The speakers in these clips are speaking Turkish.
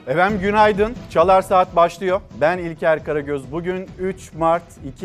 Efendim günaydın. Çalar Saat başlıyor. Ben İlker Karagöz. Bugün 3 Mart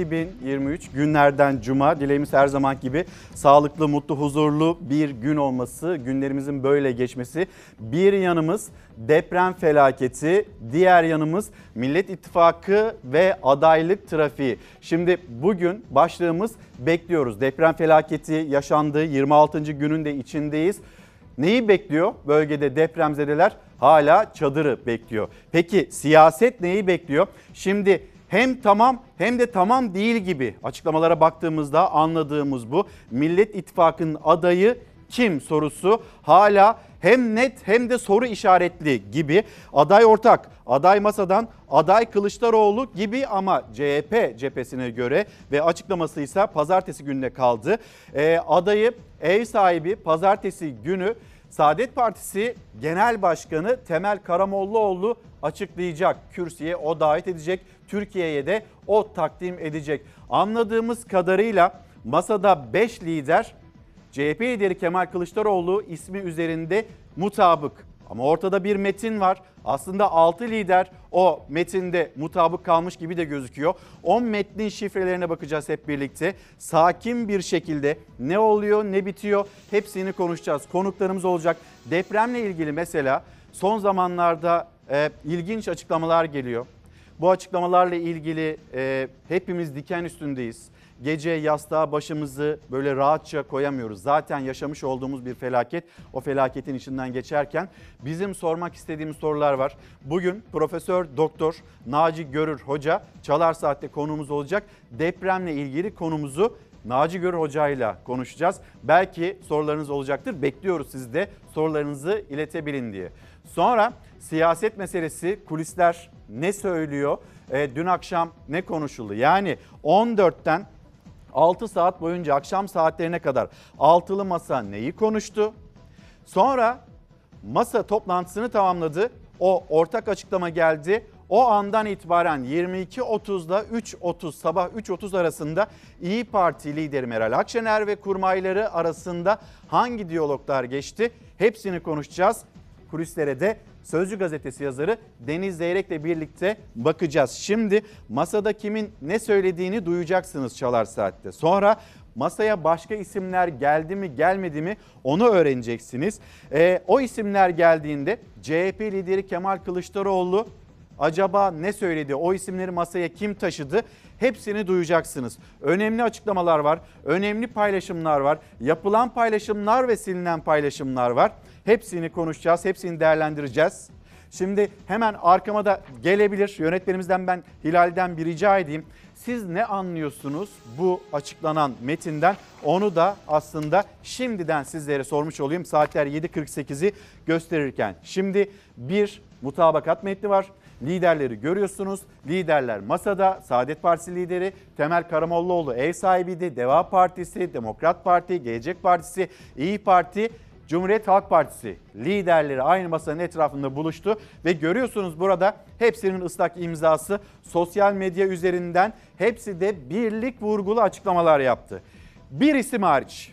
2023 günlerden Cuma. Dileğimiz her zaman gibi sağlıklı, mutlu, huzurlu bir gün olması, günlerimizin böyle geçmesi. Bir yanımız deprem felaketi, diğer yanımız Millet İttifakı ve adaylık trafiği. Şimdi bugün başlığımız bekliyoruz. Deprem felaketi yaşandı. 26. günün de içindeyiz. Neyi bekliyor? Bölgede depremzedeler hala çadırı bekliyor. Peki siyaset neyi bekliyor? Şimdi hem tamam hem de tamam değil gibi açıklamalara baktığımızda anladığımız bu. Millet İttifakı'nın adayı kim sorusu hala hem net hem de soru işaretli gibi. Aday ortak, aday masadan, aday Kılıçdaroğlu gibi ama CHP cephesine göre ve açıklaması ise pazartesi gününe kaldı. Adayı ev sahibi pazartesi günü Saadet Partisi Genel Başkanı Temel Karamollaoğlu açıklayacak. Kürsüye o davet edecek, Türkiye'ye de o takdim edecek. Anladığımız kadarıyla masada 5 lider, CHP lideri Kemal Kılıçdaroğlu ismi üzerinde mutabık. Ama ortada bir metin var. Aslında 6 lider o metinde mutabık kalmış gibi de gözüküyor. O metnin şifrelerine bakacağız hep birlikte. Sakin bir şekilde ne oluyor ne bitiyor hepsini konuşacağız. Konuklarımız olacak. Depremle ilgili mesela son zamanlarda ilginç açıklamalar geliyor. Bu açıklamalarla ilgili hepimiz diken üstündeyiz. Gece yastığa başımızı böyle rahatça koyamıyoruz. Zaten yaşamış olduğumuz bir felaket. O felaketin içinden geçerken bizim sormak istediğimiz sorular var. Bugün Profesör Doktor Naci Görür Hoca Çalar Saat'te konuğumuz olacak. Depremle ilgili konumuzu Naci Görür Hoca ile konuşacağız. Belki sorularınız olacaktır. Bekliyoruz siz de sorularınızı iletebilin diye. Sonra siyaset meselesi, kulisler ne söylüyor? Dün akşam ne konuşuldu? Yani 14'ten 6 saat boyunca akşam saatlerine kadar altılı masa neyi konuştu? Sonra masa toplantısını tamamladı. O ortak açıklama geldi. O andan itibaren 22.30'da 3.30 sabah 3.30 arasında İyi Parti lideri Meral Akşener ve kurmayları arasında hangi diyaloglar geçti? Hepsini konuşacağız. Kulislere de Sözcü gazetesi yazarı Deniz Zeyrek'le birlikte bakacağız. Şimdi masada kimin ne söylediğini duyacaksınız Çalar Saat'te. Sonra masaya başka isimler geldi mi gelmedi mi onu öğreneceksiniz. O isimler geldiğinde CHP lideri Kemal Kılıçdaroğlu acaba ne söyledi? O isimleri masaya kim taşıdı? Hepsini duyacaksınız. Önemli açıklamalar var, önemli paylaşımlar var, yapılan paylaşımlar ve silinen paylaşımlar var. Hepsini konuşacağız, hepsini değerlendireceğiz. Şimdi hemen arkama da gelebilir. Yönetmenimizden ben Hilal'den bir rica edeyim. Siz ne anlıyorsunuz bu açıklanan metinden? Onu da aslında şimdiden sizlere sormuş olayım. Saatler 7.48'i gösterirken. Şimdi bir mutabakat metni var. Liderleri görüyorsunuz. Liderler masada. Saadet Partisi lideri Temel Karamollaoğlu ev sahibiydi. Deva Partisi, Demokrat Parti, Gelecek Partisi, İyi Parti, Cumhuriyet Halk Partisi liderleri aynı masanın etrafında buluştu ve görüyorsunuz burada hepsinin ıslak imzası sosyal medya üzerinden hepsi de birlik vurgulu açıklamalar yaptı. Bir isim hariç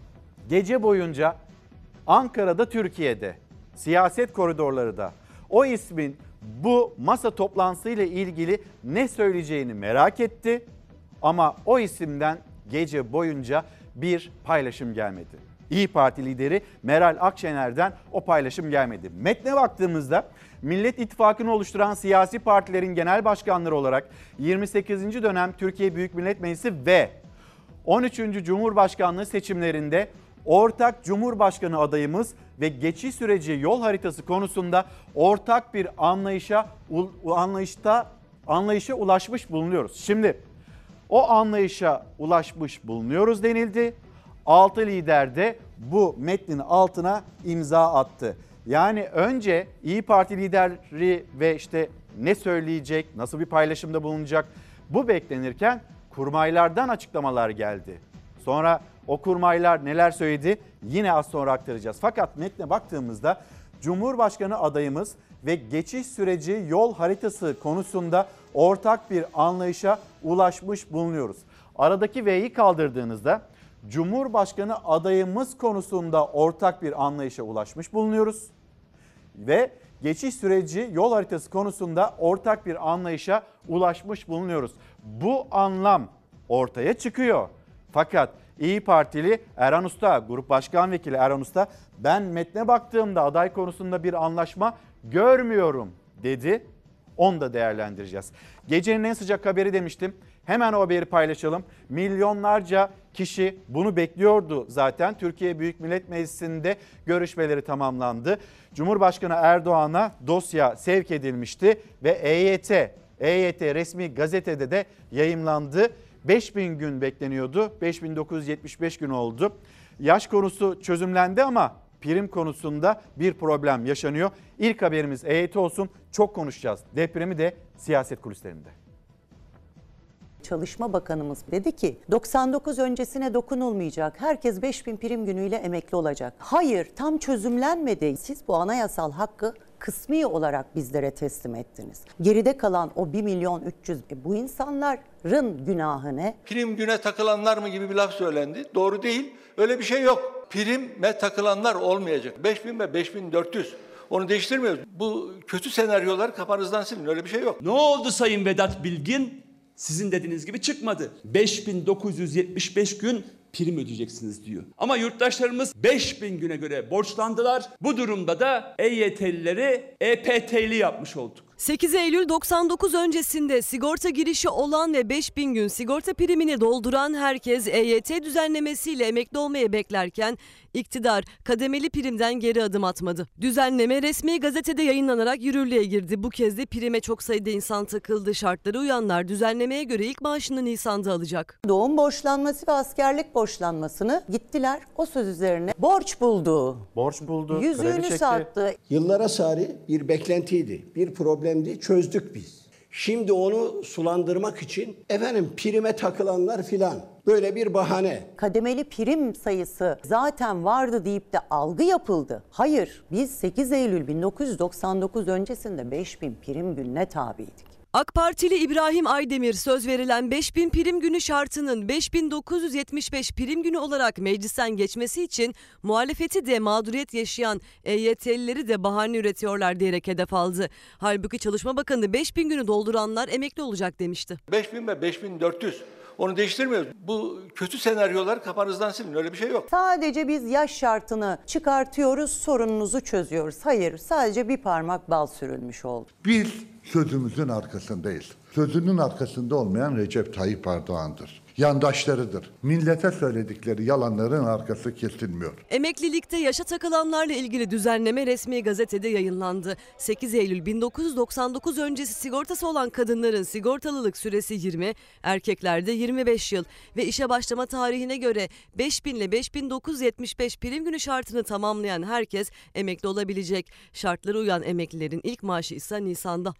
gece boyunca Ankara'da, Türkiye'de, siyaset koridorları da o ismin bu masa toplantısıyla ilgili ne söyleyeceğini merak etti ama o isimden gece boyunca bir paylaşım gelmedi. İyi Parti lideri Meral Akşener'den o paylaşım gelmedi. Metne baktığımızda Millet İttifakı'nı oluşturan siyasi partilerin genel başkanları olarak 28. dönem Türkiye Büyük Millet Meclisi ve 13. Cumhurbaşkanlığı seçimlerinde ortak Cumhurbaşkanı adayımız ve geçiş süreci yol haritası konusunda ortak bir anlayışa ulaşmış bulunuyoruz. Şimdi o anlayışa ulaşmış bulunuyoruz denildi. 6 lider de bu metnin altına imza attı. Yani önce İyi Parti lideri ve işte ne söyleyecek, nasıl bir paylaşımda bulunacak bu beklenirken kurmaylardan açıklamalar geldi. Sonra o kurmaylar neler söyledi yine az sonra aktaracağız. Fakat metne baktığımızda Cumhurbaşkanı adayımız ve geçiş süreci yol haritası konusunda ortak bir anlayışa ulaşmış bulunuyoruz. Aradaki V'yi kaldırdığınızda Cumhurbaşkanı adayımız konusunda ortak bir anlayışa ulaşmış bulunuyoruz. Ve geçiş süreci yol haritası konusunda ortak bir anlayışa ulaşmış bulunuyoruz. Bu anlam ortaya çıkıyor. Fakat İYİ Partili Erhan Usta, Grup Başkan Vekili Erhan Usta, ben metne baktığımda aday konusunda bir anlaşma görmüyorum dedi. Onu da değerlendireceğiz. Gecenin en sıcak haberi demiştim. Hemen o haberi paylaşalım. Milyonlarca kişi bunu bekliyordu zaten. Türkiye Büyük Millet Meclisi'nde görüşmeleri tamamlandı. Cumhurbaşkanı Erdoğan'a dosya sevk edilmişti ve EYT resmi gazetede de yayımlandı. 5000 gün bekleniyordu. 5975 gün oldu. Yaş konusu çözümlendi ama prim konusunda bir problem yaşanıyor. İlk haberimiz EYT olsun. Çok konuşacağız. Depremi de siyaset kulislerinde. Çalışma Bakanımız dedi ki 99 öncesine dokunulmayacak. Herkes 5000 prim günüyle emekli olacak. Hayır, tam çözümlenmedi. Siz bu anayasal hakkı kısmi olarak bizlere teslim ettiniz. Geride kalan o 1.300.000 bu insanların günahı ne? Prim güne takılanlar mı gibi bir laf söylendi. Doğru değil. Öyle bir şey yok. Prime takılanlar olmayacak. 5000 ve 5400. Onu değiştirmiyoruz. Bu kötü senaryolar kafanızdan silin. Öyle bir şey yok. Ne oldu Sayın Vedat Bilgin? Sizin dediğiniz gibi çıkmadı. 5975 gün prim ödeyeceksiniz diyor. Ama yurttaşlarımız 5000 güne göre borçlandılar. Bu durumda da EYT'lileri EPT'li yapmış olduk. 8 Eylül 99 öncesinde sigorta girişi olan ve 5000 gün sigorta primini dolduran herkes EYT düzenlemesiyle emekli olmayı beklerken iktidar kademeli primden geri adım atmadı. Düzenleme resmi gazetede yayınlanarak yürürlüğe girdi. Bu kez de prime çok sayıda insan takıldı. Şartlara uyanlar düzenlemeye göre ilk maaşını Nisan'da alacak. Doğum borçlanması ve askerlik borçlanmasını gittiler o söz üzerine borç buldu. Borç buldu. Yüzüğünü sattı. Yıllara sari bir beklentiydi, bir problemdi, çözdük biz. Şimdi onu sulandırmak için prime takılanlar filan böyle bir bahane. Kademeli prim sayısı zaten vardı deyip de algı yapıldı. Hayır, biz 8 Eylül 1999 öncesinde 5000 prim gününe tabiydik. AK Partili İbrahim Aydemir söz verilen 5000 prim günü şartının 5975 prim günü olarak meclisten geçmesi için muhalefeti de mağduriyet yaşayan EYT'lileri de bahane üretiyorlar diyerek hedef aldı. Halbuki Çalışma Bakanı 5000 günü dolduranlar emekli olacak demişti. 5000 ve 5400. Onu değiştirmiyoruz. Bu kötü senaryolar kafanızdan silin. Öyle bir şey yok. Sadece biz yaş şartını çıkartıyoruz, sorununuzu çözüyoruz. Hayır, sadece bir parmak bal sürülmüş oldu. Biz sözümüzün arkasındayız. Sözünün arkasında olmayan Recep Tayyip Erdoğan'dır. Yandaşlarıdır. Millete söyledikleri yalanların arkası kesilmiyor. Emeklilikte yaşa takılanlarla ilgili düzenleme resmi gazetede yayınlandı. 8 Eylül 1999 öncesi sigortası olan kadınların sigortalılık süresi 20, erkeklerde 25 yıl ve işe başlama tarihine göre 5000 ile 5975 prim günü şartını tamamlayan herkes emekli olabilecek. Şartlara uyan emeklilerin ilk maaşı ise Nisan'da.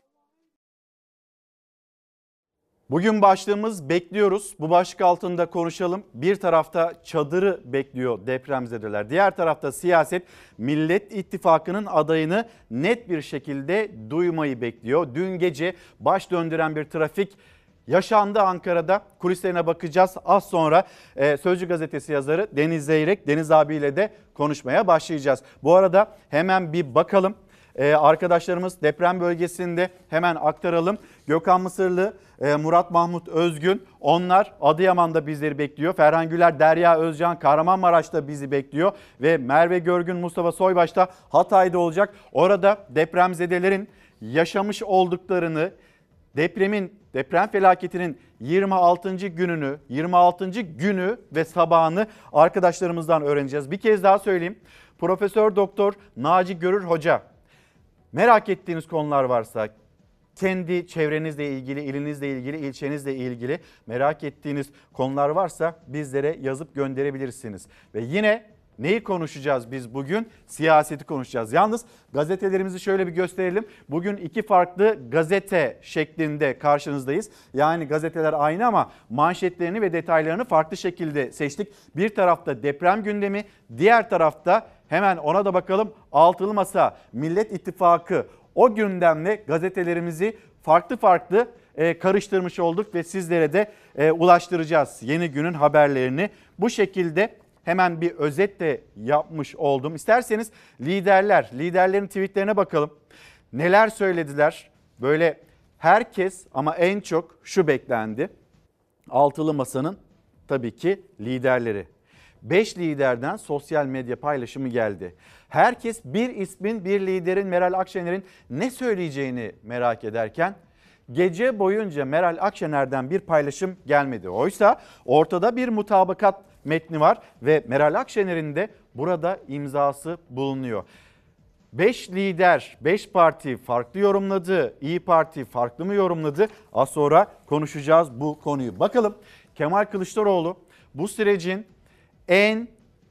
Bugün başlığımız bekliyoruz. Bu başlık altında konuşalım. Bir tarafta çadırı bekliyor depremzedeler. Diğer tarafta siyaset Millet İttifakı'nın adayını net bir şekilde duymayı bekliyor. Dün gece baş döndüren bir trafik yaşandı Ankara'da. Kulislerine bakacağız. Az sonra Sözcü Gazetesi yazarı Deniz Zeyrek, Deniz abiyle de konuşmaya başlayacağız. Bu arada hemen bir bakalım. Arkadaşlarımız deprem bölgesinde hemen aktaralım. Gökhan Mısırlı, Murat Mahmut Özgün, onlar Adıyaman'da bizleri bekliyor. Ferhan Güler, Derya Özcan Kahramanmaraş'ta bizi bekliyor. Ve Merve Görgün, Mustafa Soybaş da Hatay'da olacak. Orada depremzedelerin yaşamış olduklarını, deprem felaketinin 26. günü ve sabahını arkadaşlarımızdan öğreneceğiz. Bir kez daha söyleyeyim. Profesör Doktor Naci Görür Hoca, merak ettiğiniz konular varsa, kendi çevrenizle ilgili, ilinizle ilgili, ilçenizle ilgili merak ettiğiniz konular varsa bizlere yazıp gönderebilirsiniz. Ve yine neyi konuşacağız biz bugün? Siyaseti konuşacağız. Yalnız gazetelerimizi şöyle bir gösterelim. Bugün iki farklı gazete şeklinde karşınızdayız. Yani gazeteler aynı ama manşetlerini ve detaylarını farklı şekilde seçtik. Bir tarafta deprem gündemi, diğer tarafta hemen ona da bakalım. Altılı Masa, Millet İttifakı, o gündemle gazetelerimizi farklı karıştırmış olduk ve sizlere de ulaştıracağız yeni günün haberlerini. Bu şekilde hemen bir özet de yapmış oldum. İsterseniz liderlerin tweetlerine bakalım. Neler söylediler? Böyle herkes ama en çok şu beklendi. Altılı Masa'nın tabii ki liderleri. 5 liderden sosyal medya paylaşımı geldi. Herkes bir ismin, bir liderin, Meral Akşener'in ne söyleyeceğini merak ederken gece boyunca Meral Akşener'den bir paylaşım gelmedi. Oysa ortada bir mutabakat metni var ve Meral Akşener'in de burada imzası bulunuyor. 5 lider, 5 parti farklı yorumladı. İYİ Parti farklı mı yorumladı? Az sonra konuşacağız bu konuyu. Bakalım Kemal Kılıçdaroğlu bu sürecin en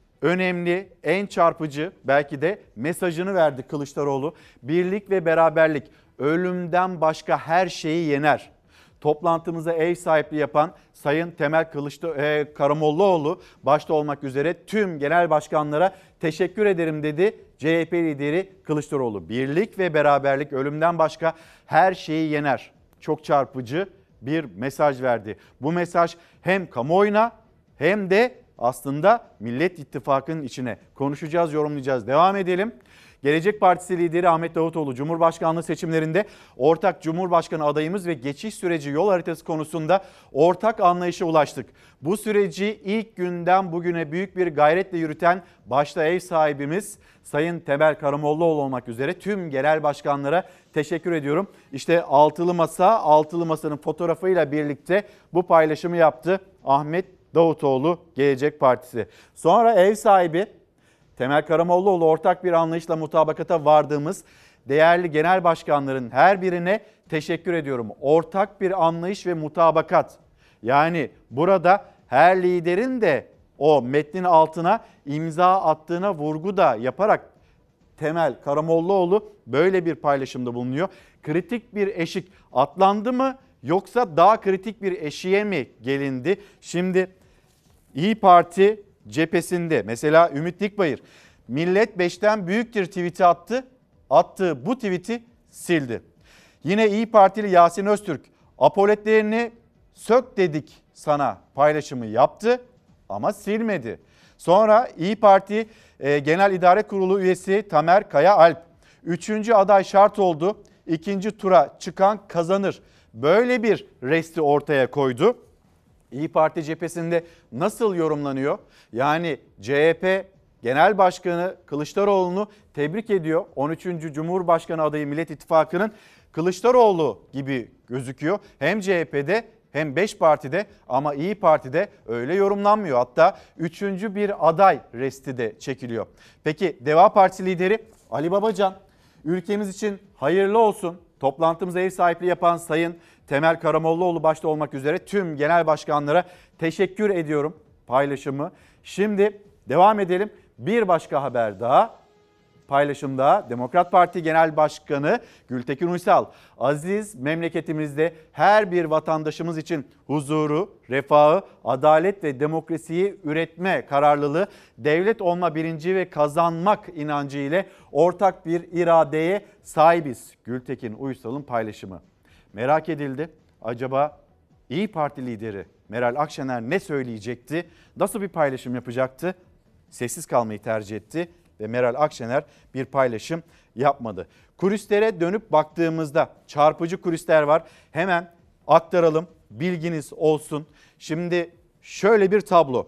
önemli, en çarpıcı belki de mesajını verdi Kılıçdaroğlu. Birlik ve beraberlik ölümden başka her şeyi yener. Toplantımıza ev sahipliği yapan Sayın Temel Karamollaoğlu başta olmak üzere tüm genel başkanlara teşekkür ederim dedi. CHP lideri Kılıçdaroğlu. Birlik ve beraberlik ölümden başka her şeyi yener. Çok çarpıcı bir mesaj verdi. Bu mesaj hem kamuoyuna hem de aslında Millet İttifakı'nın içine. Konuşacağız, yorumlayacağız. Devam edelim. Gelecek Partisi lideri Ahmet Davutoğlu Cumhurbaşkanlığı seçimlerinde ortak Cumhurbaşkanı adayımız ve geçiş süreci yol haritası konusunda ortak anlayışa ulaştık. Bu süreci ilk günden bugüne büyük bir gayretle yürüten başta ev sahibimiz Sayın Temel Karamollaoğlu olmak üzere tüm genel başkanlara teşekkür ediyorum. İşte Altılı Masa'nın fotoğrafıyla birlikte bu paylaşımı yaptı Ahmet Davutoğlu Gelecek Partisi. Sonra ev sahibi Temel Karamollaoğlu ortak bir anlayışla mutabakata vardığımız değerli genel başkanların her birine teşekkür ediyorum. Ortak bir anlayış ve mutabakat. Yani burada her liderin de o metnin altına imza attığına vurgu da yaparak Temel Karamollaoğlu böyle bir paylaşımda bulunuyor. Kritik bir eşik atlandı mı yoksa daha kritik bir eşiğe mi gelindi? Şimdi İYİ Parti cephesinde mesela Ümit Dikbayır millet 5'ten büyüktür tweet'i attı. Attığı bu tweet'i sildi. Yine İYİ Partili Yasin Öztürk apoletlerini sök dedik sana paylaşımı yaptı ama silmedi. Sonra İYİ Parti Genel İdare Kurulu üyesi Tamer Kaya Alp 3. aday şart oldu. 2. tura çıkan kazanır. Böyle bir resti ortaya koydu. İYİ Parti cephesinde nasıl yorumlanıyor? Yani CHP Genel Başkanı Kılıçdaroğlu'nu tebrik ediyor. 13. Cumhurbaşkanı adayı Millet İttifakı'nın Kılıçdaroğlu gibi gözüküyor. Hem CHP'de hem 5 partide ama İYİ Parti'de öyle yorumlanmıyor. Hatta 3. bir aday resti de çekiliyor. Peki Deva Partisi lideri Ali Babacan ülkemiz için hayırlı olsun. Toplantımıza ev sahipliği yapan Sayın Temel Karamollaoğlu başta olmak üzere tüm genel başkanlara teşekkür ediyorum paylaşımı. Şimdi devam edelim. Bir başka haber daha, paylaşım daha. Demokrat Parti Genel Başkanı Gültekin Uysal, aziz memleketimizde her bir vatandaşımız için huzuru, refahı, adalet ve demokrasiyi üretme kararlılığı, devlet olma bilinci ve kazanmak inancı ile ortak bir iradeye sahibiz. Gültekin Uysal'ın paylaşımı. Merak edildi. Acaba İYİ Parti lideri Meral Akşener ne söyleyecekti? Nasıl bir paylaşım yapacaktı? Sessiz kalmayı tercih etti ve Meral Akşener bir paylaşım yapmadı. Kulislere dönüp baktığımızda çarpıcı kulisler var. Hemen aktaralım, bilginiz olsun. Şimdi şöyle bir tablo.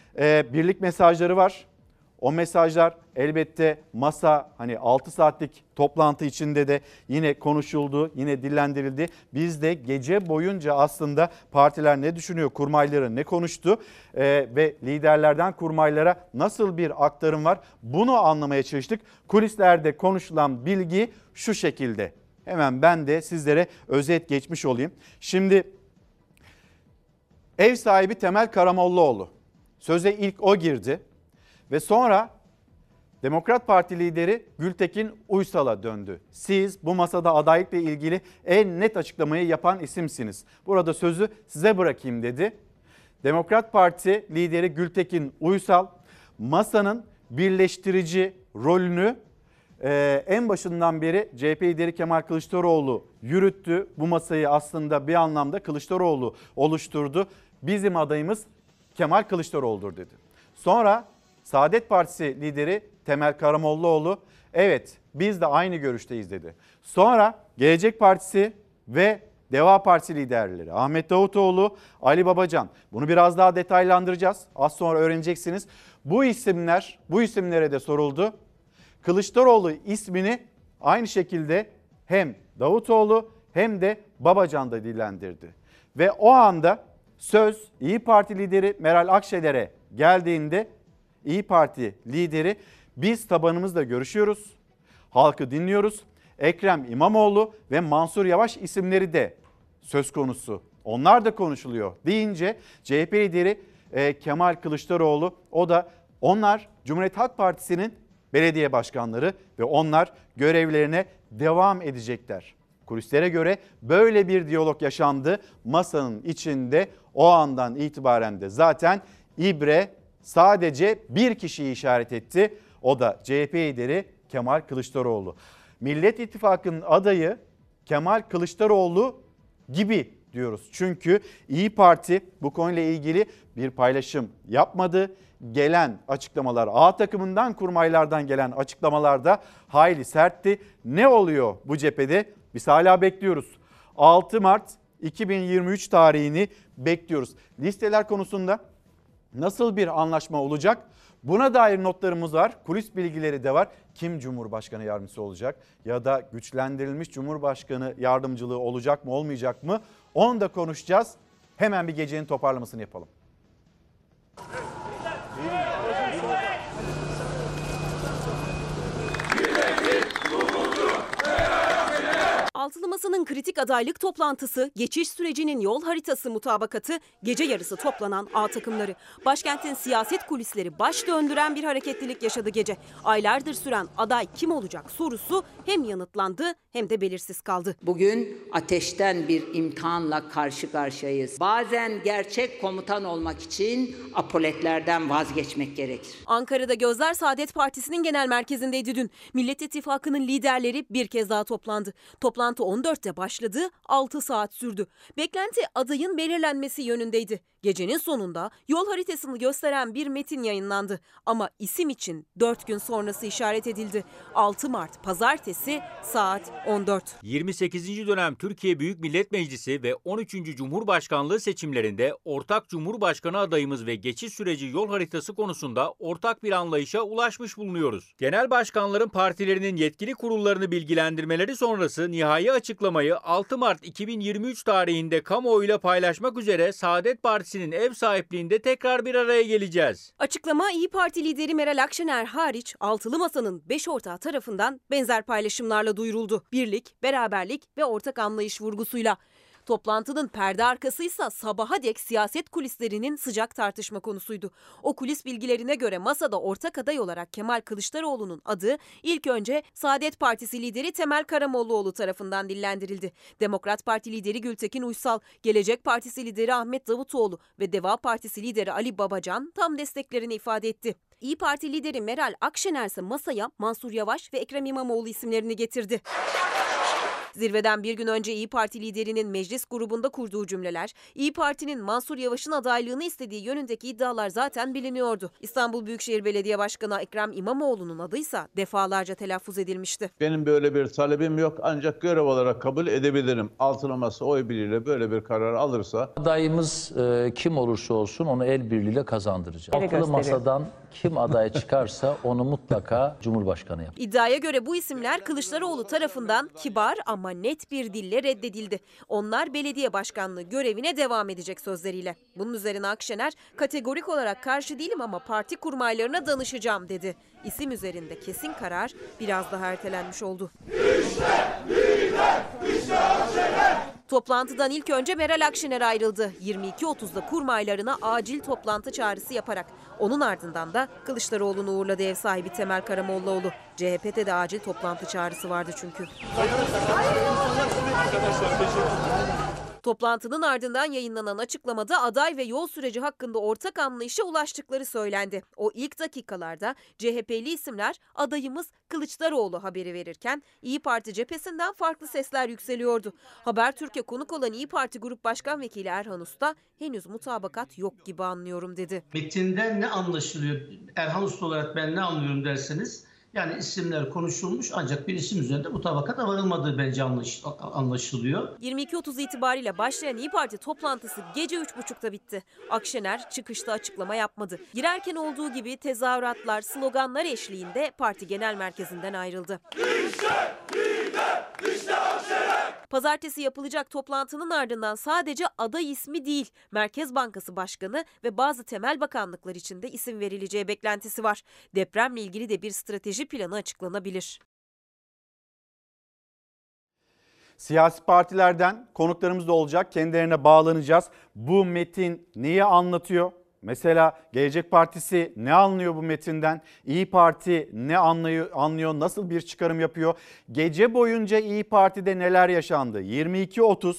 Birlik mesajları var. O mesajlar elbette masa hani 6 saatlik toplantı içinde de yine konuşuldu, yine dillendirildi. Biz de gece boyunca aslında partiler ne düşünüyor, kurmayları ne konuştu ve liderlerden kurmaylara nasıl bir aktarım var bunu anlamaya çalıştık. Kulislerde konuşulan bilgi şu şekilde. Hemen ben de sizlere özet geçmiş olayım. Şimdi ev sahibi Temel Karamollaoğlu söze ilk o girdi. Ve sonra Demokrat Parti lideri Gültekin Uysal'a döndü. Siz bu masada adaylıkla ilgili en net açıklamayı yapan isimsiniz. Burada sözü size bırakayım dedi. Demokrat Parti lideri Gültekin Uysal masanın birleştirici rolünü en başından beri CHP lideri Kemal Kılıçdaroğlu yürüttü. Bu masayı aslında bir anlamda Kılıçdaroğlu oluşturdu. Bizim adayımız Kemal Kılıçdaroğlu'dur dedi. Sonra Saadet Partisi lideri Temel Karamollaoğlu, evet biz de aynı görüşteyiz dedi. Sonra Gelecek Partisi ve Deva Partisi liderleri Ahmet Davutoğlu, Ali Babacan, bunu biraz daha detaylandıracağız. Az sonra öğreneceksiniz. Bu isimlere de soruldu. Kılıçdaroğlu ismini aynı şekilde hem Davutoğlu hem de Babacan da dillendirdi. Ve o anda söz İYİ Parti lideri Meral Akşener'e geldiğinde İYİ Parti lideri biz tabanımızla görüşüyoruz, halkı dinliyoruz. Ekrem İmamoğlu ve Mansur Yavaş isimleri de söz konusu. Onlar da konuşuluyor deyince CHP lideri Kemal Kılıçdaroğlu, onlar Cumhuriyet Halk Partisi'nin belediye başkanları ve onlar görevlerine devam edecekler. Kulislere göre böyle bir diyalog yaşandı. Masanın içinde o andan itibaren de zaten İbre sadece bir kişiyi işaret etti. O da CHP lideri Kemal Kılıçdaroğlu. Millet İttifakı'nın adayı Kemal Kılıçdaroğlu gibi diyoruz. Çünkü İYİ Parti bu konuyla ilgili bir paylaşım yapmadı. Gelen açıklamalar, A takımından, kurmaylardan gelen açıklamalarda hayli sertti. Ne oluyor bu cephede? Biz hala bekliyoruz. 6 Mart 2023 tarihini bekliyoruz. Listeler konusunda nasıl bir anlaşma olacak? Buna dair notlarımız var. Kulis bilgileri de var. Kim Cumhurbaşkanı yardımcısı olacak ya da güçlendirilmiş Cumhurbaşkanı yardımcılığı olacak mı olmayacak mı? Onu da konuşacağız. Hemen bir gecenin toparlamasını yapalım. Altılı Masa'nın kritik adaylık toplantısı, geçiş sürecinin yol haritası mutabakatı, gece yarısı toplanan A takımları. Başkentin siyaset kulisleri baş döndüren bir hareketlilik yaşadı gece. Aylardır süren aday kim olacak sorusu hem yanıtlandı hem de belirsiz kaldı. Bugün ateşten bir imtihanla karşı karşıyayız. Bazen gerçek komutan olmak için apoletlerden vazgeçmek gerekir. Ankara'da gözler Saadet Partisi'nin genel merkezindeydi dün. Millet İttifakı'nın liderleri bir kez daha toplandı. Toplantı 14'te başladı, 6 saat sürdü. Beklenti adayın belirlenmesi yönündeydi. Gecenin sonunda yol haritasını gösteren bir metin yayınlandı. Ama isim için 4 gün sonrası işaret edildi. 6 Mart Pazartesi saat 14. 28. dönem Türkiye Büyük Millet Meclisi ve 13. Cumhurbaşkanlığı seçimlerinde ortak Cumhurbaşkanı adayımız ve geçiş süreci yol haritası konusunda ortak bir anlayışa ulaşmış bulunuyoruz. Genel başkanların partilerinin yetkili kurullarını bilgilendirmeleri sonrası nihai açıklamayı 6 Mart 2023 tarihinde kamuoyuyla paylaşmak üzere Saadet Partisi'nin ev sahipliğinde tekrar bir araya geleceğiz. Açıklama İYİ Parti lideri Meral Akşener hariç Altılı Masa'nın 5 ortağı tarafından benzer paylaşımlarla duyuruldu. Birlik, beraberlik ve ortak anlayış vurgusuyla. Toplantının perde arkasıysa sabaha dek siyaset kulislerinin sıcak tartışma konusuydu. O kulis bilgilerine göre masada ortak aday olarak Kemal Kılıçdaroğlu'nun adı ilk önce Saadet Partisi lideri Temel Karamollaoğlu tarafından dillendirildi. Demokrat Parti lideri Gültekin Uysal, Gelecek Partisi lideri Ahmet Davutoğlu ve Deva Partisi lideri Ali Babacan tam desteklerini ifade etti. İYİ Parti lideri Meral Akşener ise masaya Mansur Yavaş ve Ekrem İmamoğlu isimlerini getirdi. Zirveden bir gün önce İYİ Parti liderinin meclis grubunda kurduğu cümleler, İYİ Parti'nin Mansur Yavaş'ın adaylığını istediği yönündeki iddialar zaten biliniyordu. İstanbul Büyükşehir Belediye Başkanı Ekrem İmamoğlu'nun adıysa defalarca telaffuz edilmişti. Benim böyle bir talebim yok ancak görev olarak kabul edebilirim. Altılı Masa oy birliğiyle böyle bir karar alırsa. Adayımız kim olursa olsun onu el birliğiyle kazandıracağız. Altılı Masa'dan kim aday çıkarsa onu mutlaka Cumhurbaşkanı yapar. İddiaya göre bu isimler Kılıçdaroğlu tarafından kibar ama net bir dille reddedildi. Onlar belediye başkanlığı görevine devam edecek sözleriyle. Bunun üzerine Akşener kategorik olarak karşı değilim ama parti kurmaylarına danışacağım dedi. İsim üzerinde kesin karar biraz daha ertelenmiş oldu. Toplantıdan ilk önce Meral Akşener ayrıldı. 22.30'da kurmaylarına acil toplantı çağrısı yaparak. Onun ardından da Kılıçdaroğlu'nu uğurladı ev sahibi Temel Karamollaoğlu. CHP'de de acil toplantı çağrısı vardı çünkü. Toplantının ardından yayınlanan açıklamada aday ve yol süreci hakkında ortak anlayışa ulaştıkları söylendi. O ilk dakikalarda CHP'li isimler adayımız Kılıçdaroğlu haberi verirken İYİ Parti cephesinden farklı sesler yükseliyordu. Habertürk'e konuk olan İYİ Parti Grup Başkan Vekili Erhan Usta henüz mutabakat yok gibi anlıyorum dedi. Metinden ne anlaşılıyor? Erhan Usta olarak ben ne anlıyorum derseniz, yani isimler konuşulmuş ancak bir isim üzerinde mutabakata varılmadığı bence anlaşılıyor. 22.30 itibariyle başlayan İYİ Parti toplantısı gece 3.30'da bitti. Akşener çıkışta açıklama yapmadı. Girerken olduğu gibi tezahüratlar, sloganlar eşliğinde parti genel merkezinden ayrıldı. Pazartesi yapılacak toplantının ardından sadece aday ismi değil, Merkez Bankası Başkanı ve bazı temel bakanlıklar için de isim verileceği beklentisi var. Depremle ilgili de bir strateji planı açıklanabilir. Siyasi partilerden konuklarımız da olacak. Kendilerine bağlanacağız. Bu metin neyi anlatıyor? Mesela Gelecek Partisi ne anlıyor bu metinden? İYİ Parti ne anlıyor? Nasıl bir çıkarım yapıyor? Gece boyunca İYİ Parti'de neler yaşandı? 22.30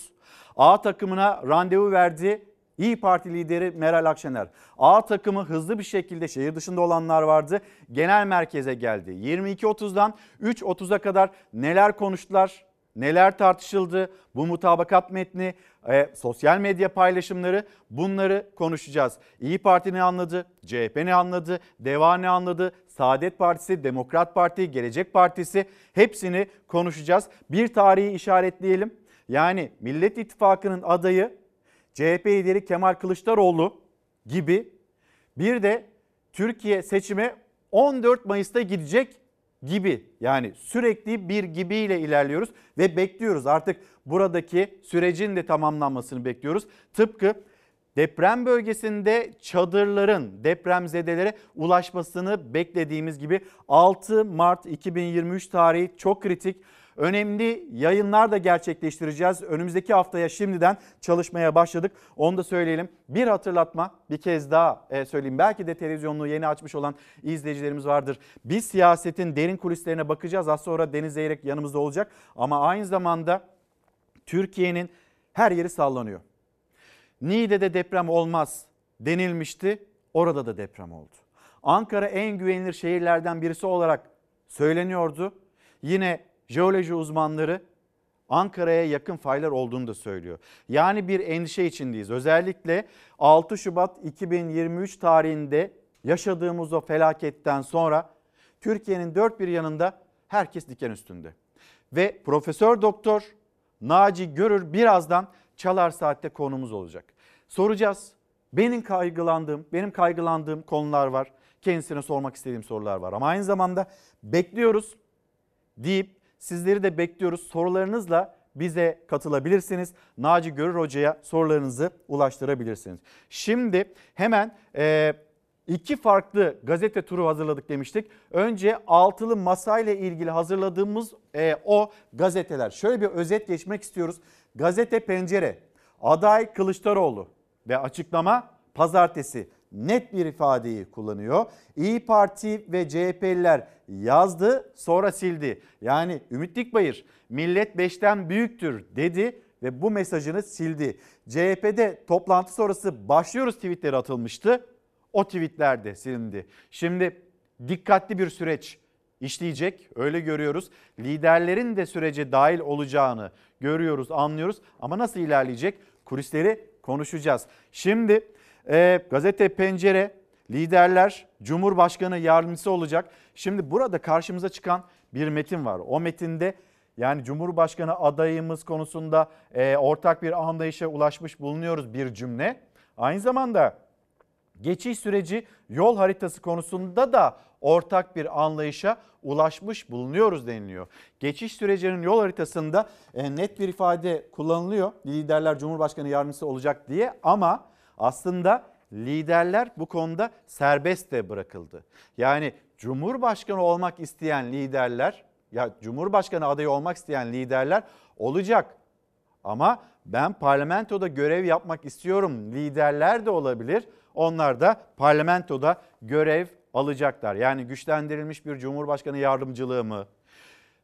A takımına randevu verdi İYİ Parti lideri Meral Akşener. A takımı hızlı bir şekilde, şehir dışında olanlar vardı, genel merkeze geldi. 22.30'dan 3.30'a kadar neler konuştular? Neler tartışıldı? Bu mutabakat metni, sosyal medya paylaşımları, bunları konuşacağız. İYİ Parti ne anladı? CHP ne anladı? DEVA ne anladı? Saadet Partisi, Demokrat Parti, Gelecek Partisi, hepsini konuşacağız. Bir tarihi işaretleyelim. Yani Millet İttifakı'nın adayı CHP lideri Kemal Kılıçdaroğlu gibi, bir de Türkiye seçime 14 Mayıs'ta gidecek gibi, yani sürekli bir gibiyle ilerliyoruz ve bekliyoruz. Artık buradaki sürecin de tamamlanmasını bekliyoruz. Tıpkı deprem bölgesinde çadırların depremzedelere ulaşmasını beklediğimiz gibi 6 Mart 2023 tarihi çok kritik. Önemli yayınlar da gerçekleştireceğiz. Önümüzdeki haftaya şimdiden çalışmaya başladık. Onu da söyleyelim. Bir hatırlatma, bir kez daha söyleyeyim. Belki de televizyonunu yeni açmış olan izleyicilerimiz vardır. Biz siyasetin derin kulislerine bakacağız. Az sonra Deniz Zeyrek yanımızda olacak. Ama aynı zamanda Türkiye'nin her yeri sallanıyor. Niğde'de deprem olmaz denilmişti. Orada da deprem oldu. Ankara en güvenilir şehirlerden birisi olarak söyleniyordu. Yine jeoloji uzmanları Ankara'ya yakın faylar olduğunu da söylüyor. Yani bir endişe içindeyiz. Özellikle 6 Şubat 2023 tarihinde yaşadığımız o felaketten sonra Türkiye'nin dört bir yanında herkes diken üstünde. Ve Profesör Doktor Naci Görür birazdan Çalar Saat'te konumuz olacak. Soracağız. Benim kaygılandığım konular var. Kendisine sormak istediğim sorular var. Ama aynı zamanda bekliyoruz deyip sizleri de bekliyoruz. Sorularınızla bize katılabilirsiniz. Naci Görür Hoca'ya sorularınızı ulaştırabilirsiniz. Şimdi hemen iki farklı gazete turu hazırladık demiştik. Önce altılı masayla ilgili hazırladığımız o gazeteler. Şöyle bir özet geçmek istiyoruz. Gazete Pencere, aday Kılıçdaroğlu ve açıklama pazartesi. Net bir ifadeyi kullanıyor. İYİ Parti ve CHP'liler yazdı, sonra sildi. Yani Ümit Dikbayır millet 5'ten büyüktür dedi ve bu mesajını sildi. CHP'de toplantı sonrası başlıyoruz tweetleri atılmıştı. O tweetler de silindi. Şimdi dikkatli bir süreç işleyecek, öyle görüyoruz. Liderlerin de sürece dahil olacağını görüyoruz, anlıyoruz. Ama nasıl ilerleyecek? Kulisleri konuşacağız. Şimdi gazete Pencere, liderler Cumhurbaşkanı yardımcısı olacak. Şimdi burada karşımıza çıkan bir metin var. O metinde yani Cumhurbaşkanı adayımız konusunda ortak bir anlayışa ulaşmış bulunuyoruz bir cümle. Aynı zamanda geçiş süreci yol haritası konusunda da ortak bir anlayışa ulaşmış bulunuyoruz deniliyor. Geçiş sürecinin yol haritasında net bir ifade kullanılıyor. Liderler Cumhurbaşkanı yardımcısı olacak diye, ama aslında liderler bu konuda serbest de bırakıldı. Yani Cumhurbaşkanı olmak isteyen liderler, ya Cumhurbaşkanı adayı olmak isteyen liderler olacak. Ama ben parlamentoda görev yapmak istiyorum liderler de olabilir. Onlar da parlamentoda görev alacaklar. Yani güçlendirilmiş bir Cumhurbaşkanı yardımcılığı mı?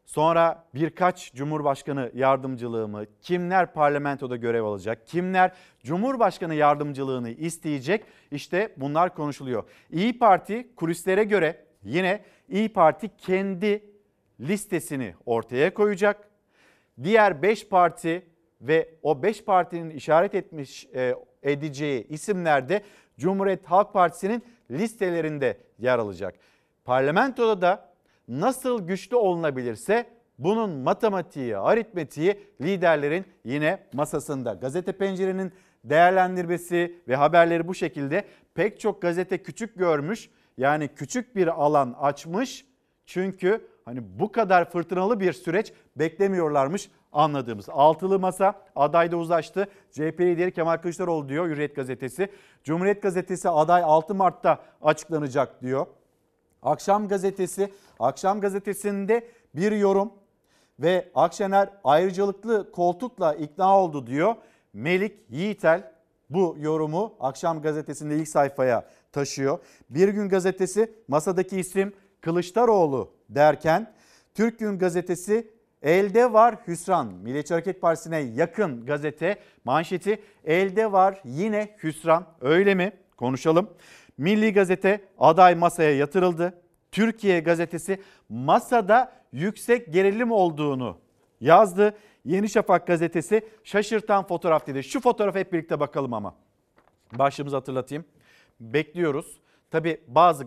Sonra birkaç Cumhurbaşkanı yardımcılığı mı? Kimler parlamentoda görev alacak? Kimler Cumhurbaşkanı yardımcılığını isteyecek? İşte bunlar konuşuluyor. İYİ Parti kulislere göre yine İYİ Parti kendi listesini ortaya koyacak. Diğer 5 parti ve o 5 partinin işaret edeceği isimler de Cumhuriyet Halk Partisi'nin listelerinde yer alacak. Parlamentoda da nasıl güçlü olunabilirse bunun matematiği, aritmetiği liderlerin yine masasında. Gazete Pencere'nin değerlendirmesi ve haberleri bu şekilde. Pek çok gazete küçük görmüş, yani küçük bir alan açmış. Çünkü hani bu kadar fırtınalı bir süreç beklemiyorlarmış anladığımız. Altılı masa adayda uzlaştı. CHP lideri Kemal Kılıçdaroğlu diyor Hürriyet gazetesi. Cumhuriyet gazetesi aday 6 Mart'ta açıklanacak diyor. Akşam gazetesinde bir yorum ve Akşener ayrıcalıklı koltukla ikna oldu diyor. Melik Yiğitel bu yorumu Akşam gazetesinde ilk sayfaya taşıyor. Bir Gün gazetesi masadaki isim Kılıçdaroğlu derken Türk Gün gazetesi elde var hüsran. Milliyetçi Hareket Partisi'ne yakın gazete manşeti elde var yine hüsran. Öyle mi? Konuşalım. Milli Gazete aday masaya yatırıldı. Türkiye Gazetesi masada yüksek gerilim olduğunu yazdı. Yeni Şafak Gazetesi şaşırtan fotoğraf dedi. Şu fotoğrafa hep birlikte bakalım ama. Başlığımızı hatırlatayım. Bekliyoruz. Tabii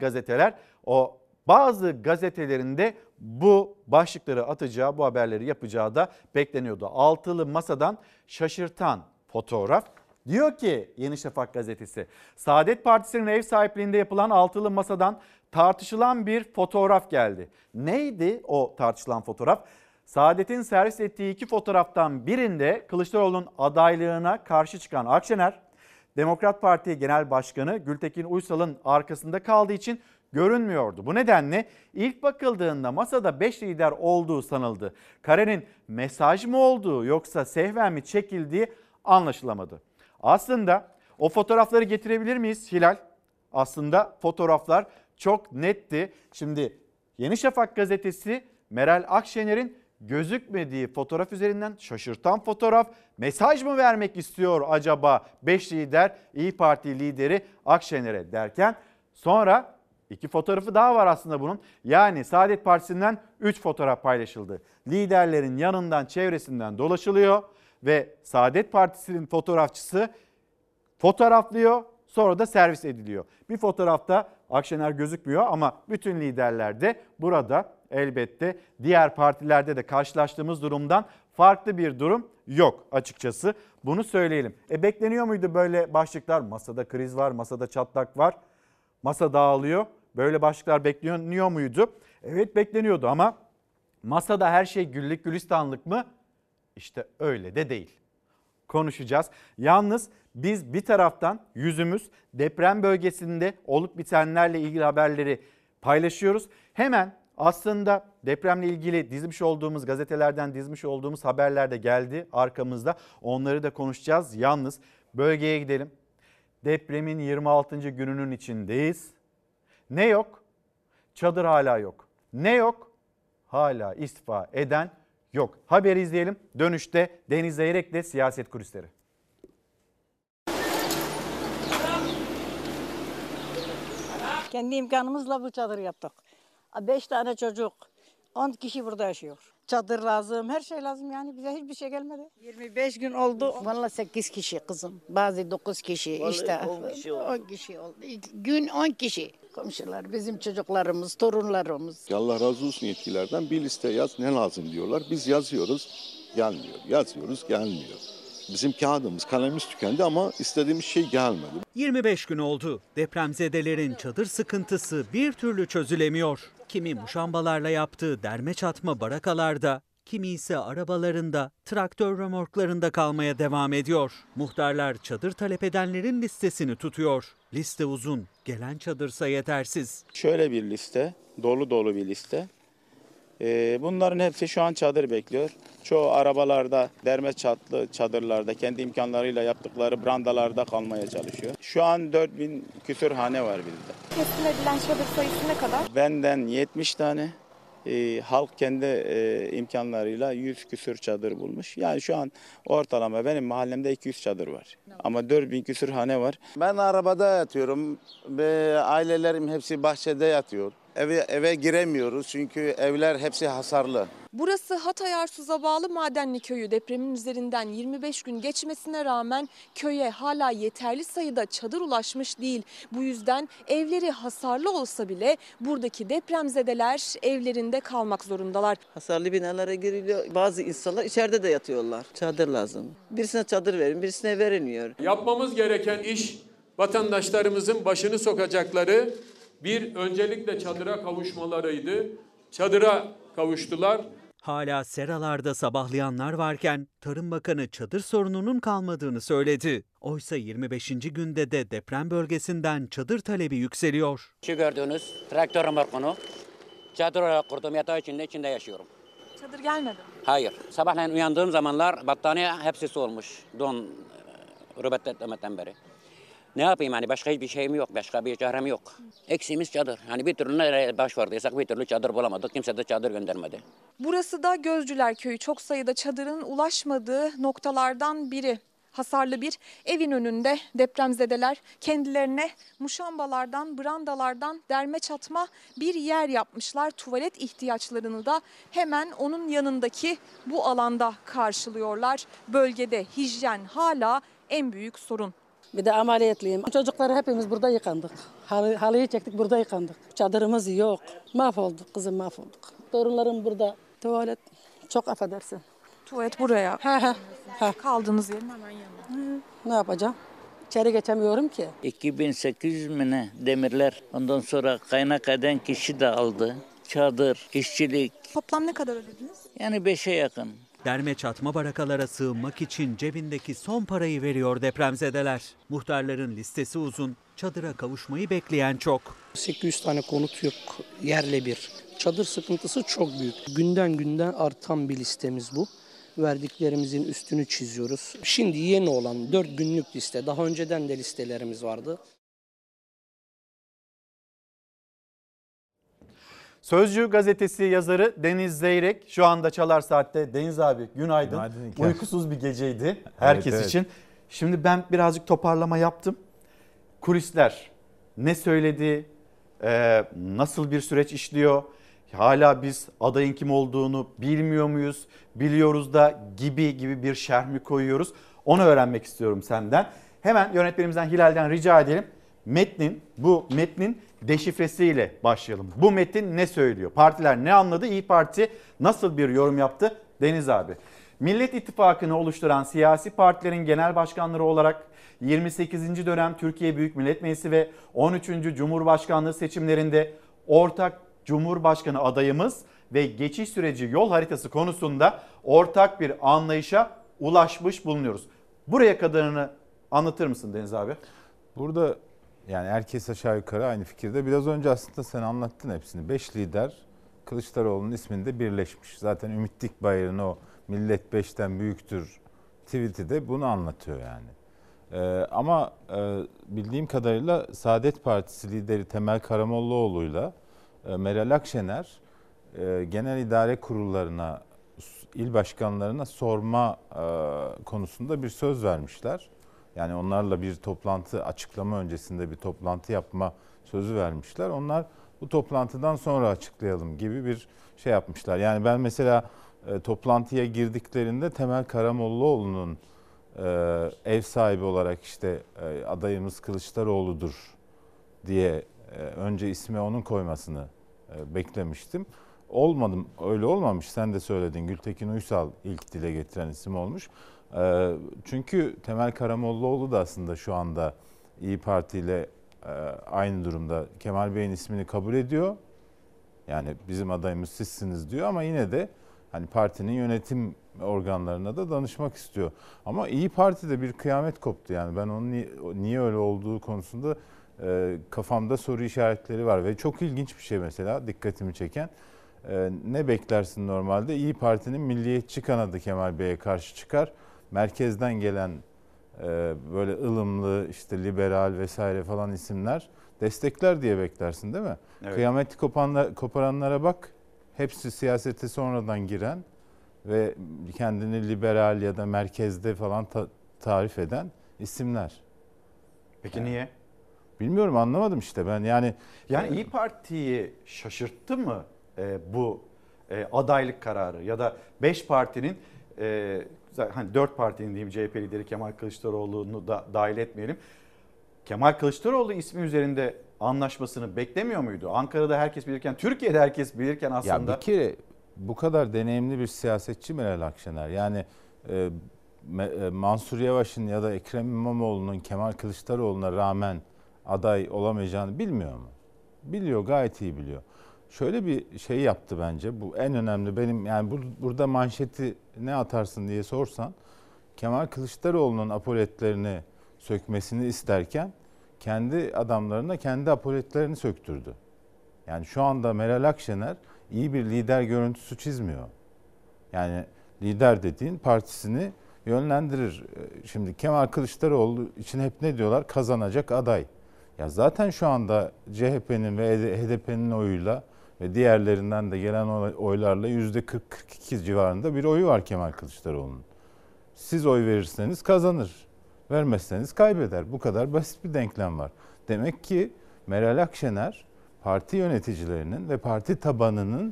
bazı gazetelerinde bu başlıkları atacağı, bu haberleri yapacağı da bekleniyordu. Altılı masadan şaşırtan fotoğraf. Diyor ki Yeni Şafak gazetesi, Saadet Partisi'nin ev sahipliğinde yapılan altılı masadan tartışılan bir fotoğraf geldi. Neydi o tartışılan fotoğraf? Saadet'in servis ettiği 2 fotoğraftan birinde Kılıçdaroğlu'nun adaylığına karşı çıkan Akşener, Demokrat Parti Genel Başkanı Gültekin Uysal'ın arkasında kaldığı için görünmüyordu. Bu nedenle ilk bakıldığında masada 5 lider olduğu sanıldı. Karenin mesaj mı olduğu yoksa sehven mi çekildiği anlaşılamadı. Aslında o fotoğrafları getirebilir miyiz Hilal? Aslında fotoğraflar çok netti. Şimdi Yeni Şafak gazetesi Meral Akşener'in gözükmediği fotoğraf üzerinden şaşırtan fotoğraf. Mesaj mı vermek istiyor acaba 5 lider İYİ Parti lideri Akşener'e derken sonra 2 fotoğrafı daha var aslında bunun. Yani Saadet Partisi'nden 3 fotoğraf paylaşıldı. Liderlerin yanından çevresinden dolaşılıyor ve Saadet Partisi'nin fotoğrafçısı fotoğraflıyor, sonra da servis ediliyor. Bir fotoğrafta Akşener gözükmüyor ama bütün liderler de burada. Elbette diğer partilerde de karşılaştığımız durumdan farklı bir durum yok açıkçası. Bunu söyleyelim. Bekleniyor muydu böyle başlıklar? Masada kriz var, masada çatlak var, masa dağılıyor. Böyle başlıklar bekleniyor muydu? Evet bekleniyordu ama masada her şey güllük gülistanlık mı? İşte öyle de değil. Konuşacağız. Yalnız biz bir taraftan yüzümüz deprem bölgesinde olup bitenlerle ilgili haberleri paylaşıyoruz. Hemen aslında depremle ilgili dizmiş olduğumuz gazetelerden dizmiş olduğumuz haberler de geldi arkamızda. Onları da konuşacağız. Yalnız bölgeye gidelim. Depremin 26. gününün içindeyiz. Ne yok? Çadır hala yok. Ne yok? Hala istifa eden yok. Haberi izleyelim. Dönüşte Deniz Zeyrek'le siyaset kulisleri. Kendi imkanımızla bu çadırı yaptık. 5 tane çocuk, 10 kişi burada yaşıyor. Çadır lazım, her şey lazım yani bize hiçbir şey gelmedi. 25 gün oldu. Vallahi 8 kişi kızım, bazı 9 kişi vallahi işte 10 kişi oldu. Gün 10 kişi. Komşular, bizim çocuklarımız, torunlarımız. Allah razı olsun yetkililerden bir liste yaz ne lazım diyorlar. Biz yazıyoruz, gelmiyor. Yazıyoruz, gelmiyor. Bizim kağıdımız, kalemimiz tükendi ama istediğimiz şey gelmedi. 25 gün oldu. Depremzedelerin çadır sıkıntısı bir türlü çözülemiyor. Kimi muşambalarla yaptığı derme çatma barakalarda, kimi ise arabalarında, traktör römorklarında kalmaya devam ediyor. Muhtarlar çadır talep edenlerin listesini tutuyor. Liste uzun, gelen çadırsa yetersiz. Şöyle bir liste, dolu bir liste. Bunların hepsi şu an çadır bekliyor. Çoğu arabalarda, derme çatlı çadırlarda, kendi imkanlarıyla yaptıkları brandalarda kalmaya çalışıyor. Şu an 4000 küsur hane var bizde. Teslim edilen çadır sayısı ne kadar? Benden 70 tane, Halk kendi imkanlarıyla 100 küsür çadır bulmuş. Yani şu an ortalama benim mahallemde 200 çadır var. Ama 4000 küsür hane var. Ben arabada yatıyorum ve ailelerim hepsi bahçede yatıyor. Eve giremiyoruz çünkü evler hepsi hasarlı. Burası Hatay Arsuz'a bağlı Madenli Köyü. Depremin üzerinden 25 gün geçmesine rağmen köye hala yeterli sayıda çadır ulaşmış değil. Bu yüzden evleri hasarlı olsa bile buradaki depremzedeler evlerinde kalmak zorundalar. Hasarlı binalara giriliyor. Bazı insanlar içeride de yatıyorlar. Çadır lazım. Birisine çadır verin, birisine verilmiyor. Yapmamız gereken iş vatandaşlarımızın başını sokacakları bir öncelikle çadıra kavuşmalarıydı. Çadıra kavuştular. Hala seralarda sabahlayanlar varken Tarım Bakanı çadır sorununun kalmadığını söyledi. Oysa 25. günde de deprem bölgesinden çadır talebi yükseliyor. Şu gördüğünüz traktör remorkunu çadır olarak kurdum, yatağı içinde yaşıyorum. Çadır gelmedi mi? Hayır. Sabahleyin uyandığım zamanlar battaniye hepsi soğumuş. Don rübetletten beri. Ne yapayım yani, başka hiçbir şeyim yok, başka bir çarem yok. Eksiğimiz çadır. Hani bir türlü nereye başvurduysak bir türlü çadır bulamadık. Kimse de çadır göndermedi. Burası da Gözcüler Köyü. Çok sayıda çadırın ulaşmadığı noktalardan biri. Hasarlı bir evin önünde depremzedeler kendilerine muşambalardan, brandalardan derme çatma bir yer yapmışlar. Tuvalet ihtiyaçlarını da hemen onun yanındaki bu alanda karşılıyorlar. Bölgede hijyen hala en büyük sorun. Bir de ameliyatlıyım. Çocukları hepimiz burada yıkandık. Halıyı çektik, burada yıkandık. Çadırımız yok. Mahvolduk kızım, mahvolduk. Torunlarım burada. Tuvalet çok affedersin. Tuvalet buraya. Kaldığınız yerin hemen yanında. Ne yapacağım? İçeri geçemiyorum ki. 2800 mi ne demirler. Ondan sonra kaynak eden kişi de aldı. Çadır, işçilik. Toplam ne kadar ödediniz? Yani 5'e yakın. Derme çatma barakalara sığınmak için cebindeki son parayı veriyor depremzedeler. Muhtarların listesi uzun, çadıra kavuşmayı bekleyen çok. 800 tane konut yok yerle bir. Çadır sıkıntısı çok büyük. Günden artan bir listemiz bu. Verdiklerimizin üstünü çiziyoruz. Şimdi yeni olan 4 günlük liste. Daha önceden de listelerimiz vardı. Sözcü gazetesi yazarı Deniz Zeyrek şu anda Çalar Saat'te. Deniz abi günaydın. Günaydın. Uykusuz bir geceydi herkes için. Şimdi ben birazcık toparlama yaptım. Kulisler ne söyledi, nasıl bir süreç işliyor, hala biz adayın kim olduğunu bilmiyor muyuz, biliyoruz da gibi bir şerh mi koyuyoruz, onu öğrenmek istiyorum senden. Hemen yönetmenimizden Hilal'den rica edelim. Bu metnin deşifresiyle başlayalım. Bu metin ne söylüyor? Partiler ne anladı? İYİ Parti nasıl bir yorum yaptı? Deniz abi. Millet İttifakı'nı oluşturan siyasi partilerin genel başkanları olarak 28. dönem Türkiye Büyük Millet Meclisi ve 13. Cumhurbaşkanlığı seçimlerinde ortak Cumhurbaşkanı adayımız ve geçiş süreci yol haritası konusunda ortak bir anlayışa ulaşmış bulunuyoruz. Buraya kadarını anlatır mısın Deniz abi? Burada yani herkes aşağı yukarı aynı fikirde. Biraz önce aslında sen anlattın hepsini. 5 lider Kılıçdaroğlu'nun isminde birleşmiş. Zaten Ümit Dikbayır'ın o millet 5'ten büyüktür tweet'i de bunu anlatıyor yani. Ama bildiğim kadarıyla Saadet Partisi lideri Temel Karamollaoğlu'yla Meral Akşener genel idare kurullarına, il başkanlarına sorma konusunda bir söz vermişler. Yani onlarla bir toplantı, açıklama öncesinde bir toplantı yapma sözü vermişler. Onlar bu toplantıdan sonra açıklayalım gibi bir şey yapmışlar. Yani ben mesela toplantıya girdiklerinde Temel Karamollaoğlu'nun ev sahibi olarak işte adayımız Kılıçdaroğlu'dur diye önce ismi onun koymasını beklemiştim. Öyle olmamış. Sen de söyledin. Gültekin Uysal ilk dile getiren isim olmuş. Çünkü Temel Karamollaoğlu da aslında şu anda İYİ Parti ile aynı durumda. Kemal Bey'in ismini kabul ediyor. Yani bizim adayımız sizsiniz diyor ama yine de hani partinin yönetim organlarına da danışmak istiyor. Ama İYİ Parti'de bir kıyamet koptu yani. Ben onun niye öyle olduğu konusunda kafamda soru işaretleri var ve çok ilginç bir şey mesela dikkatimi çeken. Ne beklersin normalde? İYİ Parti'nin milliyetçi kanadı Kemal Bey'e karşı çıkar. Merkezden gelen böyle ılımlı işte liberal vesaire falan isimler destekler diye beklersin değil mi? Evet. Kıyameti koparanlara bak. hepsi siyasete sonradan giren ve kendini liberal ya da merkezde falan tarif eden isimler. Peki niye? Bilmiyorum, anlamadım işte ben. Yani İyi Parti'yi şaşırttı mı bu adaylık kararı ya da 5 partinin hani 4 partinin diyeyim, CHP lideri Kemal Kılıçdaroğlu'nu da dahil etmeyelim. Kemal Kılıçdaroğlu ismi üzerinde anlaşmasını beklemiyor muydu? Ankara'da herkes bilirken, Türkiye'de herkes bilirken aslında. Ya bir kere bu kadar deneyimli bir siyasetçi Meral Akşener. Yani Mansur Yavaş'ın ya da Ekrem İmamoğlu'nun Kemal Kılıçdaroğlu'na rağmen aday olamayacağını bilmiyor mu? Biliyor, gayet iyi biliyor. Şöyle bir şey yaptı bence. Bu en önemli benim, yani burada manşeti ne atarsın diye sorsan, Kemal Kılıçdaroğlu'nun apoletlerini sökmesini isterken kendi adamlarına kendi apoletlerini söktürdü. Yani şu anda Meral Akşener iyi bir lider görüntüsü çizmiyor. Yani lider dediğin partisini yönlendirir. Şimdi Kemal Kılıçdaroğlu için hep ne diyorlar? Kazanacak aday. Ya zaten şu anda CHP'nin ve HDP'nin oyuyla ve diğerlerinden de gelen oylarla %40-42 civarında bir oyu var Kemal Kılıçdaroğlu'nun. Siz oy verirseniz kazanır, vermezseniz kaybeder. Bu kadar basit bir denklem var. Demek ki Meral Akşener parti yöneticilerinin ve parti tabanının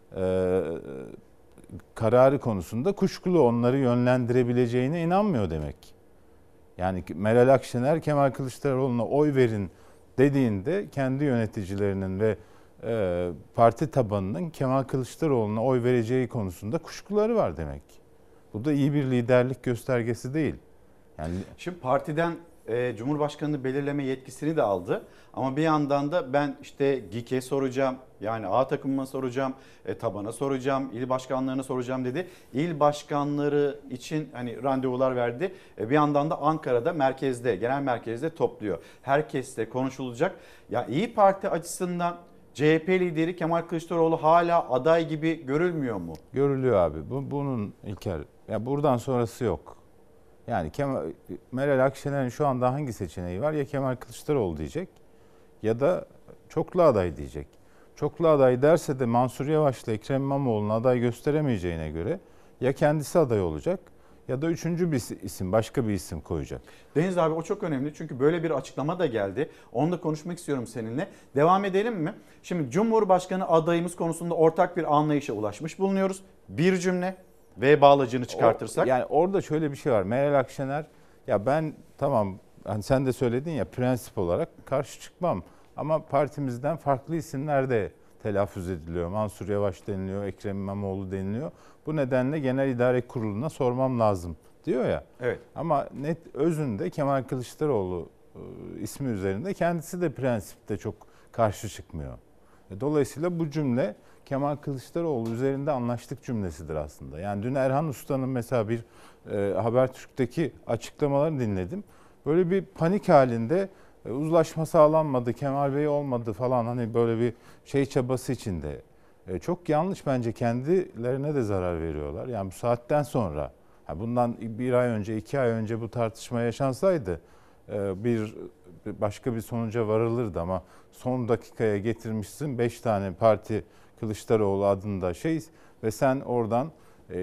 kararı konusunda kuşkulu, onları yönlendirebileceğine inanmıyor demek. Yani Meral Akşener Kemal Kılıçdaroğlu'na oy verin dediğinde kendi yöneticilerinin ve parti tabanının Kemal Kılıçdaroğlu'na oy vereceği konusunda kuşkuları var demek. Bu da iyi bir liderlik göstergesi değil. Yani şimdi partiden Cumhurbaşkanı'nı belirleme yetkisini de aldı. Ama bir yandan da ben işte GİK'e soracağım, yani A takımıma soracağım, tabana soracağım, il başkanlarına soracağım dedi. İl başkanları için hani randevular verdi. Bir yandan da Ankara'da merkezde, genel merkezde topluyor. Herkesle konuşulacak. Ya İyi Parti açısından CHP lideri Kemal Kılıçdaroğlu hala aday gibi görülmüyor mu? Görülüyor abi. Bunun İlker, ya buradan sonrası yok. Yani Meral Akşener'in şu anda hangi seçeneği var? Ya Kemal Kılıçdaroğlu diyecek ya da çoklu aday diyecek. Çoklu aday derse de Mansur Yavaş'la Ekrem İmamoğlu'na aday gösteremeyeceğine göre ya kendisi aday olacak ya da üçüncü bir isim, başka bir isim koyacak. Deniz abi, o çok önemli çünkü böyle bir açıklama da geldi. Onu da konuşmak istiyorum seninle. Devam edelim mi? Şimdi Cumhurbaşkanı adayımız konusunda ortak bir anlayışa ulaşmış bulunuyoruz. Bir cümle ve bağlacını çıkartırsak. Yani orada şöyle bir şey var. Meral Akşener, ya ben tamam, hani sen de söyledin ya, prensip olarak karşı çıkmam. Ama partimizden farklı isimler de telaffuz ediliyor. Mansur Yavaş deniliyor, Ekrem İmamoğlu deniliyor. Bu nedenle Genel İdare Kurulu'na sormam lazım diyor ya. Evet. Ama özünde Kemal Kılıçdaroğlu ismi üzerinde kendisi de prensipte çok karşı çıkmıyor. Dolayısıyla bu cümle Kemal Kılıçdaroğlu üzerinde anlaştık cümlesidir aslında. Yani dün Erhan Usta'nın mesela bir Habertürk'teki açıklamalarını dinledim. Böyle bir panik halinde uzlaşma sağlanmadı, Kemal Bey olmadı falan, hani böyle bir şey çabası içinde. Çok yanlış bence, kendilerine de zarar veriyorlar. Yani bu saatten sonra, bundan bir ay önce, 2 ay önce bu tartışma yaşansaydı başka bir sonuca varılırdı ama son dakikaya getirmişsin 5 tane parti Kılıçdaroğlu adında ve sen oradan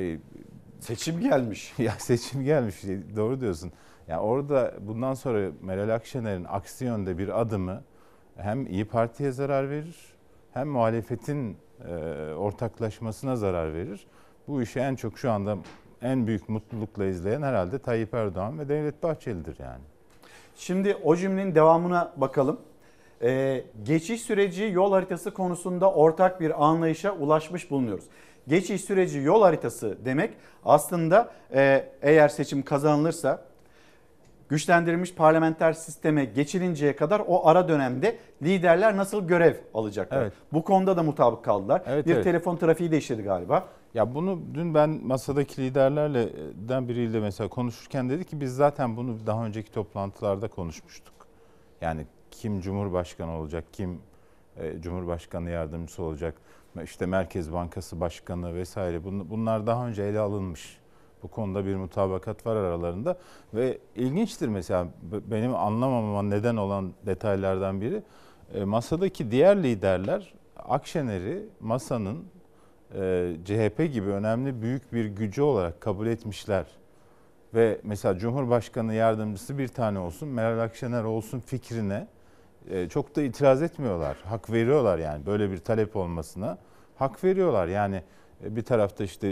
seçim gelmiş. Ya seçim gelmiş, doğru diyorsun. Yani orada bundan sonra Meral Akşener'in aksi yönde bir adımı hem İyi Parti'ye zarar verir hem muhalefetin ortaklaşmasına zarar verir. Bu işi en çok şu anda en büyük mutlulukla izleyen herhalde Tayyip Erdoğan ve Devlet Bahçeli'dir yani. Şimdi o cümlenin devamına bakalım. Geçiş süreci yol haritası konusunda ortak bir anlayışa ulaşmış bulunuyoruz. Geçiş süreci yol haritası demek aslında eğer seçim kazanılırsa güçlendirilmiş parlamenter sisteme geçilinceye kadar o ara dönemde liderler nasıl görev alacaklar? Evet. Bu konuda da mutabık kaldılar. Evet, bir evet. telefon trafiği de işledi galiba. Ya bunu dün ben masadaki liderlerden biriyle mesela konuşurken dedi ki biz zaten bunu daha önceki toplantılarda konuşmuştuk. Yani kim Cumhurbaşkanı olacak, kim Cumhurbaşkanı yardımcısı olacak, işte Merkez Bankası Başkanı vesaire, bunlar daha önce ele alınmış. Bu konuda bir mutabakat var aralarında ve ilginçtir mesela benim anlamamama neden olan detaylardan biri, masadaki diğer liderler Akşener'i masanın CHP gibi önemli büyük bir gücü olarak kabul etmişler ve mesela Cumhurbaşkanı yardımcısı bir tane olsun, Meral Akşener olsun fikrine çok da itiraz etmiyorlar. Hak veriyorlar yani böyle bir talep olmasına. Hak veriyorlar yani bir tarafta işte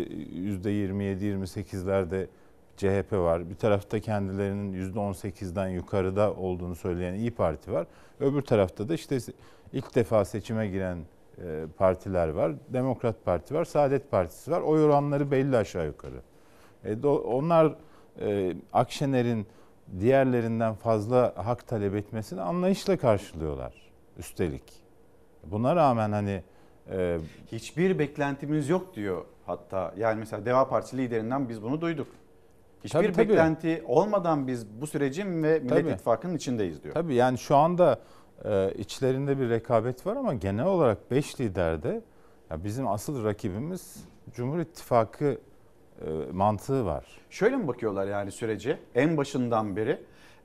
%27-28'lerde CHP var. Bir tarafta kendilerinin %18'den yukarıda olduğunu söyleyen İYİ Parti var. Öbür tarafta da işte ilk defa seçime giren partiler var. Demokrat Parti var, Saadet Partisi var. Oy oranları belli aşağı yukarı. Onlar Akşener'in diğerlerinden fazla hak talep etmesini anlayışla karşılıyorlar üstelik. Buna rağmen hani hiçbir beklentimiz yok diyor hatta. Yani mesela Deva Partisi liderinden biz bunu duyduk. Hiçbir beklenti olmadan biz bu sürecin ve Millet İttifakı'nın içindeyiz diyor. Tabii yani şu anda içlerinde bir rekabet var ama genel olarak 5 liderde ya bizim asıl rakibimiz Cumhur İttifakı mantığı var. Şöyle mi bakıyorlar yani sürece en başından beri?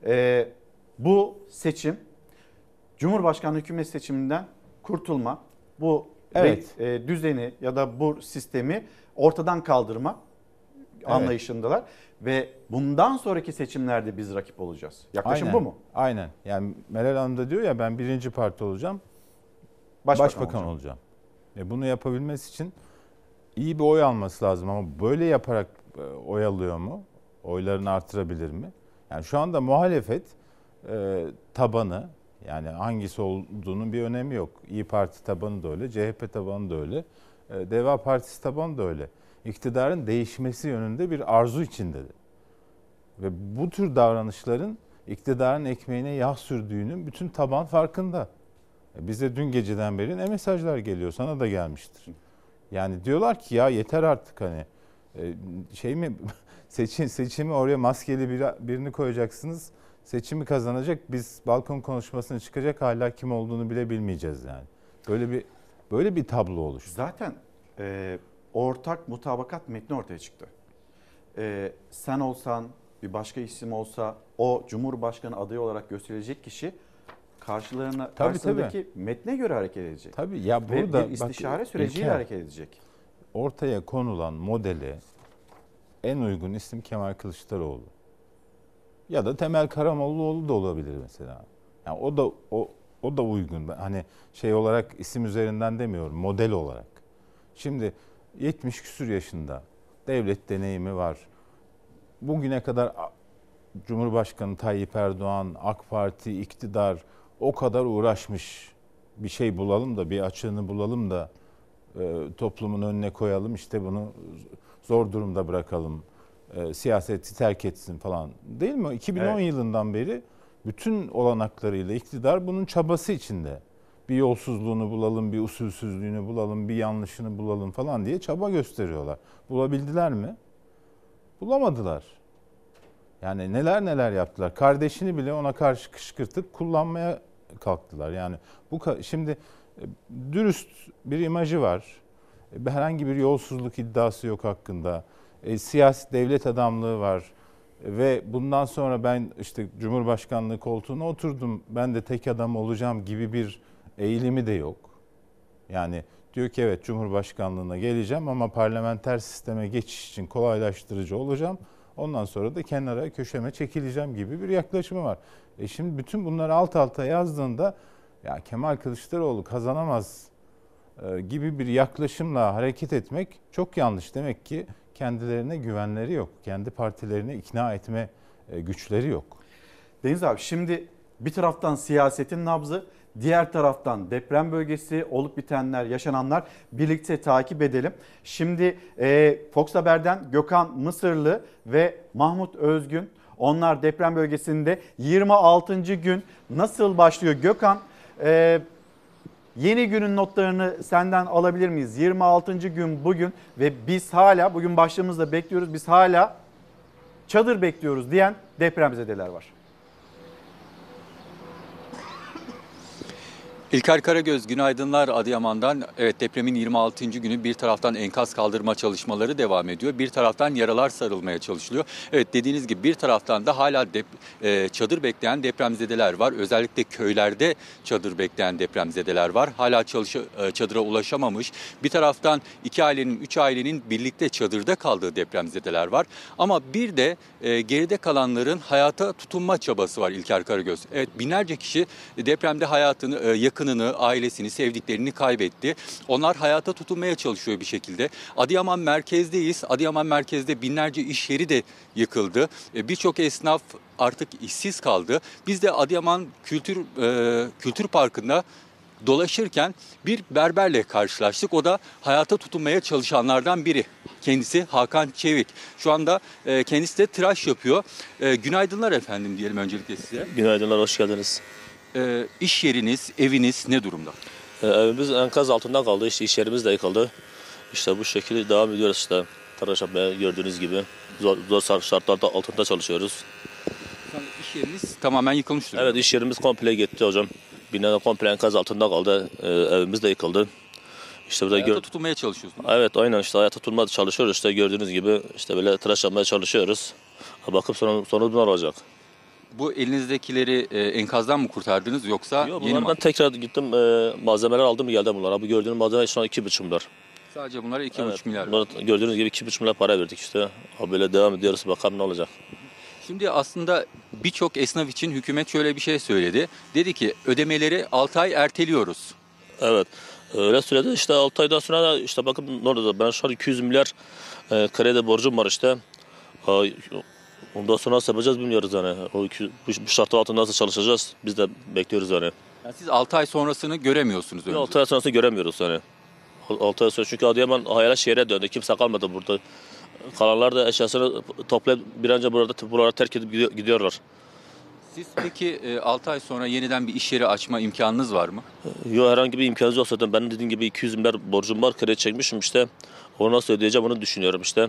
Bu seçim Cumhurbaşkanlığı hükümet seçiminden kurtulma, bu düzeni ya da bu sistemi ortadan kaldırma anlayışındalar. Ve bundan sonraki seçimlerde biz rakip olacağız. Yaklaşım bu mu? Aynen. Yani Meral Hanım da diyor ya ben birinci parti olacağım, başbakan olacağım. Bunu yapabilmesi için iyi bir oy alması lazım ama böyle yaparak oy alıyor mu? Oylarını artırabilir mi? Yani şu anda muhalefet tabanı, yani hangisi olduğunun bir önemi yok. İYİ Parti tabanı da öyle, CHP tabanı da öyle, Deva Partisi tabanı da öyle. İktidarın değişmesi yönünde bir arzu içindedir. Ve bu tür davranışların iktidarın ekmeğine yağ sürdüğünün bütün taban farkında. Bize dün geceden beri ne mesajlar geliyor, sana da gelmiştir. Yani diyorlar ki ya yeter artık hani seçimi oraya maskeli birini koyacaksınız. Seçimi kazanacak, biz balkon konuşmasına çıkacak, hala kim olduğunu bile bilmeyeceğiz yani. Böyle bir tablo oluştu. Zaten ortak mutabakat metni ortaya çıktı. Sen olsan, bir başka isim olsa o Cumhurbaşkanı adayı olarak gösterilecek kişi karşısındaki metne göre hareket edecek. Tabii ya burada ve bir istişare süreciyle hareket edecek. Ortaya konulan modele en uygun isim Kemal Kılıçdaroğlu. Ya da Temel Karamollaoğlu da olabilir mesela. Yani o da uygun. Hani şey olarak isim üzerinden demiyorum, model olarak. Şimdi 70 küsur yaşında, devlet deneyimi var. Bugüne kadar Cumhurbaşkanı Tayyip Erdoğan, AK Parti, iktidar o kadar uğraşmış. Bir şey bulalım da, bir açığını bulalım da toplumun önüne koyalım. İşte bunu zor durumda bırakalım. Siyaseti terk etsin falan. Değil mi? 2010 yılından beri bütün olanaklarıyla iktidar bunun çabası içinde. Bir yolsuzluğunu bulalım, bir usulsüzlüğünü bulalım, bir yanlışını bulalım falan diye çaba gösteriyorlar. Bulabildiler mi? Bulamadılar. Yani neler yaptılar. Kardeşini bile ona karşı kışkırtıp kullanmaya kalktılar. Yani şimdi dürüst bir imajı var. Herhangi bir yolsuzluk iddiası yok hakkında. Siyasi devlet adamlığı var. Ve bundan sonra ben işte Cumhurbaşkanlığı koltuğuna oturdum, ben de tek adam olacağım gibi bir eğilimi de yok. Yani diyor ki evet Cumhurbaşkanlığına geleceğim ama parlamenter sisteme geçiş için kolaylaştırıcı olacağım. Ondan sonra da kenara, köşeme çekileceğim gibi bir yaklaşımı var. Şimdi bütün bunları alt alta yazdığında ya Kemal Kılıçdaroğlu kazanamaz gibi bir yaklaşımla hareket etmek çok yanlış. Demek ki kendilerine güvenleri yok. Kendi partilerini ikna etme güçleri yok. Deniz abi şimdi bir taraftan siyasetin nabzı, diğer taraftan deprem bölgesi, olup bitenler, yaşananlar birlikte takip edelim. Şimdi Fox Haber'den Gökhan Mısırlı ve Mahmut Özgün, onlar deprem bölgesinde 26. gün nasıl başlıyor? Gökhan, yeni günün notlarını senden alabilir miyiz? 26. gün bugün ve biz hala bugün başlığımızda bekliyoruz. Biz hala çadır bekliyoruz diyen depremzedeler var. İlker Karagöz, günaydınlar Adıyaman'dan. Evet, depremin 26. günü, bir taraftan enkaz kaldırma çalışmaları devam ediyor. Bir taraftan yaralar sarılmaya çalışılıyor. Evet, dediğiniz gibi bir taraftan da hala çadır bekleyen depremzedeler var. Özellikle köylerde çadır bekleyen depremzedeler var. Hala çadıra ulaşamamış. Bir taraftan 2 ailenin, 3 ailenin birlikte çadırda kaldığı depremzedeler var. Ama bir de geride kalanların hayata tutunma çabası var İlker Karagöz. Evet, binlerce kişi depremde hayatını, yakınını, ailesini, sevdiklerini kaybetti. Onlar hayata tutunmaya çalışıyor bir şekilde. Adıyaman merkezdeyiz. Adıyaman merkezde binlerce iş yeri de yıkıldı. Birçok esnaf artık işsiz kaldı. Biz de Adıyaman Kültür Parkı'nda dolaşırken bir berberle karşılaştık. O da hayata tutunmaya çalışanlardan biri. Kendisi Hakan Çevik. Şu anda kendisi de tıraş yapıyor. Günaydınlar efendim diyelim öncelikle size. Günaydınlar, hoş geldiniz. İş yeriniz, eviniz ne durumda? Evimiz enkaz altında kaldı. İşte iş yerimiz de yıkıldı. İşte bu şekilde devam ediyoruz işte. Tıraş yapmaya gördüğünüz gibi. Zor şartlarda altında çalışıyoruz. İş yeriniz tamamen yıkılmış durumda. Evet, iş yerimiz komple gitti hocam. Bina komple enkaz altında kaldı. Evimiz de yıkıldı. İşte burada hayata tutunmaya çalışıyorsunuz. Evet, aynen işte hayata tutunmaya çalışıyoruz. İşte gördüğünüz gibi işte böyle tıraş yapmaya çalışıyoruz. Bakıp sonu bunlar olacak. Bu elinizdekileri enkazdan mı kurtardınız yoksa Yok, yeni mi? Ben tekrar gittim malzemeler aldım geldim bunlara. Bu gördüğünüz malzemeler şu an 2,5 milyar. Sadece bunlara 2,5 milyar. Gördüğünüz gibi 2,5 milyar para verdik işte. Böyle devam ediyoruz, bakalım ne olacak. Şimdi aslında birçok esnaf için hükümet şöyle bir şey söyledi. Dedi ki ödemeleri 6 ay erteliyoruz. Evet. Öyle söyledi. İşte 6 aydan sonra da işte bakın ne oldu. Ben şu an 200 milyar kredi borcum var işte. Ondan sonra nasıl yapacağız bilmiyoruz yani. Bu şartlar altında nasıl çalışacağız biz de bekliyoruz yani. Yani siz 6 ay sonrasını göremiyorsunuz önce. 6 ay sonrasını göremiyoruz yani. 6 ay sonra çünkü Adıyaman hayal şehre döndü. Kimse kalmadı burada. Kalanlar da eşyasını toplayıp bir an önce buraları terk edip gidiyorlar. Siz peki 6 ay sonra yeniden bir iş yeri açma imkanınız var mı? Yok, herhangi bir imkanınız yok zaten. Benim dediğim gibi 200 milyar borcum var. Kredi çekmişim işte. Onu nasıl ödeyeceğim onu düşünüyorum işte.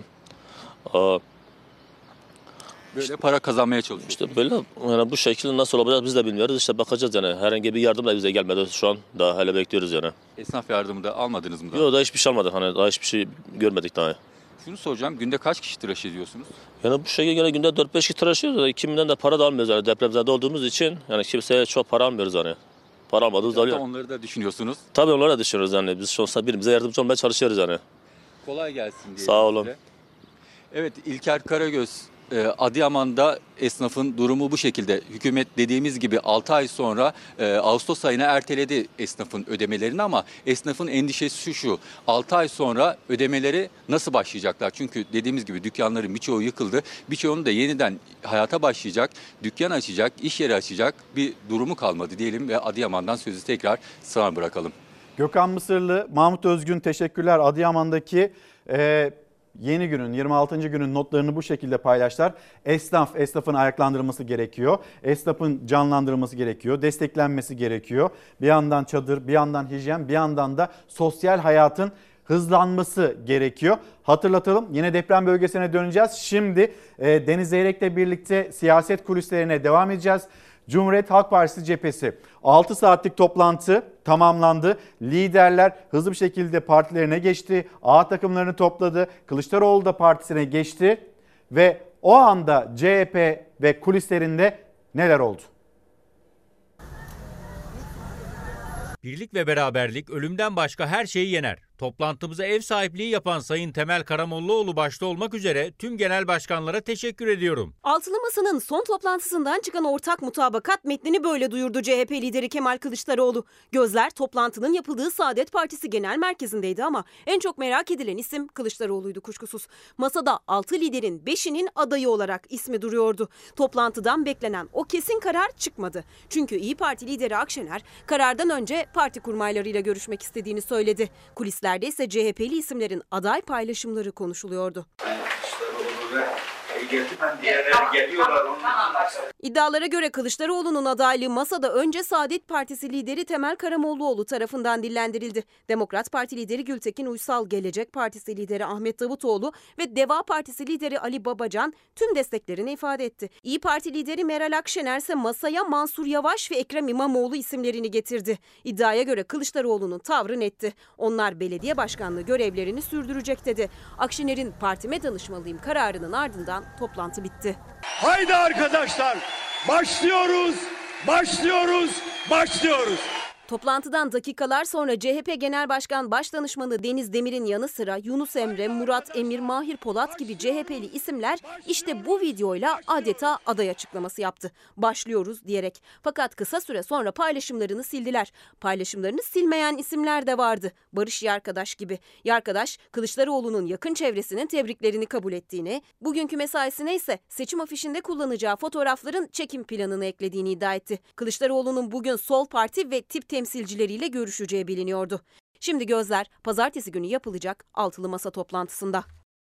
Böyle para kazanmaya çalışıyorsunuz. İşte böyle yani bu şekilde nasıl olacak biz de bilmiyoruz. İşte bakacağız yani. Herhangi bir yardım da bize gelmedi şu an. Daha hala bekliyoruz yani. Esnaf yardımı da almadınız mı? Yok, daha hiçbir şey almadık. Hani daha hiçbir şey görmedik daha. Şunu soracağım. Günde kaç kişi tıraş ediyorsunuz? Yani bu şekilde gene günde 4-5 kişi tıraş ediyoruz. Kiminden de para da almıyoruz yani. Depremzede olduğumuz için yani kimseye çok para almıyoruz hani. Para almadığımız alıyor. Onları da düşünüyorsunuz. Tabii onları da düşünüyoruz yani. Biz şu an birbirimize yardımcı olmaya çalışıyoruz yani. Kolay gelsin diye. Sağ olun. Size. Evet, İlker Karagöz, Adıyaman'da esnafın durumu bu şekilde. Hükümet dediğimiz gibi 6 ay sonra Ağustos ayına erteledi esnafın ödemelerini ama esnafın endişesi şu: 6 ay sonra ödemeleri nasıl başlayacaklar? Çünkü dediğimiz gibi dükkanların birçoğu yıkıldı. Birçoğunun da yeniden hayata başlayacak, dükkan açacak, iş yeri açacak bir durumu kalmadı diyelim ve Adıyaman'dan sözü tekrar sana bırakalım. Gökhan Mısırlı, Mahmut Özgün teşekkürler. Adıyaman'daki yeni günün 26. günün notlarını bu şekilde paylaştılar. Esnafın ayaklandırılması gerekiyor. Esnafın canlandırılması gerekiyor. Desteklenmesi gerekiyor. Bir yandan çadır, bir yandan hijyen, bir yandan da sosyal hayatın hızlanması gerekiyor. Hatırlatalım, yine deprem bölgesine döneceğiz. Şimdi Deniz Zeyrek'le birlikte siyaset kulislerine devam edeceğiz. Cumhuriyet Halk Partisi cephesi 6 saatlik toplantı tamamlandı. Liderler hızlı bir şekilde partilerine geçti. A takımlarını topladı. Kılıçdaroğlu da partisine geçti. Ve o anda CHP ve kulislerinde neler oldu? Birlik ve beraberlik ölümden başka her şeyi yener. Toplantımıza ev sahipliği yapan Sayın Temel Karamollaoğlu başta olmak üzere tüm genel başkanlara teşekkür ediyorum. Altılı Masa'nın son toplantısından çıkan ortak mutabakat metnini böyle duyurdu CHP lideri Kemal Kılıçdaroğlu. Gözler toplantının yapıldığı Saadet Partisi Genel Merkezi'ndeydi ama en çok merak edilen isim Kılıçdaroğlu'ydu kuşkusuz. Masada 6 liderin 5'inin adayı olarak ismi duruyordu. Toplantıdan beklenen o kesin karar çıkmadı. Çünkü İYİ Parti lideri Akşener karardan önce parti kurmaylarıyla görüşmek istediğini söyledi. Kulislerde ise CHP'li isimlerin aday paylaşımları konuşuluyordu. Sayın Kılıçdaroğlu ve İddialara göre Kılıçdaroğlu'nun adaylığı masada önce Saadet Partisi lideri Temel Karamollaoğlu tarafından dillendirildi. Demokrat Parti lideri Gültekin Uysal, Gelecek Partisi lideri Ahmet Davutoğlu ve Deva Partisi lideri Ali Babacan tüm desteklerini ifade etti. İYİ Parti lideri Meral Akşener ise masaya Mansur Yavaş ve Ekrem İmamoğlu isimlerini getirdi. İddiaya göre Kılıçdaroğlu'nun tavrı netti. Onlar belediye başkanlığı görevlerini sürdürecek dedi. Akşener'in partime danışmalıyım kararının ardından toplantı bitti. Haydi arkadaşlar, başlıyoruz. Toplantıdan dakikalar sonra CHP Genel Başkan Başdanışmanı Deniz Demir'in yanı sıra Yunus Emre, Murat Emir, Mahir Polat gibi CHP'li isimler işte bu videoyla adeta aday açıklaması yaptı. Başlıyoruz diyerek. Fakat kısa süre sonra paylaşımlarını sildiler. Paylaşımlarını silmeyen isimler de vardı. Barış Yarkadaş gibi. Yarkadaş, Kılıçdaroğlu'nun yakın çevresinin tebriklerini kabul ettiğini, bugünkü mesaisine ise seçim afişinde kullanacağı fotoğrafların çekim planını eklediğini iddia etti. Kılıçdaroğlu'nun bugün Sol Parti ve tip temsilcileriyle görüşeceği biliniyordu. Şimdi gözler pazartesi günü yapılacak altılı masa toplantısında.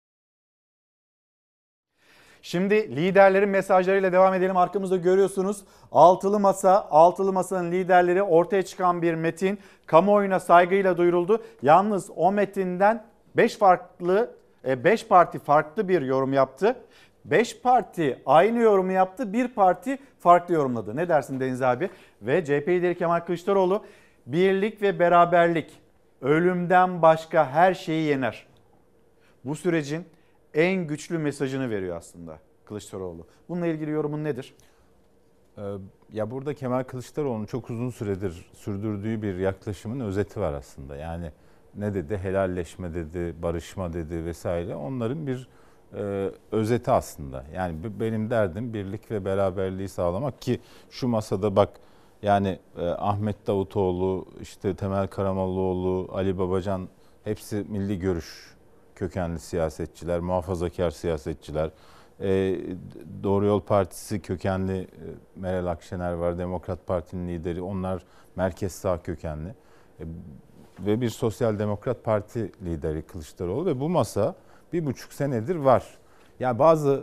Şimdi liderlerin mesajlarıyla devam edelim. Arkamızda görüyorsunuz altılı masa, altılı masanın liderleri, ortaya çıkan bir metin kamuoyuna saygıyla duyuruldu. Yalnız o metinden 5 parti farklı bir yorum yaptı. 5 parti aynı yorumu yaptı, bir parti farklı yorumladı. Ne dersin Deniz abi? Ve CHP lideri Kemal Kılıçdaroğlu, birlik ve beraberlik ölümden başka her şeyi yener. Bu sürecin en güçlü mesajını veriyor aslında Kılıçdaroğlu. Bununla ilgili yorumun nedir? Ya burada Kemal Kılıçdaroğlu'nun çok uzun süredir sürdürdüğü bir yaklaşımın özeti var aslında. Yani ne dedi? Helalleşme dedi, barışma dedi vesaire. Onların bir özeti aslında. Yani benim derdim birlik ve beraberliği sağlamak ki şu masada bak yani Ahmet Davutoğlu, işte Temel Karamollaoğlu, Ali Babacan hepsi milli görüş kökenli siyasetçiler, muhafazakar siyasetçiler. Doğru Yol Partisi kökenli Meral Akşener var, Demokrat Parti'nin lideri. Onlar merkez sağ kökenli. Ve bir Sosyal Demokrat Parti lideri Kılıçdaroğlu ve bu masa 1,5 senedir var. Yani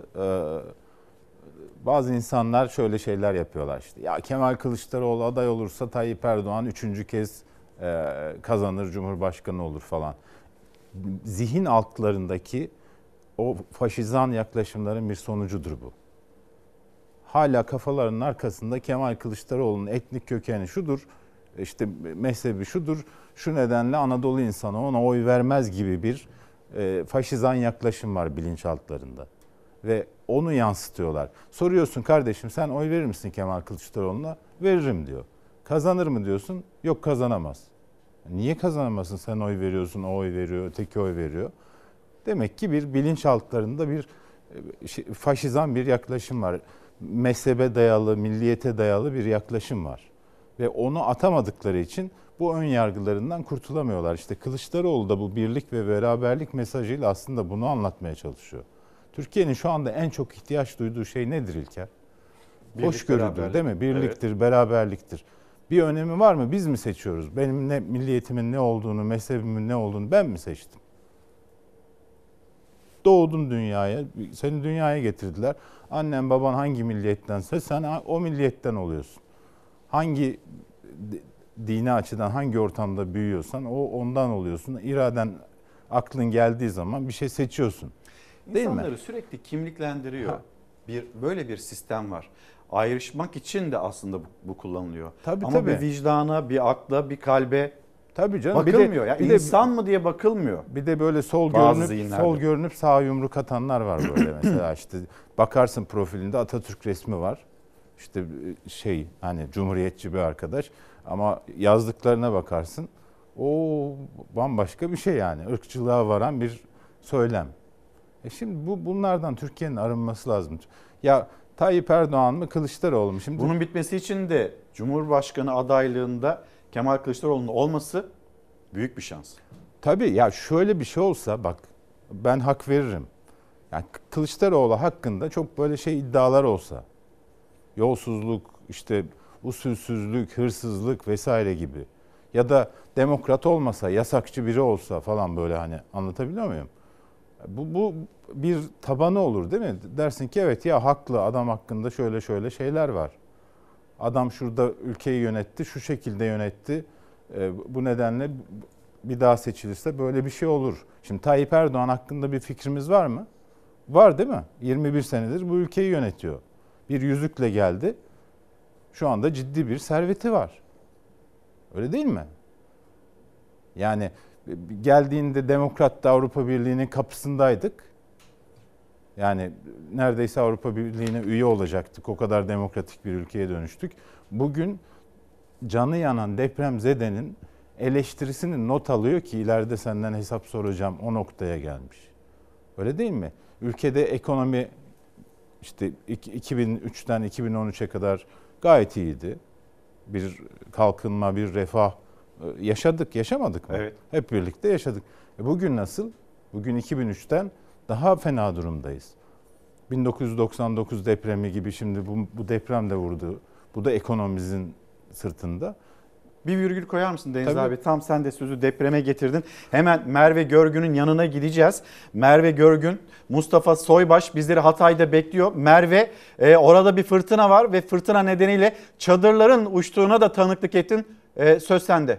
bazı insanlar şöyle şeyler yapıyorlar işte. Ya Kemal Kılıçdaroğlu aday olursa Tayyip Erdoğan 3. kez kazanır, Cumhurbaşkanı olur falan. Zihin altlarındaki o faşizan yaklaşımların bir sonucudur bu. Hala kafalarının arkasında Kemal Kılıçdaroğlu'nun etnik kökeni şudur, işte mezhebi şudur, şu nedenle Anadolu insanı ona oy vermez gibi bir faşizan yaklaşım var bilinçaltlarında. Ve onu yansıtıyorlar. Soruyorsun kardeşim sen oy verir misin Kemal Kılıçdaroğlu'na? Veririm diyor. kazanır mı diyorsun? Yok, kazanamaz. Niye kazanamazsın? Sen oy veriyorsun, o oy veriyor, öteki oy veriyor. Demek ki bir bilinçaltlarında bir faşizan bir yaklaşım var. Mezhebe dayalı, milliyete dayalı bir yaklaşım var. Ve onu atamadıkları için bu ön yargılarından kurtulamıyorlar. İşte Kılıçdaroğlu da bu birlik ve beraberlik mesajıyla aslında bunu anlatmaya çalışıyor. Türkiye'nin şu anda en çok ihtiyaç duyduğu şey nedir İlker? Hoşgörüdür, değil mi? Birliktir, evet. Beraberliktir. Bir önemi var mı? Biz mi seçiyoruz? Benim ne milliyetimin ne olduğunu, mezhebimin ne olduğunu ben mi seçtim? Doğdun dünyaya, seni dünyaya getirdiler. Annen baban hangi milliyettense sen o milliyetten oluyorsun. Hangi dini açıdan, hangi ortamda büyüyorsan ondan oluyorsun. İraden, aklın geldiği zaman bir şey seçiyorsun. Değil İnsanları mi? sürekli kimliklendiriyor. Böyle bir sistem var. Ayrışmak için de aslında bu kullanılıyor. Tabii, ama tabii. bir vicdana, bir akla, bir kalbe canım, bakılmıyor. Bir de insan mı diye bakılmıyor. Bir de böyle sol görünüp sağ yumruk atanlar var böyle mesela işte bakarsın profilinde Atatürk resmi var. İşte hani cumhuriyetçi bir arkadaş ama yazdıklarına bakarsın o bambaşka bir şey yani. Irkçılığa varan bir söylem. Şimdi bunlardan Türkiye'nin arınması lazım. Ya Tayyip Erdoğan mı Kılıçdaroğlu mu? Şimdi bunun bitmesi için de Cumhurbaşkanı adaylığında Kemal Kılıçdaroğlu'nun olması büyük bir şans. Tabii ya şöyle bir şey olsa bak ben hak veririm. Yani Kılıçdaroğlu hakkında çok böyle iddialar olsa. Yolsuzluk, işte usulsüzlük, hırsızlık vesaire gibi. Ya da demokrat olmasa, yasakçı biri olsa falan böyle hani anlatabiliyor muyum? Bu bir tabanı olur değil mi? Dersin ki evet ya haklı, adam hakkında şöyle şeyler var. Adam şurada ülkeyi yönetti, şu şekilde yönetti. Bu nedenle bir daha seçilirse böyle bir şey olur. Şimdi Tayyip Erdoğan hakkında bir fikrimiz var mı? Var değil mi? 21 senedir bu ülkeyi yönetiyor. Bir yüzükle geldi. Şu anda ciddi bir serveti var. Öyle değil mi? Yani geldiğinde Demokrat da Avrupa Birliği'nin kapısındaydık. Yani neredeyse Avrupa Birliği'ne üye olacaktık. O kadar demokratik bir ülkeye dönüştük. Bugün canı yanan depremzedenin eleştirisini not alıyor ki ileride senden hesap soracağım, o noktaya gelmiş. Öyle değil mi? Ülkede ekonomi işte 2003'ten 2013'e kadar gayet iyiydi. Bir kalkınma, bir refah yaşadık, yaşamadık mı? Evet. Hep birlikte yaşadık. Bugün nasıl? Bugün 2003'ten daha fena durumdayız. 1999 depremi gibi şimdi bu deprem de vurdu. Bu da ekonomimizin sırtında. Bir virgül koyar mısın Deniz Tabii. abi? Tam sen de sözü depreme getirdin. Hemen Merve Görgün'ün yanına gideceğiz. Merve Görgün, Mustafa Soybaş bizleri Hatay'da bekliyor. Merve, orada bir fırtına var ve fırtına nedeniyle çadırların uçtuğuna da tanıklık ettin. Söz sende.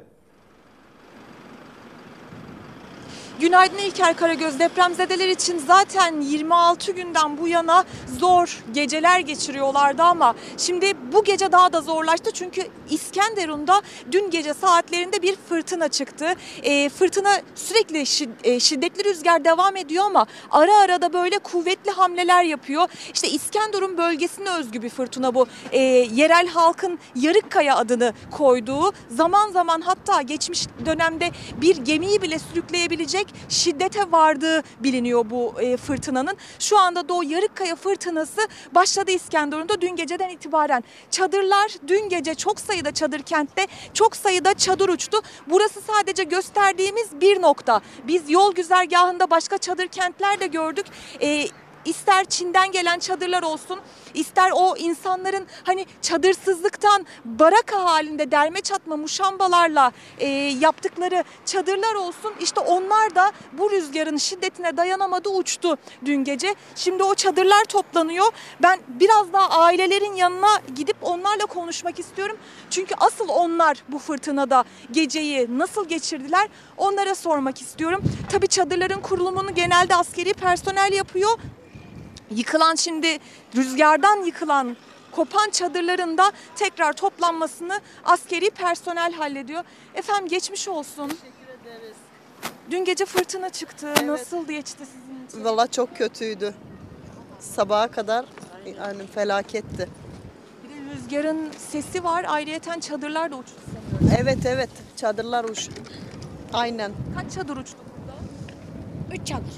Günaydın İlker Karagöz. Depremzedeler için zaten 26 günden bu yana zor geceler geçiriyorlardı ama şimdi bu gece daha da zorlaştı. Çünkü İskenderun'da dün gece saatlerinde bir fırtına çıktı. Fırtına sürekli şiddetli rüzgar devam ediyor ama ara ara da böyle kuvvetli hamleler yapıyor. İşte İskenderun bölgesine özgü bir fırtına bu. Yerel halkın Yarıkkaya adını koyduğu, zaman zaman hatta geçmiş dönemde bir gemiyi bile sürükleyebilecek şiddete vardığı biliniyor bu fırtınanın. Şu anda da o Yarıkkaya fırtınası başladı İskenderun'da dün geceden itibaren. Çadırlar dün gece çok sayıda çadır kentte çok sayıda çadır uçtu. Burası sadece gösterdiğimiz bir nokta. Biz yol güzergahında başka çadır kentler de gördük. İster Çin'den gelen çadırlar olsun, ister o insanların hani çadırsızlıktan baraka halinde derme çatma muşambalarla yaptıkları çadırlar olsun. İşte onlar da bu rüzgarın şiddetine dayanamadı, uçtu dün gece. Şimdi o çadırlar toplanıyor. Ben biraz daha ailelerin yanına gidip onlarla konuşmak istiyorum. Çünkü asıl onlar bu fırtınada geceyi nasıl geçirdiler onlara sormak istiyorum. Tabii çadırların kurulumunu genelde askeri personel yapıyor. Yıkılan şimdi rüzgardan yıkılan kopan çadırların da tekrar toplanmasını askeri personel hallediyor. Efendim geçmiş olsun. Teşekkür ederiz. Dün gece fırtına çıktı. Evet. Nasıl geçti sizin için? Valla çok kötüydü. Sabaha kadar yani felaketti. Bir de rüzgarın sesi var. Ayrıyeten çadırlar da uçtu sanırım. Evet çadırlar uçtu. Aynen. Kaç çadır uçtu burada? 3 çadır.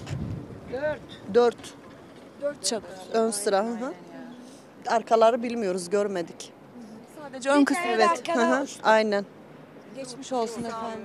4. 4 çadır. Ön sıra. Hı. Arkaları bilmiyoruz, görmedik. Sadece ön kısmı. Evet. Aynen. Geçmiş olsun efendim.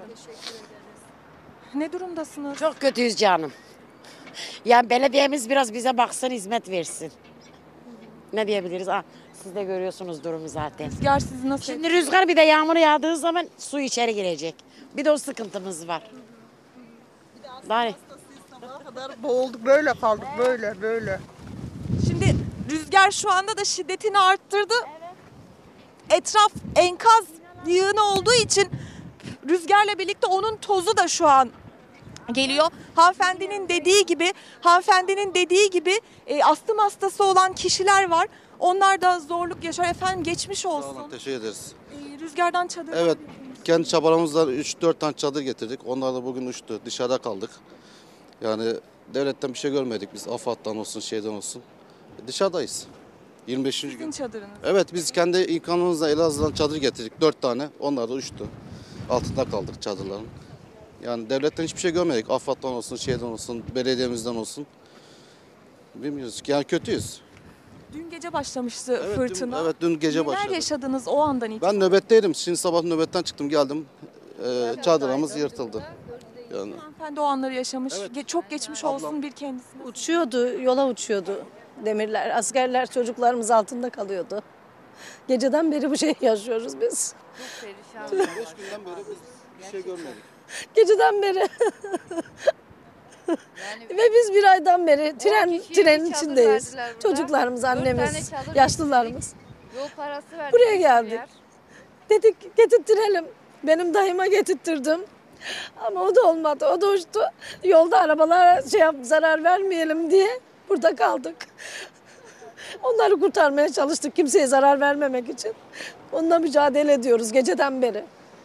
Ne durumdasınız? Çok kötüyüz canım. Yani belediyemiz biraz bize baksın, hizmet versin. Ne diyebiliriz? Siz de görüyorsunuz durumu zaten. Rüzgar sizi nasıl? Şimdi rüzgar bir de yağmur yağdığı zaman su içeri girecek. Bir de o sıkıntımız var. Yani Sabaha kadar boğulduk, böyle kaldık, böyle. Şimdi rüzgar şu anda da şiddetini arttırdı. Etraf enkaz yığını olduğu için rüzgarla birlikte onun tozu da şu an geliyor. Hanımefendinin dediği gibi astım hastası olan kişiler var. Onlar da zorluk yaşar. Efendim geçmiş olsun. Sağ olun, teşekkür ederiz. Rüzgardan çadır. Evet, kendi çabalarımızla 3-4 tane çadır getirdik. Onlar da bugün uçtu. Dışarıda kaldık. Yani devletten bir şey görmedik biz. AFAD'dan olsun, şeyden olsun. Dışarıdayız. 25. gün. Sizin çadırınız. Evet, biz kendi imkanımızla Elazığ'dan çadır getirdik. 4 tane. Onlar da uçtu. Altında kaldık çadırların. Yani devletten hiçbir şey görmedik. AFAD'dan olsun, şeyden olsun, belediyemizden olsun. Bilmiyoruz ki yani kötüyüz. Dün gece başlamıştı fırtına. Dün gece başladı. Neler yaşadınız o andan itibaren? Ben nöbetteydim. Şimdi sabah nöbetten çıktım, geldim. Çadırımız yırtıldı. Yani. Hanımefendi o anları yaşamış. Evet. Çok geçmiş olsun bir kendisine. Uçuyordu, yola uçuyordu demirler. Askerler çocuklarımız altında kalıyordu. Geceden beri bu şeyi yaşıyoruz biz. Çok perişan. 5 günden beri biz bir şey görmedik. Geceden beri. Ve biz bir aydan beri trenin içindeyiz. Çocuklarımız, annemiz, yaşlılarımız. Yol parası verdik. Buraya geldik. Dedik getirttirelim. Benim dayıma getirttirdim. Ama o da olmadı. O da uçtu. Yolda arabalara zarar vermeyelim diye burada kaldık. Onları kurtarmaya çalıştık kimseye zarar vermemek için. Onunla mücadele ediyoruz geceden beri.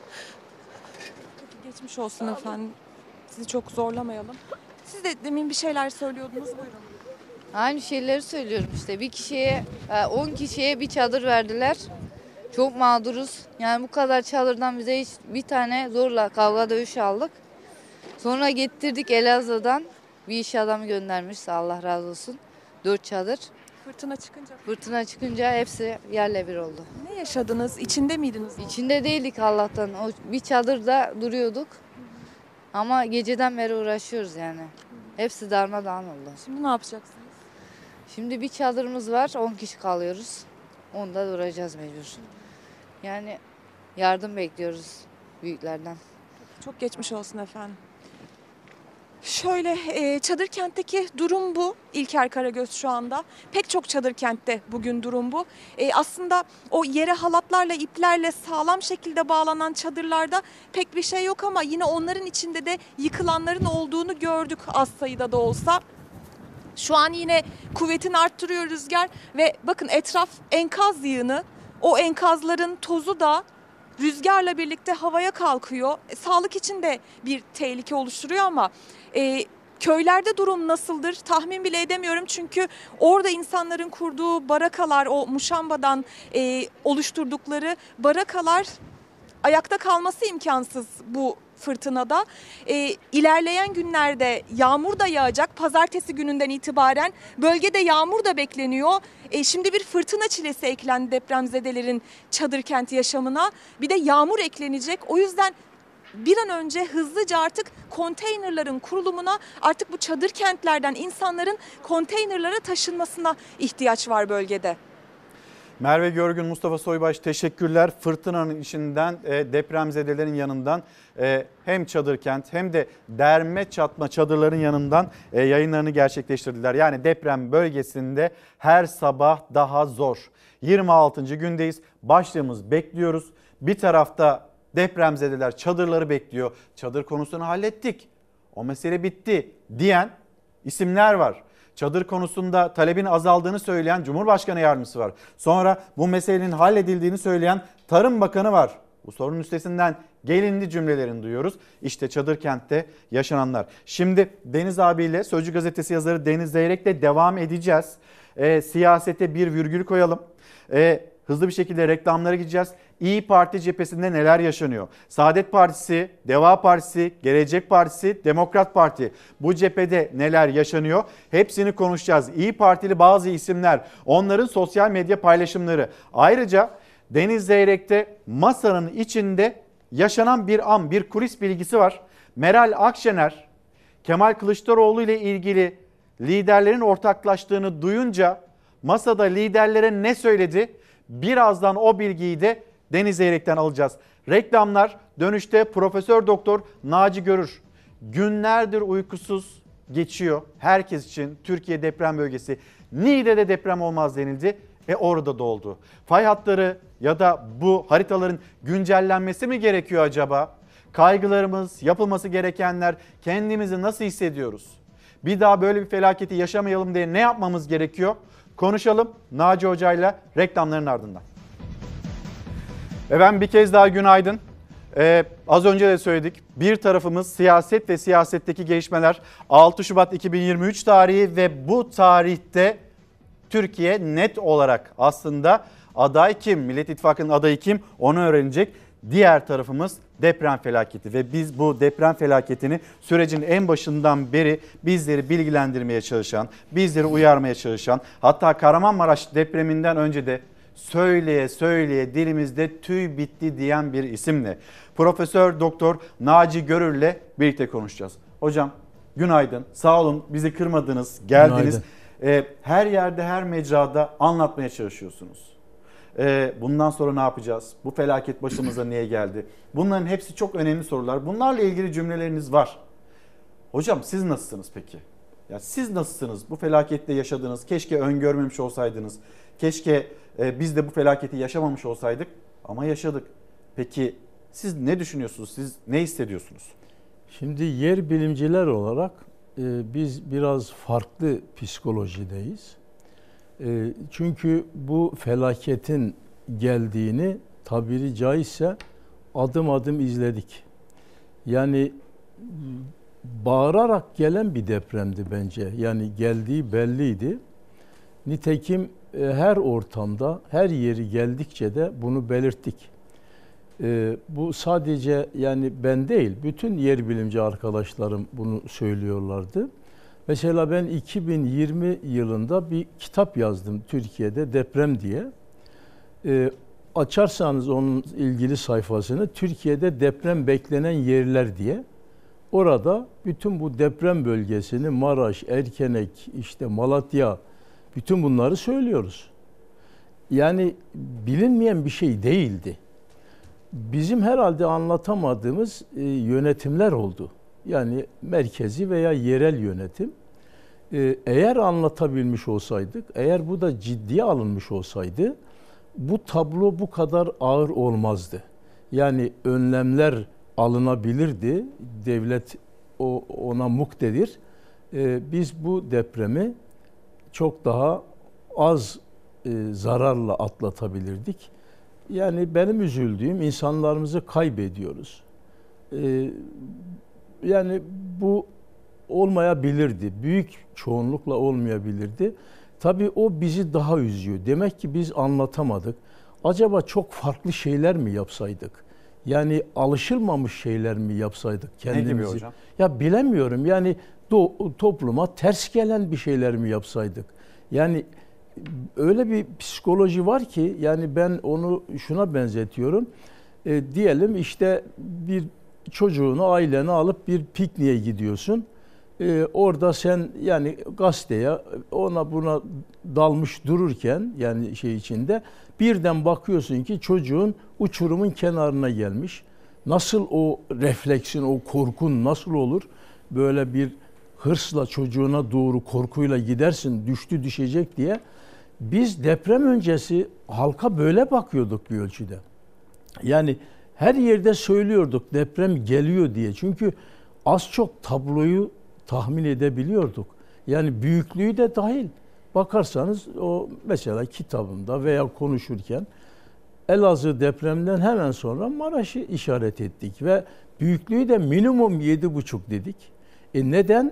Geçmiş olsun efendim. Sizi çok zorlamayalım. Siz de demin bir şeyler söylüyordunuz. Buyurun. Aynı şeyleri söylüyorum işte. Bir kişiye, 10 kişiye bir çadır verdiler. Çok mağduruz. Yani bu kadar çadırdan bize hiç bir tane zorla kavga dövüş aldık. Sonra getirdik Elazığ'dan. Bir iş adamı göndermiş, Allah razı olsun. 4 çadır. Fırtına çıkınca hepsi yerle bir oldu. Ne yaşadınız? İçinde miydiniz? İçinde değildik Allah'tan. O bir çadırda duruyorduk. Ama geceden beri uğraşıyoruz yani. Hepsi darmadağın oldu. Şimdi ne yapacaksınız? Şimdi bir çadırımız var, 10 kişi kalıyoruz. Onda duracağız mecbur. Yani yardım bekliyoruz büyüklerden. Çok geçmiş olsun efendim. Şöyle çadır kentteki durum bu. İlker Karagöz şu anda. Pek çok çadır kentte bugün durum bu. Aslında o yere halatlarla, iplerle sağlam şekilde bağlanan çadırlarda pek bir şey yok ama yine onların içinde de yıkılanların olduğunu gördük az sayıda da olsa. Şu an yine kuvvetini arttırıyor rüzgar ve bakın etraf enkaz yığını. O enkazların tozu da rüzgarla birlikte havaya kalkıyor. Sağlık için de bir tehlike oluşturuyor ama köylerde durum nasıldır tahmin bile edemiyorum. Çünkü orada insanların kurduğu barakalar, o muşambadan oluşturdukları barakalar ayakta kalması imkansız bu fırtınada. İlerleyen günlerde yağmur da yağacak. Pazartesi gününden itibaren bölgede yağmur da bekleniyor. Şimdi bir fırtına çilesi eklendi depremzedelerin çadır kent yaşamına. Bir de yağmur eklenecek. O yüzden bir an önce hızlıca artık konteynerların kurulumuna, artık bu çadır kentlerden insanların konteynerlara taşınmasına ihtiyaç var bölgede. Merve Görgün, Mustafa Soybaş teşekkürler. Fırtınanın içinden depremzedelerin yanından hem çadır kent hem de derme çatma çadırların yanından yayınlarını gerçekleştirdiler. Yani deprem bölgesinde her sabah daha zor. 26. gündeyiz. Başlığımız bekliyoruz. Bir tarafta depremzedeler çadırları bekliyor. Çadır konusunu hallettik. O mesele bitti diyen isimler var. Çadır konusunda talebin azaldığını söyleyen Cumhurbaşkanı Yardımcısı var. Sonra bu meselenin halledildiğini söyleyen Tarım Bakanı var. Bu sorunun üstesinden gelindi cümlelerini duyuyoruz. İşte çadır kentte yaşananlar. Şimdi Deniz abiyle, Sözcü Gazetesi yazarı Deniz Zeyrek'le devam edeceğiz. Siyasete bir virgül koyalım. Hızlı bir şekilde reklamlara gideceğiz. İYİ Parti cephesinde neler yaşanıyor? Saadet Partisi, Deva Partisi, Gelecek Partisi, Demokrat Parti. Bu cephede neler yaşanıyor? Hepsini konuşacağız. İYİ Partili bazı isimler, onların sosyal medya paylaşımları. Ayrıca Deniz Zeyrek'te masanın içinde yaşanan bir an, bir kulis bilgisi var. Meral Akşener, Kemal Kılıçdaroğlu ile ilgili liderlerin ortaklaştığını duyunca masada liderlere ne söyledi? Birazdan o bilgiyi de Deniz Zeyrek'ten alacağız. Reklamlar, dönüşte Profesör Doktor Naci Görür. Günlerdir uykusuz geçiyor herkes için Türkiye deprem bölgesi. Niğde'de deprem olmaz denildi. Orada da oldu. Fay hatları ya da bu haritaların güncellenmesi mi gerekiyor acaba? Kaygılarımız, yapılması gerekenler, kendimizi nasıl hissediyoruz? Bir daha böyle bir felaketi yaşamayalım diye ne yapmamız gerekiyor? Konuşalım Naci Hoca'yla reklamların ardından. Ve ben bir kez daha günaydın. Az önce de söyledik. Bir tarafımız siyaset ve siyasetteki gelişmeler. 6 Şubat 2023 tarihi ve bu tarihte Türkiye net olarak aslında aday kim, Millet İttifakı'nın adayı kim onu öğrenecek. Diğer tarafımız deprem felaketi ve biz bu deprem felaketini sürecin en başından beri bizleri bilgilendirmeye çalışan, bizleri uyarmaya çalışan, hatta Kahramanmaraş depreminden önce de söyleye söyleye dilimizde tüy bitti diyen bir isimle Profesör Doktor Naci Görür'le birlikte konuşacağız. Hocam günaydın, sağ olun bizi kırmadınız, geldiniz. Her yerde her mecrada anlatmaya çalışıyorsunuz. Bundan sonra ne yapacağız? Bu felaket başımıza niye geldi? Bunların hepsi çok önemli sorular. Bunlarla ilgili cümleleriniz var. Hocam siz nasılsınız peki? Ya siz nasılsınız? Bu felakette yaşadınız. Keşke öngörmemiş olsaydınız. Keşke biz de bu felaketi yaşamamış olsaydık ama yaşadık. Peki siz ne düşünüyorsunuz? Siz ne hissediyorsunuz? Şimdi yer bilimciler olarak biz biraz farklı psikolojideyiz. Çünkü bu felaketin geldiğini tabiri caizse adım adım izledik. Yani bağırarak gelen bir depremdi bence. Yani geldiği belliydi. Nitekim her ortamda, her yeri geldikçe de bunu belirttik. Bu sadece yani ben değil, bütün yer bilimci arkadaşlarım bunu söylüyorlardı. Mesela ben 2020 yılında bir kitap yazdım Türkiye'de deprem diye. Açarsanız onun ilgili sayfasını Türkiye'de deprem beklenen yerler diye. Orada bütün bu deprem bölgesini Maraş, Erkenek, işte Malatya, bütün bunları söylüyoruz. Yani bilinmeyen bir şey değildi. Bizim herhalde anlatamadığımız yönetimler oldu. Yani merkezi veya yerel yönetim. Eğer anlatabilmiş olsaydık, eğer bu da ciddiye alınmış olsaydı bu tablo bu kadar ağır olmazdı. Yani önlemler alınabilirdi. Devlet ona muktedir. Biz bu depremi çok daha az zararla atlatabilirdik. Yani benim üzüldüğüm insanlarımızı kaybediyoruz. Yani bu olmayabilirdi. Büyük çoğunlukla olmayabilirdi. Tabii o bizi daha üzüyor. Demek ki biz anlatamadık. Acaba çok farklı şeyler mi yapsaydık? Yani alışılmamış şeyler mi yapsaydık kendimizi? Ne gibi hocam? Ya bilemiyorum. Yani topluma ters gelen bir şeyler mi yapsaydık? Yani öyle bir psikoloji var ki yani ben onu şuna benzetiyorum. Diyelim işte bir çocuğunu, aileni alıp bir pikniğe gidiyorsun. Orada sen yani gazeteye ona buna dalmış dururken yani şey içinde birden bakıyorsun ki çocuğun uçurumun kenarına gelmiş. Nasıl o refleksin, o korkun nasıl olur? Böyle bir hırsla çocuğuna doğru korkuyla gidersin, düştü düşecek diye. Biz deprem öncesi halka böyle bakıyorduk bir ölçüde. Yani her yerde söylüyorduk deprem geliyor diye. Çünkü az çok tabloyu tahmin edebiliyorduk. Yani büyüklüğü de dahil. Bakarsanız o mesela kitabımda veya konuşurken Elazığ depreminden hemen sonra Maraş'ı işaret ettik ve büyüklüğü de minimum 7,5 dedik. Neden?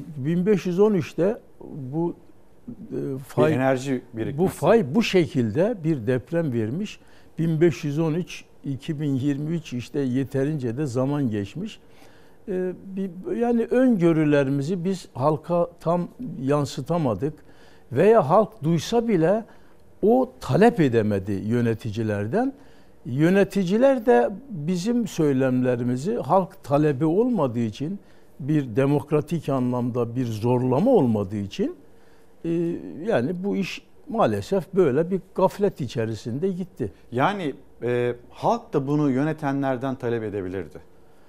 1513'te bu fay, enerji birikmesi. Bu fay bu şekilde bir deprem vermiş. 1513 2023 işte yeterince de zaman geçmiş. Yani öngörülerimizi biz halka tam yansıtamadık veya halk duysa bile o talep edemedi yöneticilerden. Yöneticiler de bizim söylemlerimizi halk talebi olmadığı için bir demokratik anlamda bir zorlama olmadığı için yani bu iş maalesef böyle bir gaflet içerisinde gitti. Yani halk da bunu yönetenlerden talep edebilirdi.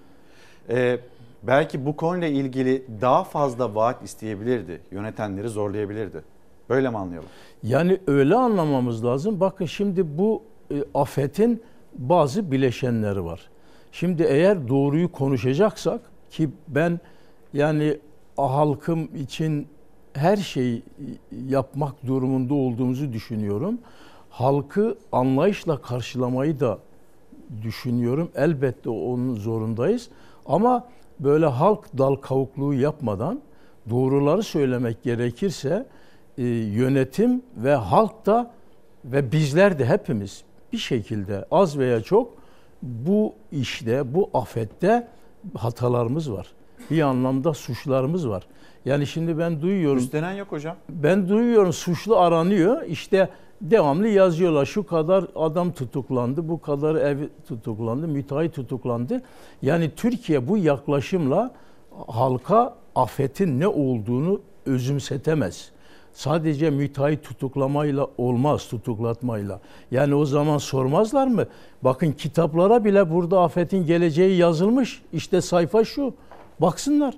Belki bu konuyla ilgili daha fazla vaat isteyebilirdi. Yönetenleri zorlayabilirdi. Böyle mi anlayalım? Yani öyle anlamamız lazım. Bakın şimdi bu afetin bazı bileşenleri var. Şimdi eğer doğruyu konuşacaksak ki ben yani halkım için her şeyi yapmak durumunda olduğumuzu düşünüyorum. Halkı anlayışla karşılamayı da düşünüyorum. Elbette onun zorundayız. Ama böyle halk dal kavukluğu yapmadan doğruları söylemek gerekirse yönetim ve halk da ve bizler de hepimiz bir şekilde az veya çok bu işte, bu afette hatalarımız var. Bir anlamda suçlarımız var. Yani şimdi ben duyuyorum. Üstlenen yok hocam. Ben duyuyorum suçlu aranıyor. İşte devamlı yazıyorlar. Şu kadar adam tutuklandı, bu kadar ev tutuklandı, müteahhit tutuklandı. Yani Türkiye bu yaklaşımla halka afetin ne olduğunu özümsetemez. Sadece müteahhit tutuklamayla olmaz, tutuklatmayla. Yani o zaman sormazlar mı? Bakın kitaplara bile burada afetin geleceği yazılmış. İşte sayfa şu. Baksınlar.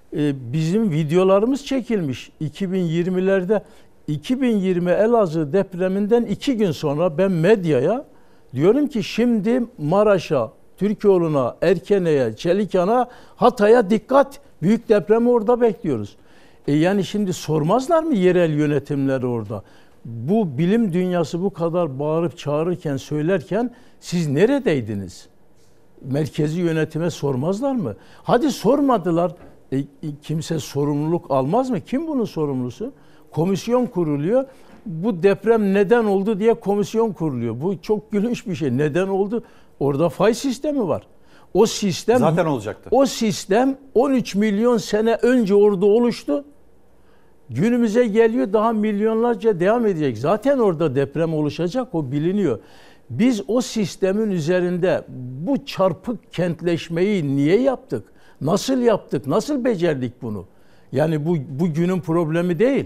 bizim videolarımız çekilmiş 2020'lerde. 2020 Elazığ depreminden 2 gün sonra ben medyaya diyorum ki şimdi Maraş'a, Türkoğlu'na, Erkene'ye, Çelikan'a, Hatay'a dikkat. Büyük depremi orada bekliyoruz. Yani şimdi sormazlar mı yerel yönetimler orada? Bu bilim dünyası bu kadar bağırıp çağırırken, söylerken siz neredeydiniz? Merkezi yönetime sormazlar mı? Hadi sormadılar. Kimse sorumluluk almaz mı? Kim bunun sorumlusu? Komisyon kuruluyor. Bu deprem neden oldu diye komisyon kuruluyor. Bu çok gülünç bir şey. Neden oldu? Orada fay sistemi var. O sistem zaten olacaktı. O sistem 13 milyon sene önce orada oluştu. Günümüze geliyor, daha milyonlarca devam edecek. Zaten orada deprem oluşacak, o biliniyor. Biz o sistemin üzerinde bu çarpık kentleşmeyi niye yaptık? Nasıl yaptık? Nasıl becerdik bunu? Yani bu günün problemi değil.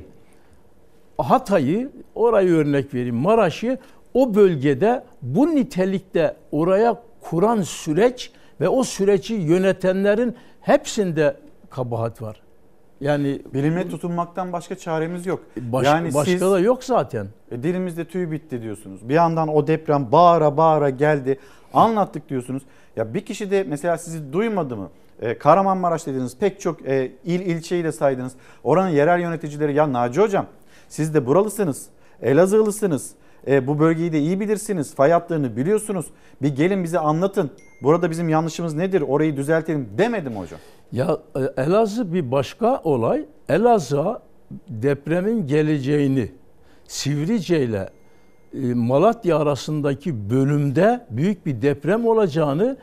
Hatay'ı, orayı örnek vereyim, Maraş'ı o bölgede bu nitelikte oraya kuran süreç ve o süreci yönetenlerin hepsinde kabahat var. Yani bilime tutunmaktan başka çaremiz yok. Başka da yok zaten. Dilimizde tüy bitti diyorsunuz. Bir yandan o deprem bağıra bağıra geldi. Anlattık diyorsunuz. Ya bir kişi de mesela sizi duymadı mı? Kahramanmaraş dediniz. Pek çok ilçeyi de saydınız. Oranın yerel yöneticileri, ya Naci Hocam siz de buralısınız. Elazığlısınız. Bu bölgeyi de iyi bilirsiniz. Fay hatlarını biliyorsunuz. Bir gelin bize anlatın. Burada bizim yanlışımız nedir? Orayı düzeltelim demedi mi hocam? Ya Elazığ bir başka olay. Elazığ'a depremin geleceğini Sivrice ile Malatya arasındaki bölümde büyük bir deprem olacağını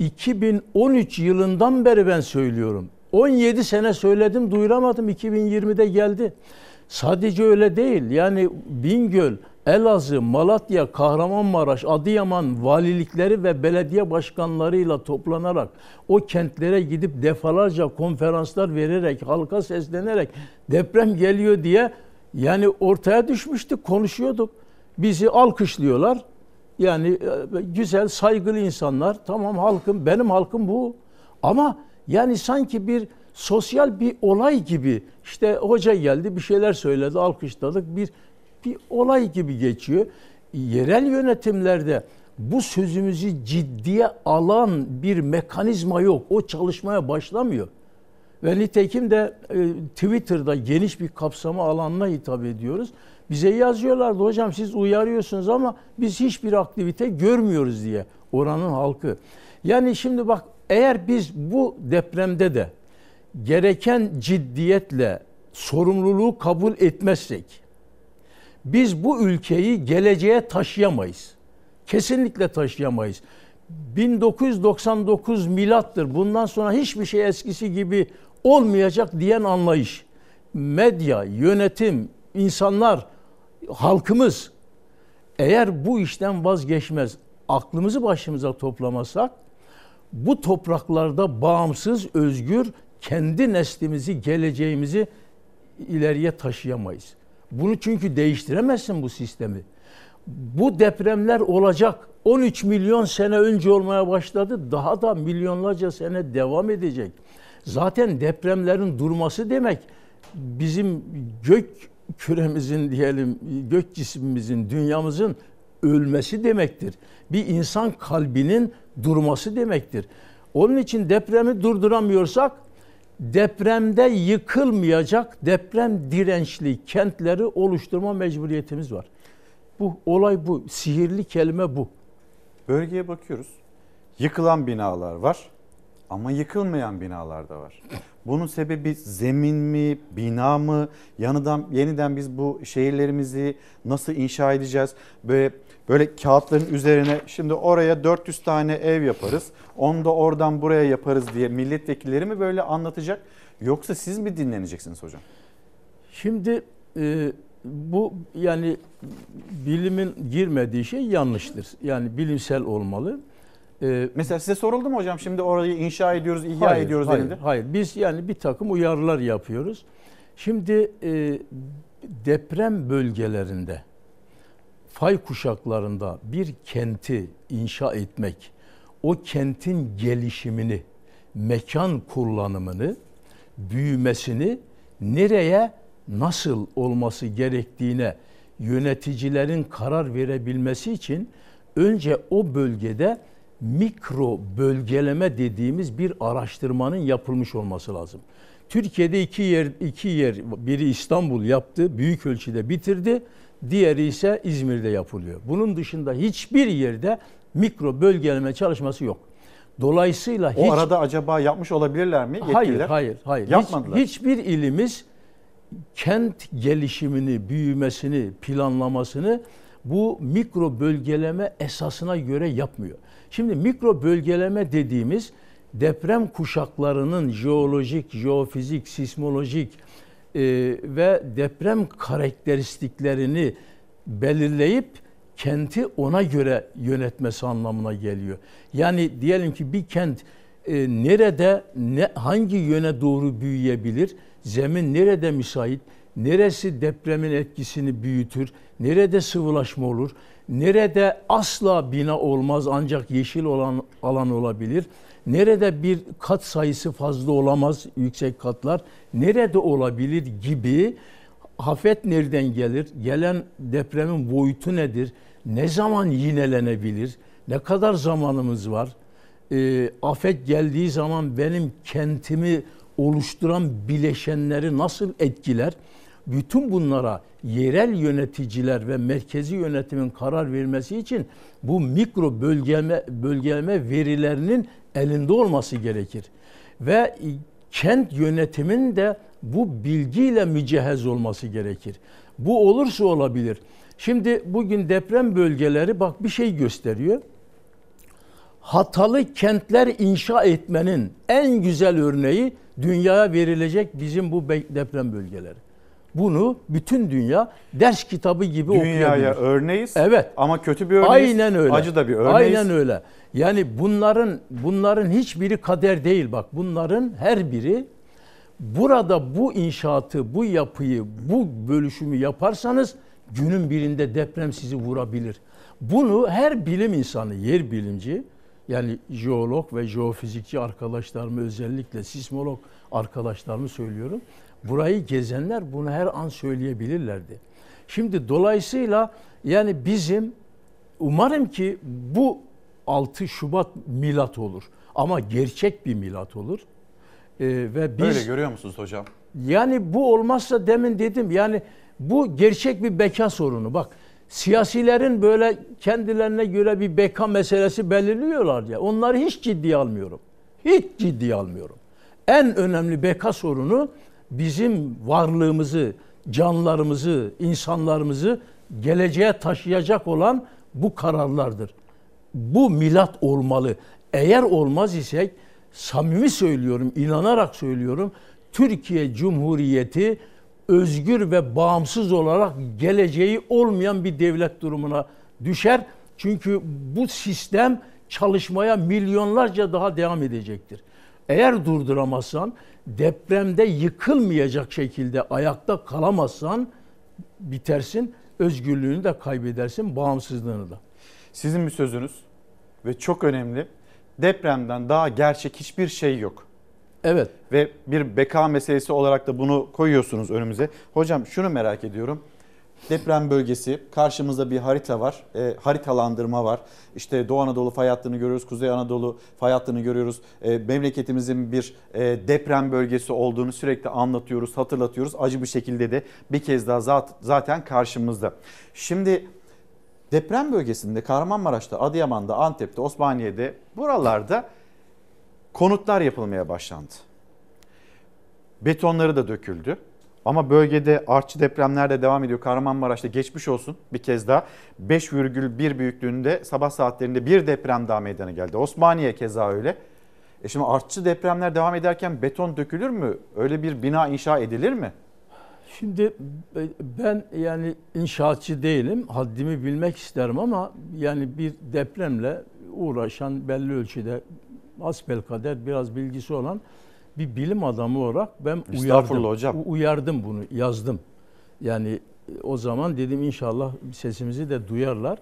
2013 yılından beri ben söylüyorum. 17 sene söyledim, duyuramadım. 2020'de geldi. Sadece öyle değil. Yani Bingöl, Elazığ, Malatya, Kahramanmaraş, Adıyaman valilikleri ve belediye başkanlarıyla toplanarak o kentlere gidip defalarca konferanslar vererek, halka seslenerek deprem geliyor diye yani ortaya düşmüştük, konuşuyorduk. Bizi alkışlıyorlar. Yani güzel, saygılı insanlar. Tamam, halkım, benim halkım bu. Ama yani sanki bir sosyal bir olay gibi, işte hoca geldi, bir şeyler söyledi, alkışladık, bir olay gibi geçiyor. Yerel yönetimlerde bu sözümüzü ciddiye alan bir mekanizma yok. O çalışmaya başlamıyor. Ve nitekim de Twitter'da geniş bir kapsama alanına hitap ediyoruz. Bize yazıyorlardı, hocam siz uyarıyorsunuz ama biz hiçbir aktivite görmüyoruz diye, oranın halkı. Yani şimdi bak, eğer biz bu depremde de gereken ciddiyetle sorumluluğu kabul etmezsek, biz bu ülkeyi geleceğe taşıyamayız. Kesinlikle taşıyamayız. 1999 milattır. Bundan sonra hiçbir şey eskisi gibi olmayacak diyen anlayış. Medya, yönetim, insanlar, halkımız eğer bu işten vazgeçmez, aklımızı başımıza toplamazsak bu topraklarda bağımsız, özgür, kendi neslimizi, geleceğimizi ileriye taşıyamayız. Bunu çünkü değiştiremezsin bu sistemi. Bu depremler olacak. 13 milyon sene önce olmaya başladı. Daha da milyonlarca sene devam edecek. Zaten depremlerin durması demek bizim gök küremizin, diyelim, gök cismimizin, dünyamızın ölmesi demektir. Bir insan kalbinin durması demektir. Onun için depremi durduramıyorsak depremde yıkılmayacak, deprem dirençli kentleri oluşturma mecburiyetimiz var. Bu olay bu. Sihirli kelime bu. Bölgeye bakıyoruz. Yıkılan binalar var ama yıkılmayan binalar da var. Bunun sebebi zemin mi, bina mı? Yeniden biz bu şehirlerimizi nasıl inşa edeceğiz? Böyle kağıtların üzerine şimdi oraya 400 tane ev yaparız. Onu da oradan buraya yaparız diye milletvekilleri mi böyle anlatacak? Yoksa siz mi dinleneceksiniz hocam? Şimdi bu yani bilimin girmediği şey yanlıştır. Yani bilimsel olmalı. Mesela size soruldu mu hocam? Şimdi orayı inşa ediyoruz, ihya ediyoruz elinde. Hayır. Biz yani bir takım uyarılar yapıyoruz. Şimdi deprem bölgelerinde, fay kuşaklarında bir kenti inşa etmek, o kentin gelişimini, mekan kullanımını büyümesini nereye nasıl olması gerektiğine yöneticilerin karar verebilmesi için önce o bölgede mikro bölgeleme dediğimiz bir araştırmanın yapılmış olması lazım. Türkiye'de iki yer, biri İstanbul yaptı, büyük ölçüde bitirdi, diğeri ise İzmir'de yapılıyor. Bunun dışında hiçbir yerde mikro bölgeleme çalışması yok. Dolayısıyla o arada acaba yapmış olabilirler mi yetkililer? Hayır. Yapmadılar. Hiçbir ilimiz kent gelişimini, büyümesini, planlamasını bu mikro bölgeleme esasına göre yapmıyor. Şimdi mikro bölgeleme dediğimiz deprem kuşaklarının jeolojik, jeofizik, sismolojik ve deprem karakteristiklerini belirleyip kenti ona göre yönetmesi anlamına geliyor. Yani diyelim ki bir kent nerede, hangi yöne doğru büyüyebilir, zemin nerede müsait, neresi depremin etkisini büyütür, nerede sıvılaşma olur, nerede asla bina olmaz ancak yeşil olan alan olabilir, nerede bir kat sayısı fazla olamaz, yüksek katlar, nerede olabilir gibi, afet nereden gelir, gelen depremin boyutu nedir, ne zaman yinelenebilir, ne kadar zamanımız var, afet geldiği zaman benim kentimi oluşturan bileşenleri nasıl etkiler, bütün bunlara yerel yöneticiler ve merkezi yönetimin karar vermesi için bu mikro bölgeleme verilerinin elinde olması gerekir. Ve kent yönetimin de bu bilgiyle mücehhez olması gerekir. Bu olursa olabilir. Şimdi bugün deprem bölgeleri bak bir şey gösteriyor. Hatalı kentler inşa etmenin en güzel örneği dünyaya verilecek bizim bu deprem bölgeleri. Bunu bütün dünya ders kitabı gibi okuyabilir. Dünyaya örneğiz. Evet. Ama kötü bir örneğiz. Aynen öyle. Acı da bir örneğiz. Aynen öyle. Yani bunların hiçbiri kader değil bak. Bunların her biri burada bu inşaatı, bu yapıyı, bu bölüşümü yaparsanız günün birinde deprem sizi vurabilir. Bunu her bilim insanı, yer bilimci, yani jeolog ve jeofizikçi arkadaşlarımı, özellikle sismolog arkadaşlarımı söylüyorum. Burayı gezenler bunu her an söyleyebilirlerdi. Şimdi dolayısıyla yani bizim umarım ki bu 6 Şubat milat olur. Ama gerçek bir milat olur. Ve biz, öyle görüyor musunuz hocam? Yani bu olmazsa demin dedim yani bu gerçek bir beka sorunu. Bak siyasilerin böyle kendilerine göre bir beka meselesi belirliyorlar ya. Onları hiç ciddiye almıyorum. Hiç ciddiye almıyorum. En önemli beka sorunu bizim varlığımızı, canlarımızı, insanlarımızı geleceğe taşıyacak olan bu kararlardır. Bu milat olmalı. Eğer olmaz isek samimi söylüyorum, inanarak söylüyorum. Türkiye Cumhuriyeti özgür ve bağımsız olarak geleceği olmayan bir devlet durumuna düşer. Çünkü bu sistem çalışmaya milyonlarca daha devam edecektir. Eğer durduramazsan, depremde yıkılmayacak şekilde ayakta kalamazsan bitersin, özgürlüğünü de kaybedersin, bağımsızlığını da. Sizin bir sözünüz ve çok önemli. Depremden daha gerçek hiçbir şey yok. Evet. Ve bir beka meselesi olarak da bunu koyuyorsunuz önümüze. Hocam şunu merak ediyorum. Deprem bölgesi, karşımızda bir harita var, haritalandırma var. İşte Doğu Anadolu fay hattını görüyoruz, Kuzey Anadolu fay hattını görüyoruz. Memleketimizin bir deprem bölgesi olduğunu sürekli anlatıyoruz, hatırlatıyoruz. Acı bir şekilde de bir kez daha zaten karşımızda. Şimdi deprem bölgesinde Kahramanmaraş'ta, Adıyaman'da, Antep'te, Osmaniye'de buralarda konutlar yapılmaya başlandı. Betonları da döküldü. Ama bölgede artçı depremler de devam ediyor. Kahramanmaraş'ta geçmiş olsun bir kez daha 5,1 büyüklüğünde sabah saatlerinde bir deprem daha meydana geldi. Osmaniye keza öyle. Şimdi artçı depremler devam ederken beton dökülür mü? Öyle bir bina inşa edilir mi? Şimdi ben yani inşaatçı değilim. Haddimi bilmek isterim ama yani bir depremle uğraşan belli ölçüde hasbelkader biraz bilgisi olan bir bilim adamı olarak ben uyardım bunu, yazdım. Yani o zaman dedim inşallah sesimizi de duyarlar.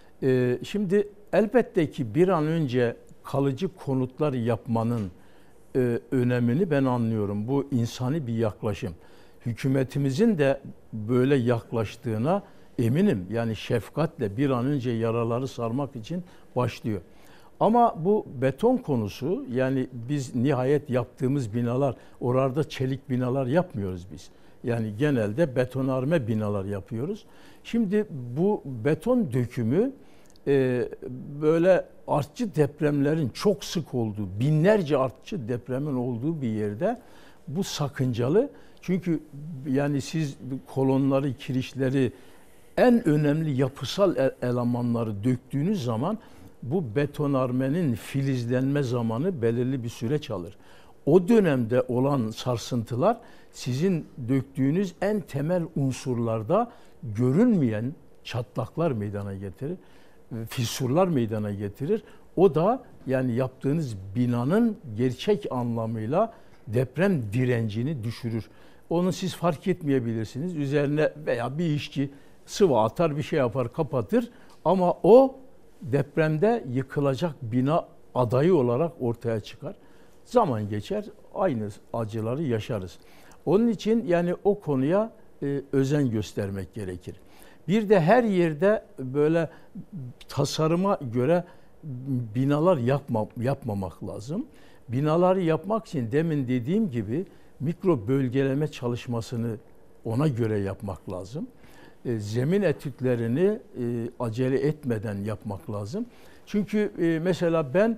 Şimdi elbette ki bir an önce kalıcı konutlar yapmanın önemini ben anlıyorum. Bu insani bir yaklaşım. Hükümetimizin de böyle yaklaştığına eminim. Yani şefkatle bir an önce yaraları sarmak için başlıyor. Ama bu beton konusu, yani biz nihayet yaptığımız binalar, orada çelik binalar yapmıyoruz biz. Yani genelde betonarme binalar yapıyoruz. Şimdi bu beton dökümü böyle artçı depremlerin çok sık olduğu, binlerce artçı depremin olduğu bir yerde bu sakıncalı. Çünkü yani siz kolonları, kirişleri, en önemli yapısal elemanları döktüğünüz zaman bu betonarmenin filizlenme zamanı belirli bir süreç alır. O dönemde olan sarsıntılar sizin döktüğünüz en temel unsurlarda görünmeyen çatlaklar meydana getirir, fissurlar meydana getirir. O da yani yaptığınız binanın gerçek anlamıyla deprem direncini düşürür. Onu siz fark etmeyebilirsiniz. Üzerine veya bir işçi sıvı atar, bir şey yapar, kapatır ama o depremde yıkılacak bina adayı olarak ortaya çıkar. Zaman geçer, aynı acıları yaşarız. Onun için yani o konuya özen göstermek gerekir. Bir de her yerde böyle tasarıma göre binalar yapmamak lazım. Binaları yapmak için demin dediğim gibi mikro bölgeleme çalışmasını ona göre yapmak lazım. Zemin etütlerini acele etmeden yapmak lazım. Çünkü mesela ben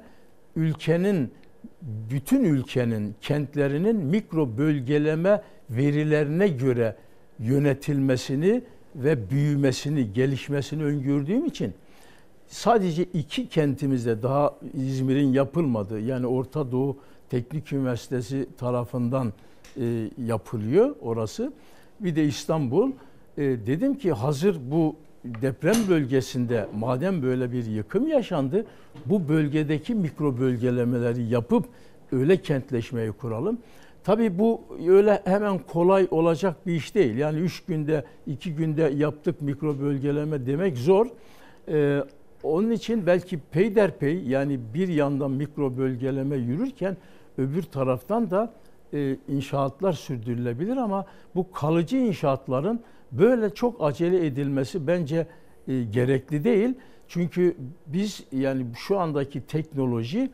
bütün ülkenin kentlerinin mikro bölgeleme verilerine göre yönetilmesini ve büyümesini, gelişmesini öngördüğüm için sadece 2 kentimizde daha İzmir'in yapılmadığı, yani Orta Doğu Teknik Üniversitesi tarafından yapılıyor orası. Bir de İstanbul. Dedim ki hazır bu deprem bölgesinde madem böyle bir yıkım yaşandı, bu bölgedeki mikro bölgelemeleri yapıp öyle kentleşmeyi kuralım. Tabii bu öyle hemen kolay olacak bir iş değil. Yani 3 günde, 2 günde yaptık mikro bölgeleme demek zor. Onun için belki peyderpey, yani bir yandan mikro bölgeleme yürürken öbür taraftan da inşaatlar sürdürülebilir ama bu kalıcı inşaatların böyle çok acele edilmesi bence gerekli değil. Çünkü biz yani şu andaki teknoloji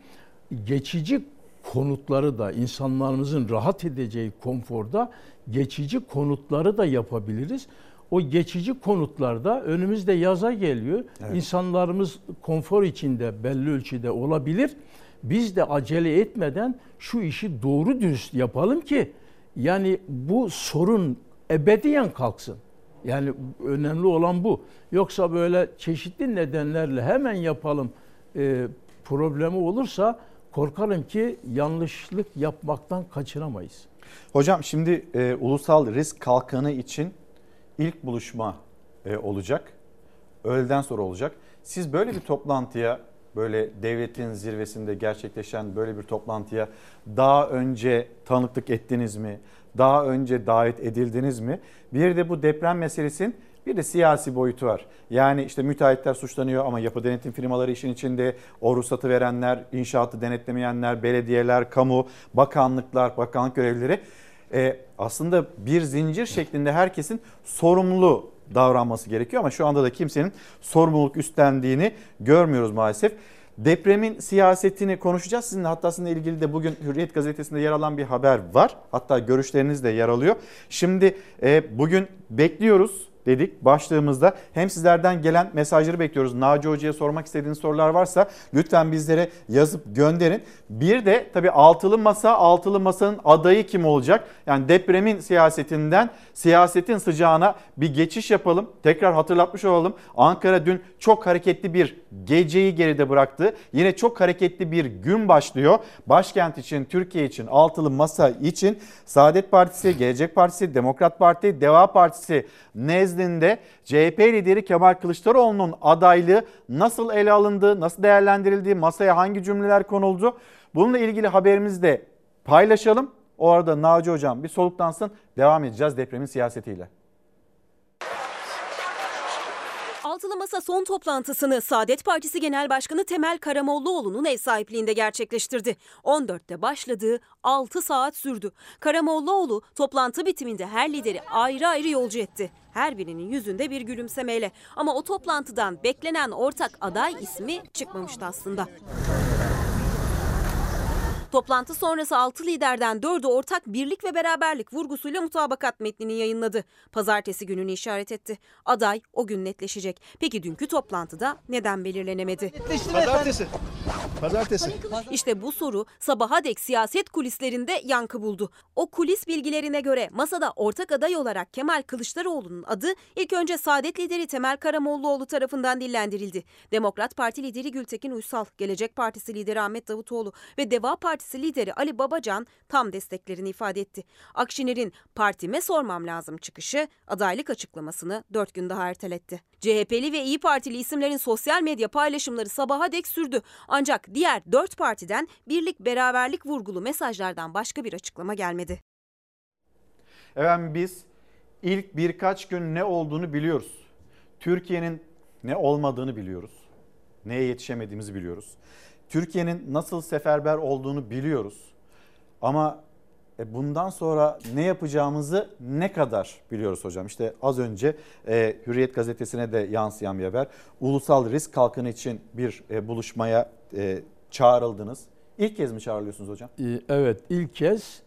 geçici konutları da, insanlarımızın rahat edeceği konforda geçici konutları da yapabiliriz. O geçici konutlarda önümüzde yaza geliyor. Evet. İnsanlarımız konfor içinde belli ölçüde olabilir. Biz de acele etmeden şu işi doğru dürüst yapalım ki yani bu sorun ebediyen kalksın. Yani önemli olan bu. Yoksa böyle çeşitli nedenlerle hemen yapalım problemi olursa korkarım ki yanlışlık yapmaktan kaçınamayız. Hocam şimdi ulusal risk kalkanı için ilk buluşma olacak. Öğleden sonra olacak. Siz böyle bir toplantıya, böyle devletin zirvesinde gerçekleşen böyle bir toplantıya daha önce tanıklık ettiniz mi? Daha önce davet edildiniz mi? Bir de bu deprem meselesinin bir de siyasi boyutu var. Yani işte müteahhitler suçlanıyor ama yapı denetim firmaları işin içinde, o ruhsatı verenler, inşaatı denetlemeyenler, belediyeler, kamu, bakanlıklar, bakanlık görevlileri. Aslında bir zincir şeklinde herkesin sorumlu davranması gerekiyor ama şu anda da kimsenin sorumluluk üstlendiğini görmüyoruz maalesef. Depremin siyasetini konuşacağız. Sizinle hatta sizinle ilgili de bugün Hürriyet Gazetesi'nde yer alan bir haber var. Hatta görüşleriniz de yer alıyor. Şimdi bugün bekliyoruz dedik başlığımızda. Hem sizlerden gelen mesajları bekliyoruz. Naci Hoca'ya sormak istediğiniz sorular varsa lütfen bizlere yazıp gönderin. Bir de tabii altılı masanın adayı kim olacak? Yani depremin siyasetinden siyasetin sıcağına bir geçiş yapalım. Tekrar hatırlatmış olalım. Ankara dün çok hareketli bir geceyi geride bıraktı. Yine çok hareketli bir gün başlıyor. Başkent için, Türkiye için, altılı masa için Saadet Partisi, Gelecek Partisi, Demokrat Parti, Deva Partisi nezdinde CHP lideri Kemal Kılıçdaroğlu'nun adaylığı nasıl ele alındı, nasıl değerlendirildi, masaya hangi cümleler konuldu? Bununla ilgili haberimizi de paylaşalım. O arada Naci Hocam bir soluklansın, devam edeceğiz depremin siyasetiyle. Altılı Masa son toplantısını Saadet Partisi Genel Başkanı Temel Karamollaoğlu'nun ev sahipliğinde gerçekleştirdi. 14'te başladığı 6 saat sürdü. Karamollaoğlu toplantı bitiminde her lideri ayrı ayrı yolcu etti. Her birinin yüzünde bir gülümsemeyle. Ama o toplantıdan beklenen ortak aday ismi çıkmamıştı aslında. Toplantı sonrası 6 liderden 4'ü ortak birlik ve beraberlik vurgusuyla mutabakat metnini yayınladı. Pazartesi gününü işaret etti. Aday o gün netleşecek. Peki dünkü toplantıda neden belirlenemedi? Pazartesi. İşte bu soru sabaha dek siyaset kulislerinde yankı buldu. O kulis bilgilerine göre masada ortak aday olarak Kemal Kılıçdaroğlu'nun adı ilk önce Saadet lideri Temel Karamollaoğlu tarafından dillendirildi. Demokrat Parti lideri Gültekin Uysal, Gelecek Partisi lideri Ahmet Davutoğlu ve Deva Partisi lideri Ali Babacan tam desteklerini ifade etti. Akşener'in "partime sormam lazım" çıkışı adaylık açıklamasını 4 gün daha erteletti. CHP'li ve İyi Partili isimlerin sosyal medya paylaşımları sabaha dek sürdü. Ancak diğer 4 partiden birlik beraberlik vurgulu mesajlardan başka bir açıklama gelmedi. Efendim biz ilk birkaç gün ne olduğunu biliyoruz. Türkiye'nin ne olmadığını biliyoruz. Neye yetişemediğimizi biliyoruz. Türkiye'nin nasıl seferber olduğunu biliyoruz. Ama bundan sonra ne yapacağımızı ne kadar biliyoruz hocam? İşte az önce Hürriyet gazetesine de yansıyan bir haber. Ulusal Risk Kalkanı için bir buluşmaya çağrıldınız. İlk kez mi çağrılıyorsunuz hocam? Evet, ilk kez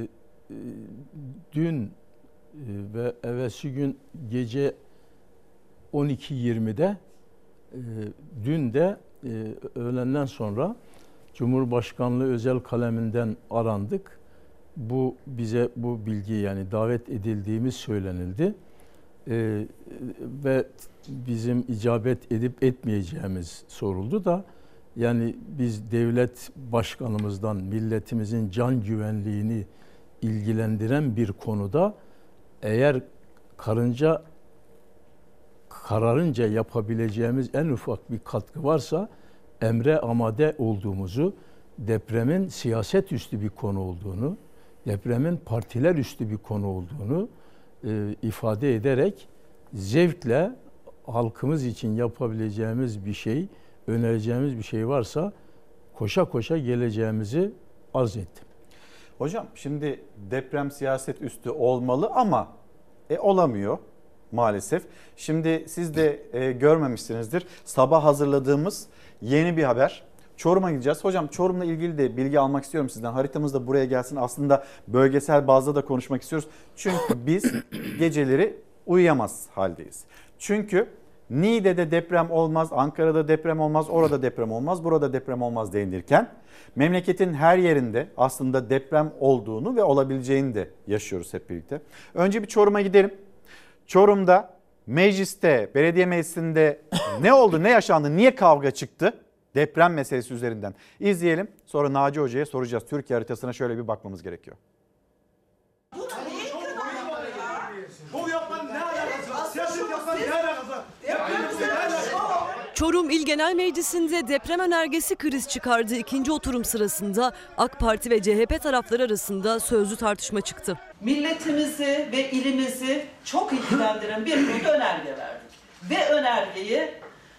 dün ve evvelsi gün gece 12.20'de dün de öğlenden sonra Cumhurbaşkanlığı özel kaleminden arandık. Bize bu bilgi, yani davet edildiğimiz söylenildi. Ve bizim icabet edip etmeyeceğimiz soruldu da, yani biz devlet başkanımızdan milletimizin can güvenliğini ilgilendiren bir konuda eğer kararınca yapabileceğimiz en ufak bir katkı varsa emre amade olduğumuzu, depremin siyaset üstü bir konu olduğunu, depremin partiler üstü bir konu olduğunu ifade ederek zevkle halkımız için yapabileceğimiz bir şey, önereceğimiz bir şey varsa koşa koşa geleceğimizi arz ettim. Hocam şimdi deprem siyaset üstü olmalı ama olamıyor maalesef. Şimdi siz de görmemişsinizdir. Sabah hazırladığımız yeni bir haber. Çorum'a gideceğiz. Hocam Çorum'la ilgili de bilgi almak istiyorum sizden. Haritamız da buraya gelsin. Aslında bölgesel bazda da konuşmak istiyoruz. Çünkü biz geceleri uyuyamaz haldeyiz. Çünkü Niğde'de deprem olmaz, Ankara'da deprem olmaz, orada deprem olmaz, burada deprem olmaz denilirken memleketin her yerinde aslında deprem olduğunu ve olabileceğini de yaşıyoruz hep birlikte. Önce bir Çorum'a gidelim. Çorum'da mecliste, belediye meclisinde ne oldu, ne yaşandı, niye kavga çıktı? Deprem meselesi üzerinden izleyelim. Sonra Naci Hoca'ya soracağız. Türkiye haritasına şöyle bir bakmamız gerekiyor. Çorum İl Genel Meclisi'nde deprem önergesi kriz çıkardığı ikinci oturum sırasında AK Parti ve CHP tarafları arasında sözlü tartışma çıktı. Milletimizi ve ilimizi çok ilgilendiren bir önerge verdik. Ve önergeyi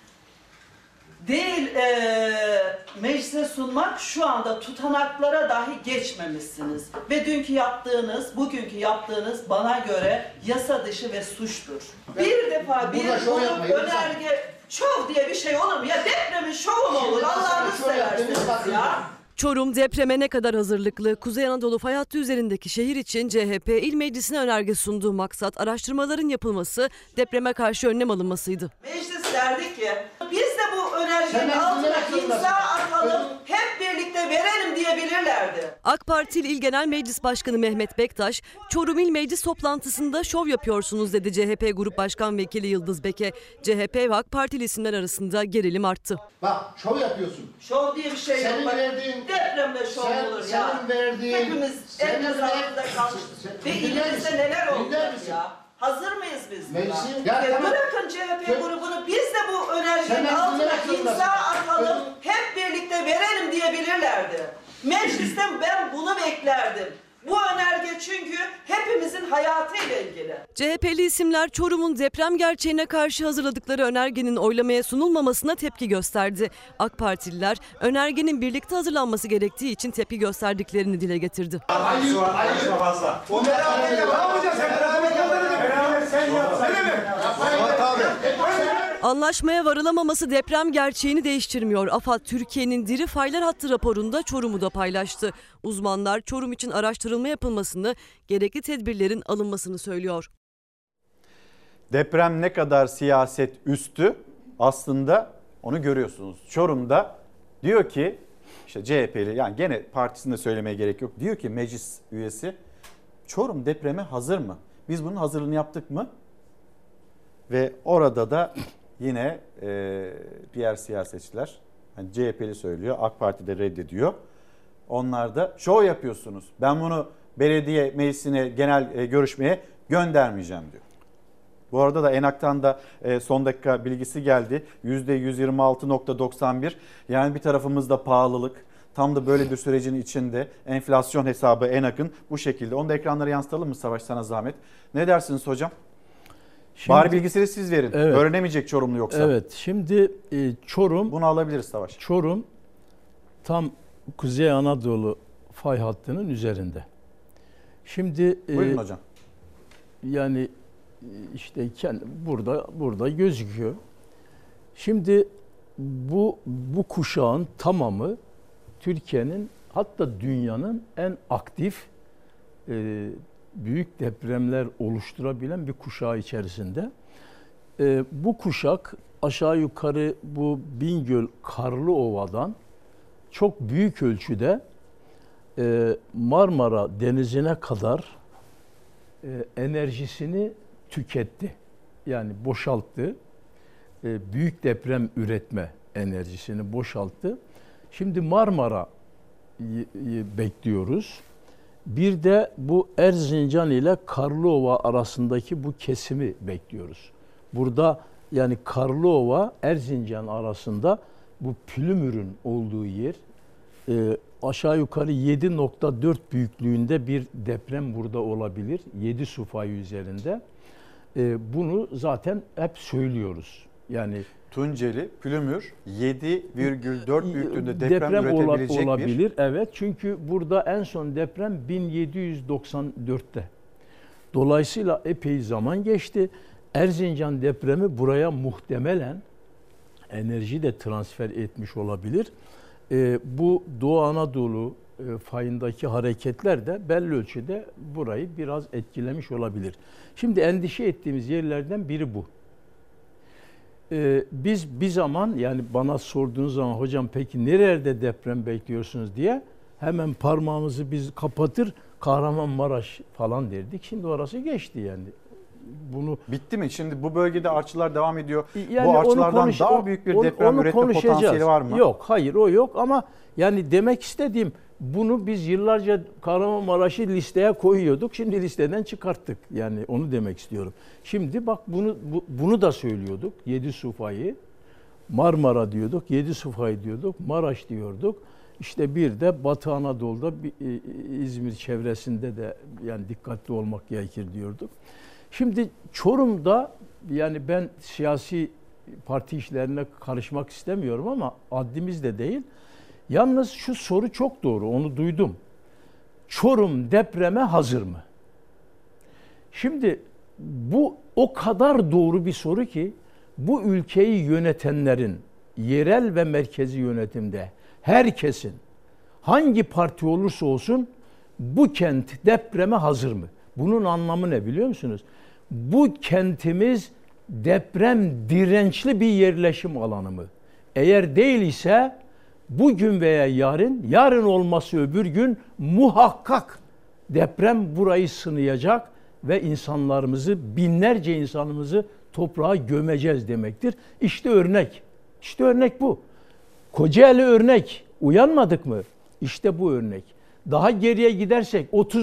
değil meclise sunmak, şu anda tutanaklara dahi geçmemişsiniz. Ve bugünkü yaptığınız bana göre yasa dışı ve suçtur. Bir defa bir önerge, şov diye bir şey olur mu? Ya depremin şovu mu olur? Allah'ını seversiniz ya. Çorum depreme ne kadar hazırlıklı? Kuzey Anadolu fay hattı üzerindeki şehir için CHP İl Meclisi'ne önerge sunduğu maksat araştırmaların yapılması, depreme karşı önlem alınmasıydı. Meclis derdi ki biz de bu önergenin altına imza atalım, hep birlikte verelim diyebilirlerdi. AK Parti İl Genel Meclis Başkanı Mehmet Bektaş, Çorum İl Meclis toplantısında şov yapıyorsunuz dedi CHP Grup Başkan Vekili Yıldız Bek'e. CHP ve AK Partili isimler arasında gerilim arttı. Bak şov yapıyorsun. Şov diye bir şey yok. Depremde şov olur ya. Hepimiz enkaz altında kalmışız. Ve ilerimizde neler olacak ya? Hazır mıyız biz buna? Bırakın CHP grubunu, biz de bu önergenin altına imza atalım, hep birlikte verelim diyebilirlerdi. Meclisten ben bunu beklerdim. Bu önerge çünkü hep hepimizin hayatıyla ilgili. CHP'li isimler Çorum'un deprem gerçeğine karşı hazırladıkları önergenin oylamaya sunulmamasına tepki gösterdi. AK Partililer önergenin birlikte hazırlanması gerektiği için tepki gösterdiklerini dile getirdi. Hayır fazla. O beraber ne yapacaksın? Beraber sen yapsana. Anlaşmaya varılamaması deprem gerçeğini değiştirmiyor. AFAD Türkiye'nin diri faylar hattı raporunda Çorum'u da paylaştı. Uzmanlar Çorum için araştırılma yapılmasını, gerekli tedbirlerin alınmasını söylüyor. Deprem ne kadar siyaset üstü aslında onu görüyorsunuz. Çorum'da diyor ki işte CHP'li, yani gene partisinde söylemeye gerek yok. Diyor ki meclis üyesi, Çorum depreme hazır mı? Biz bunun hazırlığını yaptık mı? Ve orada da yine diğer siyasetçiler, yani CHP'li söylüyor, AK Parti de reddediyor. Onlar da şov yapıyorsunuz. Ben bunu belediye meclisine, genel görüşmeye göndermeyeceğim diyor. Bu arada da ENAK'tan da son dakika bilgisi geldi. %126.91. Yani bir tarafımızda pahalılık. Tam da böyle bir sürecin içinde enflasyon hesabı ENAK'ın bu şekilde. Onu da ekranlara yansıtalım mı Savaş, sana zahmet? Ne dersiniz hocam? Şimdi, bari bilgisini siz verin. Evet. Öğrenemeyecek Çorumlu yoksa. Evet. Şimdi Çorum. Bunu alabiliriz Savaş. Çorum tam Kuzey Anadolu fay hattının üzerinde. Şimdi buyurun hocam. Yani işte burada gözüküyor. Şimdi bu kuşağın tamamı Türkiye'nin, hatta dünyanın en aktif büyük depremler oluşturabilen bir kuşağı içerisinde. Bu kuşak aşağı yukarı bu Bingöl Karlıova'dan çok büyük ölçüde Marmara Denizi'ne kadar enerjisini tüketti. Yani boşalttı. Büyük deprem üretme enerjisini boşalttı. Şimdi Marmara'yı bekliyoruz. Bir de bu Erzincan ile Karlıova arasındaki bu kesimi bekliyoruz. Burada yani Karlıova, Erzincan arasında bu Pülümür'ün olduğu yer, aşağı yukarı 7.4 büyüklüğünde bir deprem burada olabilir. 7 su fayı üzerinde. Bunu zaten hep söylüyoruz. Yani Tunceli, Pülümür 7,4 büyüklüğünde deprem üretebilecek olabilir. Evet, çünkü burada en son deprem 1794'te. Dolayısıyla epey zaman geçti. Erzincan depremi buraya muhtemelen enerji de transfer etmiş olabilir. Bu Doğu Anadolu fayındaki hareketler de belli ölçüde burayı biraz etkilemiş olabilir. Şimdi endişe ettiğimiz yerlerden biri bu. Biz bir zaman, yani bana sorduğunuz zaman hocam peki nerelerde deprem bekliyorsunuz diye hemen parmağımızı biz kapatır, Kahramanmaraş falan derdik. Şimdi orası geçti yani. Bunu bitti mi? Şimdi bu bölgede artçılar devam ediyor. Yani bu artçılardan daha büyük bir deprem üretme potansiyeli var mı? Yok, hayır o yok ama yani demek istediğim, bunu biz yıllarca Kahramanmaraş'ı listeye koyuyorduk. Şimdi listeden çıkarttık. Yani onu demek istiyorum. Şimdi bak bunu da söylüyorduk. 7 su fayı, Marmara diyorduk, 7 su fayı diyorduk, Maraş diyorduk. İşte bir de Batı Anadolu'da, İzmir çevresinde de yani dikkatli olmak gerekir diyorduk. Şimdi Çorum'da, yani ben siyasi parti işlerine karışmak istemiyorum ama haddimiz de değil. Yalnız şu soru çok doğru, onu duydum. Çorum depreme hazır mı? Şimdi bu o kadar doğru bir soru ki, bu ülkeyi yönetenlerin, yerel ve merkezi yönetimde herkesin, hangi parti olursa olsun, bu kent depreme hazır mı? Bunun anlamı ne biliyor musunuz? Bu kentimiz deprem dirençli bir yerleşim alanı mı? Eğer değil ise bugün veya yarın olması öbür gün muhakkak deprem burayı sınayacak ve insanlarımızı, binlerce insanımızı toprağa gömeceğiz demektir. İşte örnek. İşte örnek bu. Kocaeli örnek. Uyanmadık mı? İşte bu örnek. Daha geriye gidersek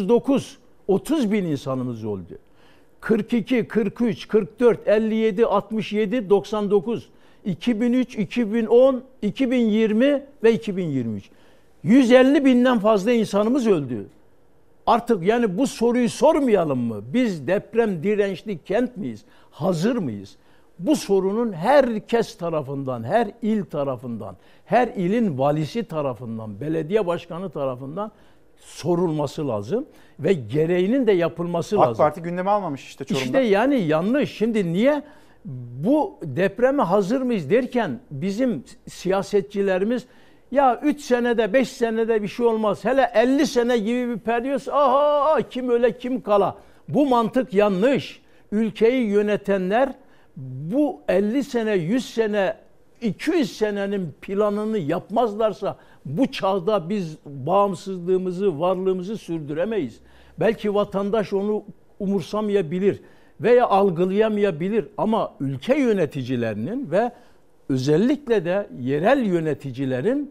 30 bin insanımız oldu. 42, 43, 44, 57, 67, 99, 2003, 2010, 2020 ve 2023. 150 binden fazla insanımız öldü. Artık yani bu soruyu sormayalım mı? Biz deprem dirençli kent miyiz? Hazır mıyız? Bu sorunun herkes tarafından, her il tarafından, her ilin valisi tarafından, belediye başkanı tarafından sorulması lazım ve gereğinin de yapılması lazım. AK Parti gündeme almamış işte Çorum'da. İşte yani yanlış. Şimdi niye bu depreme hazır mıyız derken bizim siyasetçilerimiz ya 3 senede 5 senede bir şey olmaz. Hele 50 sene gibi bir periyot aha kim öle kim kala. Bu mantık yanlış. Ülkeyi yönetenler bu 50 sene 100 sene 200 senenin planını yapmazlarsa bu çağda biz bağımsızlığımızı, varlığımızı sürdüremeyiz. Belki vatandaş onu umursamayabilir veya algılayamayabilir ama ülke yöneticilerinin ve özellikle de yerel yöneticilerin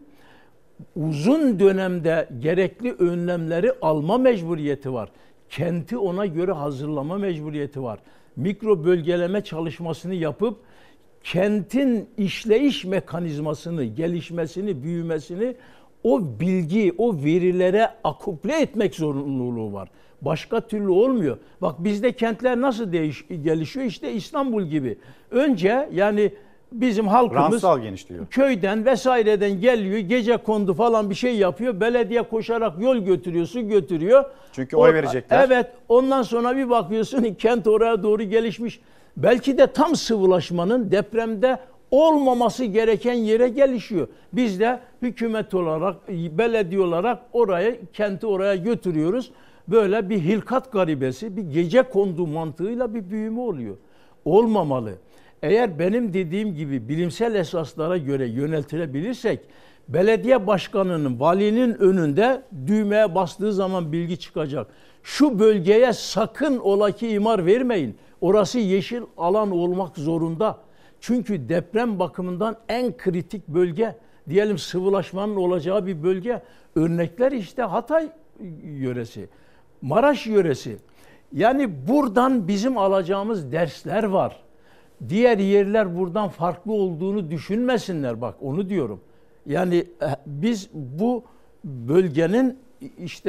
uzun dönemde gerekli önlemleri alma mecburiyeti var. Kenti ona göre hazırlama mecburiyeti var. Mikro bölgeleme çalışmasını yapıp kentin işleyiş mekanizmasını, gelişmesini, büyümesini o bilgi, o verilere akuple etmek zorunluluğu var. Başka türlü olmuyor. Bak bizde kentler nasıl gelişiyor? İşte İstanbul gibi. Önce yani bizim halkımız köyden vesaireden geliyor, gecekondu falan bir şey yapıyor. Belediye koşarak yol götürüyor, su götürüyor. Çünkü oy verecekler. Evet, ondan sonra bir bakıyorsun kent oraya doğru gelişmiş. Belki de tam sıvılaşmanın depremde olmaması gereken yere gelişiyor. Biz de hükümet olarak, belediye olarak kenti oraya götürüyoruz. Böyle bir hilkat garibesi, bir gecekondu mantığıyla bir büyüme oluyor. Olmamalı. Eğer benim dediğim gibi bilimsel esaslara göre yöneltilebilirsek, belediye başkanının, valinin önünde düğmeye bastığı zaman bilgi çıkacak. Şu bölgeye sakın ola ki imar vermeyin. Orası yeşil alan olmak zorunda. Çünkü deprem bakımından en kritik bölge, diyelim sıvılaşmanın olacağı bir bölge. Örnekler işte Hatay yöresi, Maraş yöresi. Yani buradan bizim alacağımız dersler var. Diğer yerler buradan farklı olduğunu düşünmesinler, bak onu diyorum. Yani biz bu bölgenin işte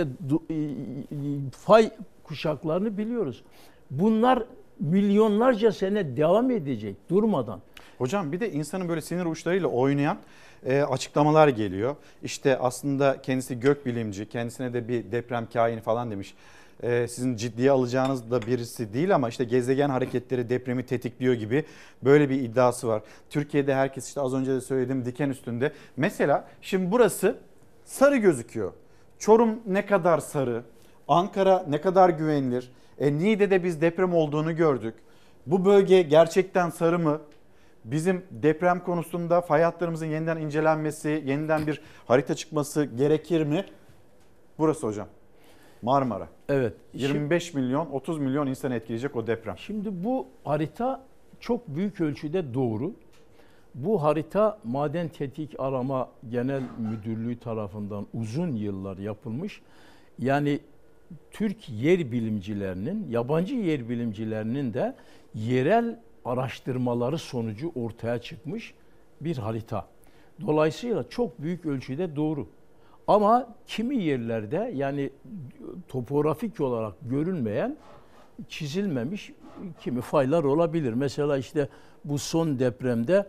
fay kuşaklarını biliyoruz. Bunlar milyonlarca sene devam edecek durmadan. Hocam bir de insanın böyle sinir uçlarıyla oynayan açıklamalar geliyor. İşte aslında kendisi gökbilimci, kendisine de bir deprem kaini falan demiş. Sizin ciddiye alacağınız da birisi değil ama işte gezegen hareketleri depremi tetikliyor gibi böyle bir iddiası var. Türkiye'de herkes işte az önce de söylediğim diken üstünde. Mesela şimdi burası sarı gözüküyor. Çorum ne kadar sarı, Ankara ne kadar güvenilir. Niğde'de biz deprem olduğunu gördük. Bu bölge gerçekten sarı mı? Bizim deprem konusunda fay hatlarımızın yeniden incelenmesi, yeniden bir harita çıkması gerekir mi? Burası hocam. Marmara. Evet. 25 milyon, 30 milyon insanı etkileyecek o deprem. Şimdi bu harita çok büyük ölçüde doğru. Bu harita Maden Tetkik Arama Genel Müdürlüğü tarafından uzun yıllar yapılmış. Yani Türk yer bilimcilerinin, yabancı yer bilimcilerinin de yerel araştırmaları sonucu ortaya çıkmış bir harita. Dolayısıyla çok büyük ölçüde doğru. Ama kimi yerlerde yani topografik olarak görünmeyen, çizilmemiş kimi faylar olabilir. Mesela işte bu son depremde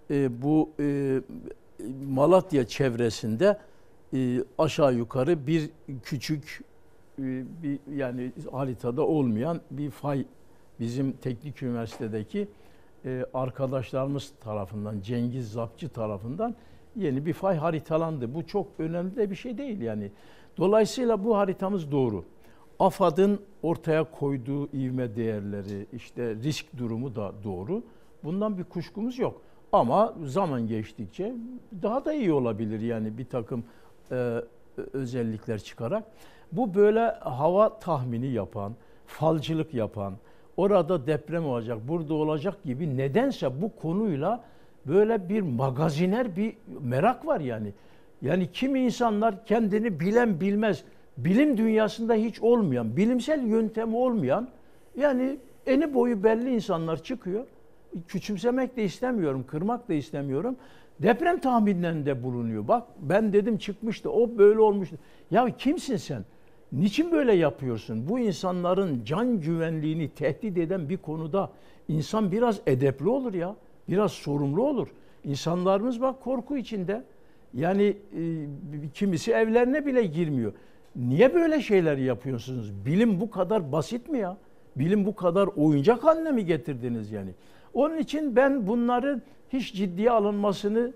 Malatya çevresinde aşağı yukarı bir küçük yani haritada olmayan bir fay bizim Teknik Üniversitedeki arkadaşlarımız tarafından, Cengiz Zapçı tarafından yeni bir fay haritalandı. Bu çok önemli de bir şey değil yani. Dolayısıyla bu haritamız doğru. AFAD'ın ortaya koyduğu ivme değerleri, işte risk durumu da doğru. Bundan bir kuşkumuz yok. Ama zaman geçtikçe daha da iyi olabilir yani bir takım özellikler çıkarak. Bu böyle hava tahmini yapan, falcılık yapan, orada deprem olacak, burada olacak gibi nedense bu konuyla böyle bir magaziner bir merak var yani. Yani kimi insanlar kendini bilen bilmez, bilim dünyasında hiç olmayan, bilimsel yöntemi olmayan yani eni boyu belli insanlar çıkıyor. Küçümsemek de istemiyorum, kırmak da istemiyorum. Deprem tahminlerinde bulunuyor. Bak ben dedim çıkmıştı, o böyle olmuştu. Ya kimsin sen? Niçin böyle yapıyorsun? Bu insanların can güvenliğini tehdit eden bir konuda insan biraz edepli olur ya. Biraz sorumlu olur. İnsanlarımız bak korku içinde. Yani kimisi evlerine bile girmiyor. Niye böyle şeyler yapıyorsunuz? Bilim bu kadar basit mi ya? Bilim bu kadar oyuncak haline mi getirdiniz yani? Onun için ben bunların hiç ciddiye alınmasını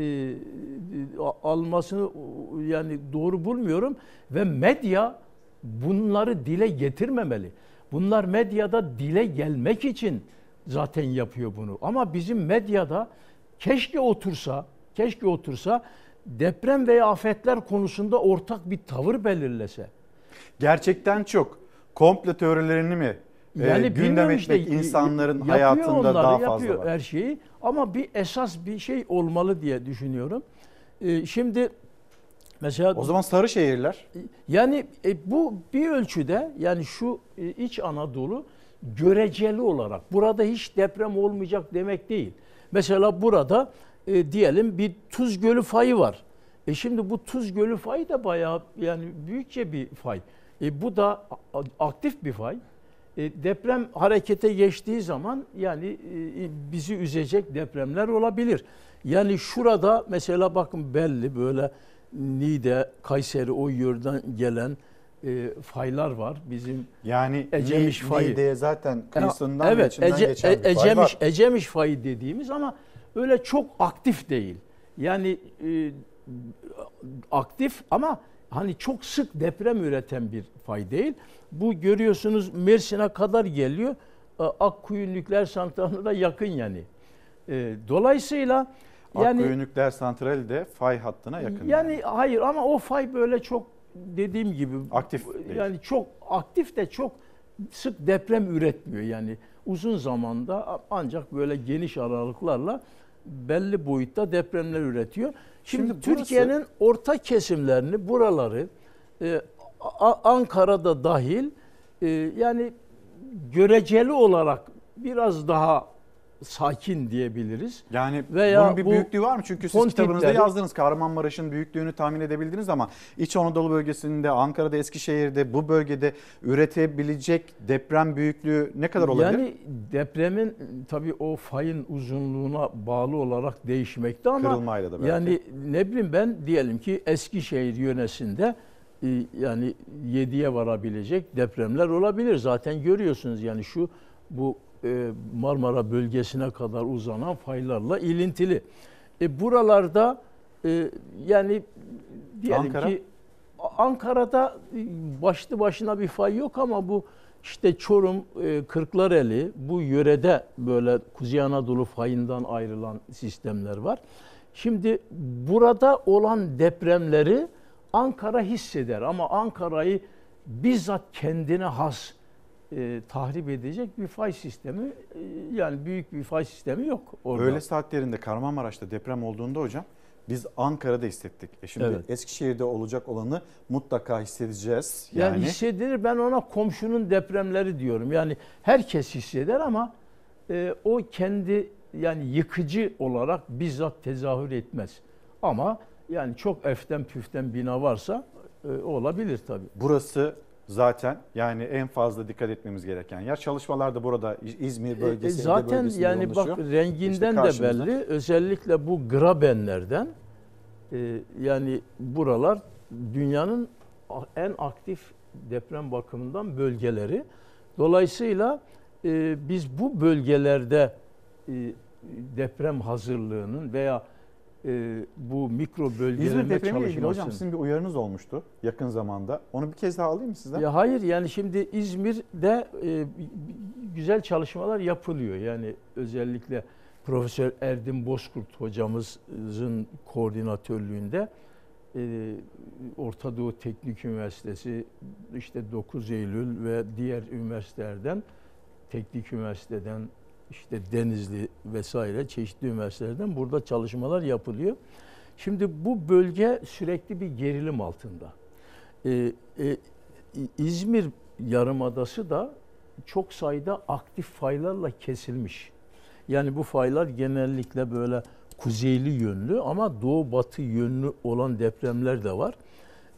yani doğru bulmuyorum ve medya bunları dile getirmemeli. Bunlar medyada dile gelmek için zaten yapıyor bunu. Ama bizim medyada keşke otursa deprem veya afetler konusunda ortak bir tavır belirlese. Gerçekten çok komplo teorilerini mi yani gündem etmek insanların hayatında daha fazla var? Her şeyi ama bir esas bir şey olmalı diye düşünüyorum. Şimdi mesela o zaman sarı şehirler. Yani bu bir ölçüde yani şu İç Anadolu göreceli olarak burada hiç deprem olmayacak demek değil. Mesela burada diyelim bir Tuz Gölü fayı var. Şimdi bu Tuz Gölü fayı da bayağı yani büyükçe bir fay. Bu da aktif bir fay. Deprem harekete geçtiği zaman yani bizi üzecek depremler olabilir. Yani şurada mesela bakın belli böyle Niğde, Kayseri o yörden gelen faylar var. Bizim yani Ecemiş fayı. Niğde'ye zaten kıyısından evet, içinden geçen bir fay var. Ecemiş fayı dediğimiz ama öyle çok aktif değil. Yani aktif ama hani çok sık deprem üreten bir fay değil. Bu görüyorsunuz Mersin'e kadar geliyor. Akkuyu Nükleer Santralı'na da yakın yani. Dolayısıyla yani Akkuyu Nükleer Santrali de fay hattına yakın. Yani hayır ama o fay böyle çok dediğim gibi aktif değil. Yani çok aktif de çok sık deprem üretmiyor. Yani uzun zamanda ancak böyle geniş aralıklarla belli boyutta depremler üretiyor. Şimdi Türkiye'nin orta kesimlerini, buraları Ankara'da dahil yani göreceli olarak biraz daha sakin diyebiliriz. Yani veya bunun bir büyüklüğü var mı? Çünkü siz kitabınızda yazdınız Kahramanmaraş'ın büyüklüğünü tahmin edebildiniz ama İç Anadolu bölgesinde, Ankara'da, Eskişehir'de bu bölgede üretebilecek deprem büyüklüğü ne kadar olabilir? Yani depremin tabii o fayın uzunluğuna bağlı olarak değişmekte ama kırılmayla da belki. Yani ne bileyim ben diyelim ki Eskişehir yöresinde yani 7'ye varabilecek depremler olabilir. Zaten görüyorsunuz yani bu Marmara bölgesine kadar uzanan faylarla ilintili. Buralarda yani diyelim ki Ankara'da başlı başına bir fay yok ama bu işte Çorum, Kırklareli bu yörede böyle Kuzey Anadolu fayından ayrılan sistemler var. Şimdi burada olan depremleri Ankara hisseder ama Ankara'yı bizzat kendine has tahrip edecek bir fay sistemi yani büyük bir fay sistemi yok orada. Öğle saatlerinde Kahramanmaraş'ta deprem olduğunda hocam biz Ankara'da hissettik. Şimdi evet. Eskişehir'de olacak olanı mutlaka hissedeceğiz. Yani hissedilir, ben ona komşunun depremleri diyorum. Yani herkes hisseder ama o kendi yani yıkıcı olarak bizzat tezahür etmez. Ama yani çok eften püften bina varsa olabilir tabii. Burası zaten yani en fazla dikkat etmemiz gereken yer. Çalışmalar da burada İzmir bölgesinde zaten yani bak renginden de belli. Özellikle bu grabenlerden yani buralar dünyanın en aktif deprem bakımından bölgeleri. Dolayısıyla biz bu bölgelerde deprem hazırlığının veya bu mikro bölgelerinde çalışması. Hocam sizin bir uyarınız olmuştu yakın zamanda. Onu bir kez daha alayım mı sizden? Ya hayır yani şimdi İzmir'de güzel çalışmalar yapılıyor. Yani özellikle Profesör Erdin Bozkurt hocamızın koordinatörlüğünde Orta Doğu Teknik Üniversitesi, işte 9 Eylül ve diğer üniversitelerden, Teknik Üniversiteden, işte Denizli vesaire çeşitli üniversitelerden burada çalışmalar yapılıyor. Şimdi bu bölge sürekli bir gerilim altında. İzmir Yarımadası da çok sayıda aktif faylarla kesilmiş. Yani bu faylar genellikle böyle kuzeyli yönlü ama doğu batı yönlü olan depremler de var.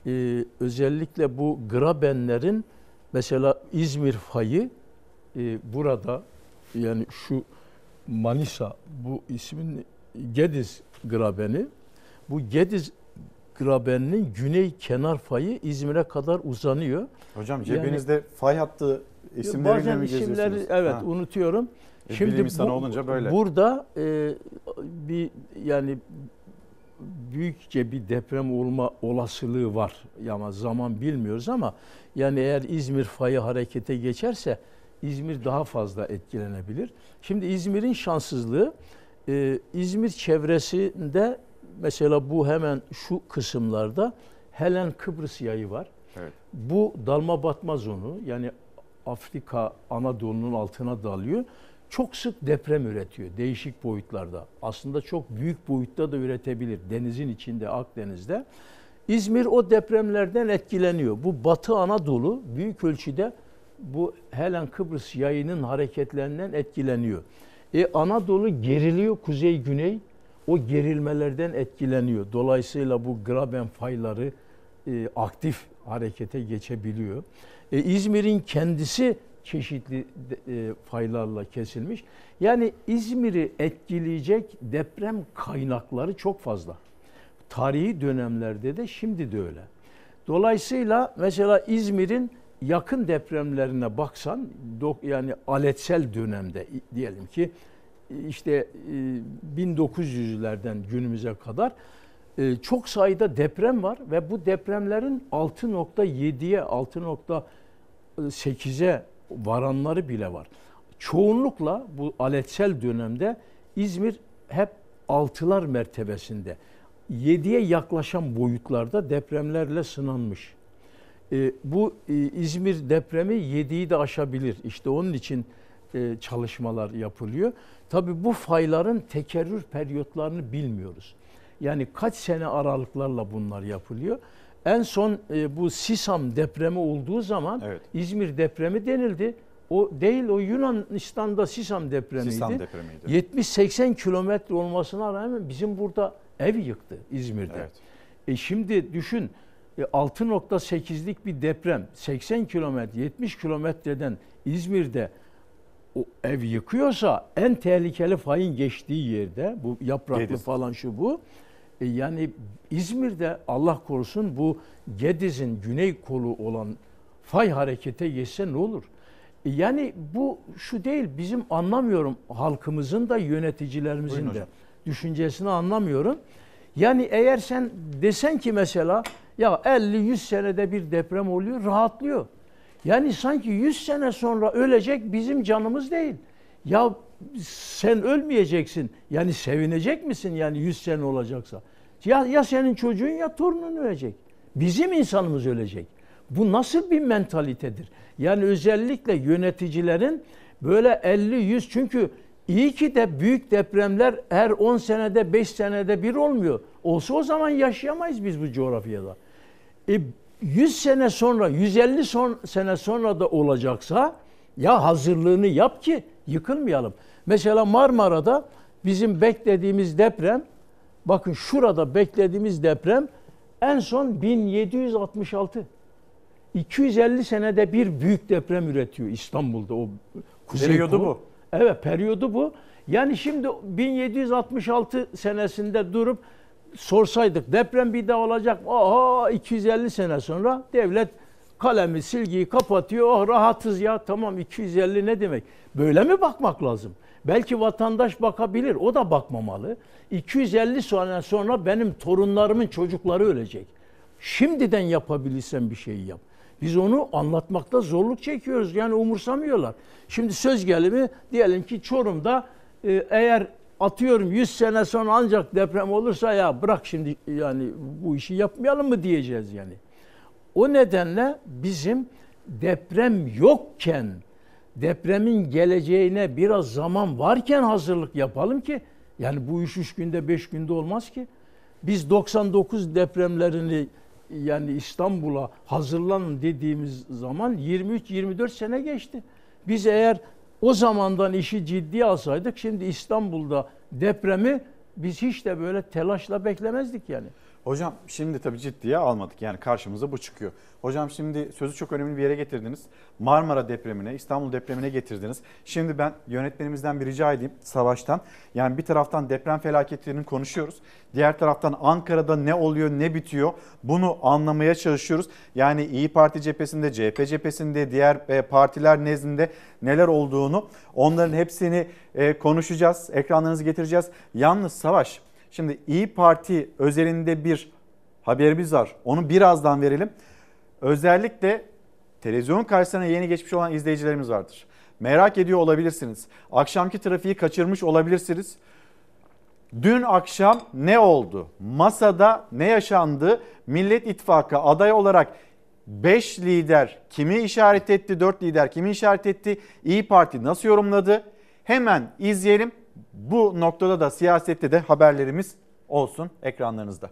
özellikle bu grabenlerin mesela İzmir fayı burada yani şu Manisa bu ismin Gediz grabeni. Bu Gediz grabeninin güney kenar fayı İzmir'e kadar uzanıyor. Hocam cebinizde fay hattı isimleriyle mi geziyorsunuz? Bazen isimleri unutuyorum. Şimdi bilim insanı olunca böyle. Burada bir yani büyükçe bir deprem olma olasılığı var. Ama zaman bilmiyoruz ama yani eğer İzmir fayı harekete geçerse İzmir daha fazla etkilenebilir. Şimdi İzmir'in şanssızlığı İzmir çevresinde mesela bu hemen şu kısımlarda Helen Kıbrıs yayı var. Evet. Bu dalma batma zonu yani Afrika Anadolu'nun altına dalıyor. Çok sık deprem üretiyor değişik boyutlarda. Aslında çok büyük boyutta da üretebilir. Denizin içinde, Akdeniz'de. İzmir o depremlerden etkileniyor. Bu Batı Anadolu büyük ölçüde bu Helen Kıbrıs yayının hareketlerinden etkileniyor. Anadolu geriliyor kuzey-güney. O gerilmelerden etkileniyor. Dolayısıyla bu graben fayları aktif harekete geçebiliyor. İzmir'in kendisi çeşitli faylarla kesilmiş. Yani İzmir'i etkileyecek deprem kaynakları çok fazla. Tarihi dönemlerde de şimdi de öyle. Dolayısıyla mesela İzmir'in yakın depremlerine baksan yani aletsel dönemde diyelim ki işte 1900'lerden günümüze kadar çok sayıda deprem var ve bu depremlerin 6.7'ye 6.8'e varanları bile var. Çoğunlukla bu aletsel dönemde İzmir hep 6'lar mertebesinde 7'ye yaklaşan boyutlarda depremlerle sınanmış. Bu İzmir depremi 7'yi de aşabilir. İşte onun için çalışmalar yapılıyor. Tabii bu fayların tekerrür periyotlarını bilmiyoruz. Yani kaç sene aralıklarla bunlar yapılıyor. En son bu Sisam depremi olduğu zaman İzmir depremi denildi. O değil, o Yunanistan'da Sisam depremiydi. 70-80 kilometre olmasına rağmen bizim burada ev yıktı İzmir'de. Evet. Şimdi düşün 6.8'lik bir deprem 80 kilometre 70 kilometreden İzmir'de o ev yıkıyorsa en tehlikeli fayın geçtiği yerde bu yapraklı Gediz falan şu bu. Yani İzmir'de Allah korusun bu Gediz'in güney kolu olan fay harekete geçse ne olur? Yani bu şu değil bizim anlamıyorum halkımızın da yöneticilerimizin de düşüncesini anlamıyorum. Yani eğer sen desen ki mesela ya 50-100 senede bir deprem oluyor rahatlıyor. Yani sanki 100 sene sonra ölecek bizim canımız değil. Ya sen ölmeyeceksin. Yani sevinecek misin yani 100 sene olacaksa? Ya senin çocuğun ya torunun ölecek. Bizim insanımız ölecek. Bu nasıl bir mentalitedir? Yani özellikle yöneticilerin böyle 50-100 çünkü iyi ki de büyük depremler her 10 senede 5 senede bir olmuyor. Olsa o zaman yaşayamayız biz bu coğrafyada. 100 sene sonra 150 sene sonra da olacaksa ya hazırlığını yap ki yıkılmayalım. Mesela Marmara'da bizim beklediğimiz deprem bakın şurada beklediğimiz deprem en son 1766. 250 senede bir büyük deprem üretiyor İstanbul'da o kuzey periyodu kolu. Bu. Evet periyodu bu. Yani şimdi 1766 senesinde durup sorsaydık deprem bir daha olacak. Oha 250 sene sonra devlet kalemi silgiyi kapatıyor. Oh rahatız ya tamam 250 ne demek? Böyle mi bakmak lazım? Belki vatandaş bakabilir. O da bakmamalı. 250 sene sonra benim torunlarımın çocukları ölecek. Şimdiden yapabilirsen bir şey yap. Biz onu anlatmakta zorluk çekiyoruz. Yani umursamıyorlar. Şimdi söz gelimi diyelim ki Çorum'da eğer atıyorum 100 sene sonra ancak deprem olursa ya bırak şimdi yani bu işi yapmayalım mı diyeceğiz yani. O nedenle bizim deprem yokken depremin geleceğine biraz zaman varken hazırlık yapalım ki yani bu iş 3 günde 5 günde olmaz ki. Biz 99 depremlerini yani İstanbul'a hazırlanın dediğimiz zaman 23-24 sene geçti. Biz eğer o zamandan işi ciddiye alsaydık şimdi İstanbul'da depremi biz hiç de böyle telaşla beklemezdik yani. Hocam şimdi tabii ciddiye almadık. Yani karşımıza bu çıkıyor. Hocam şimdi sözü çok önemli bir yere getirdiniz. Marmara depremine, İstanbul depremine getirdiniz. Şimdi ben yönetmenimizden bir rica edeyim, Savaş'tan. Yani bir taraftan deprem felaketlerini konuşuyoruz. Diğer taraftan Ankara'da ne oluyor, ne bitiyor bunu anlamaya çalışıyoruz. Yani İYİ Parti cephesinde, CHP cephesinde, diğer partiler nezdinde neler olduğunu, onların hepsini konuşacağız. Ekranlarınızı getireceğiz. Yalnız Savaş, şimdi İYİ Parti özelinde bir haberimiz var. Onu birazdan verelim. Özellikle televizyon karşısına yeni geçmiş olan izleyicilerimiz vardır. Merak ediyor olabilirsiniz. Akşamki trafiği kaçırmış olabilirsiniz. Dün akşam ne oldu? Masada ne yaşandı? Millet İttifakı aday olarak 5 lider kimi işaret etti? 4 lider kimi işaret etti? İYİ Parti nasıl yorumladı? Hemen izleyelim. Bu noktada da siyasette de haberlerimiz olsun ekranlarınızda.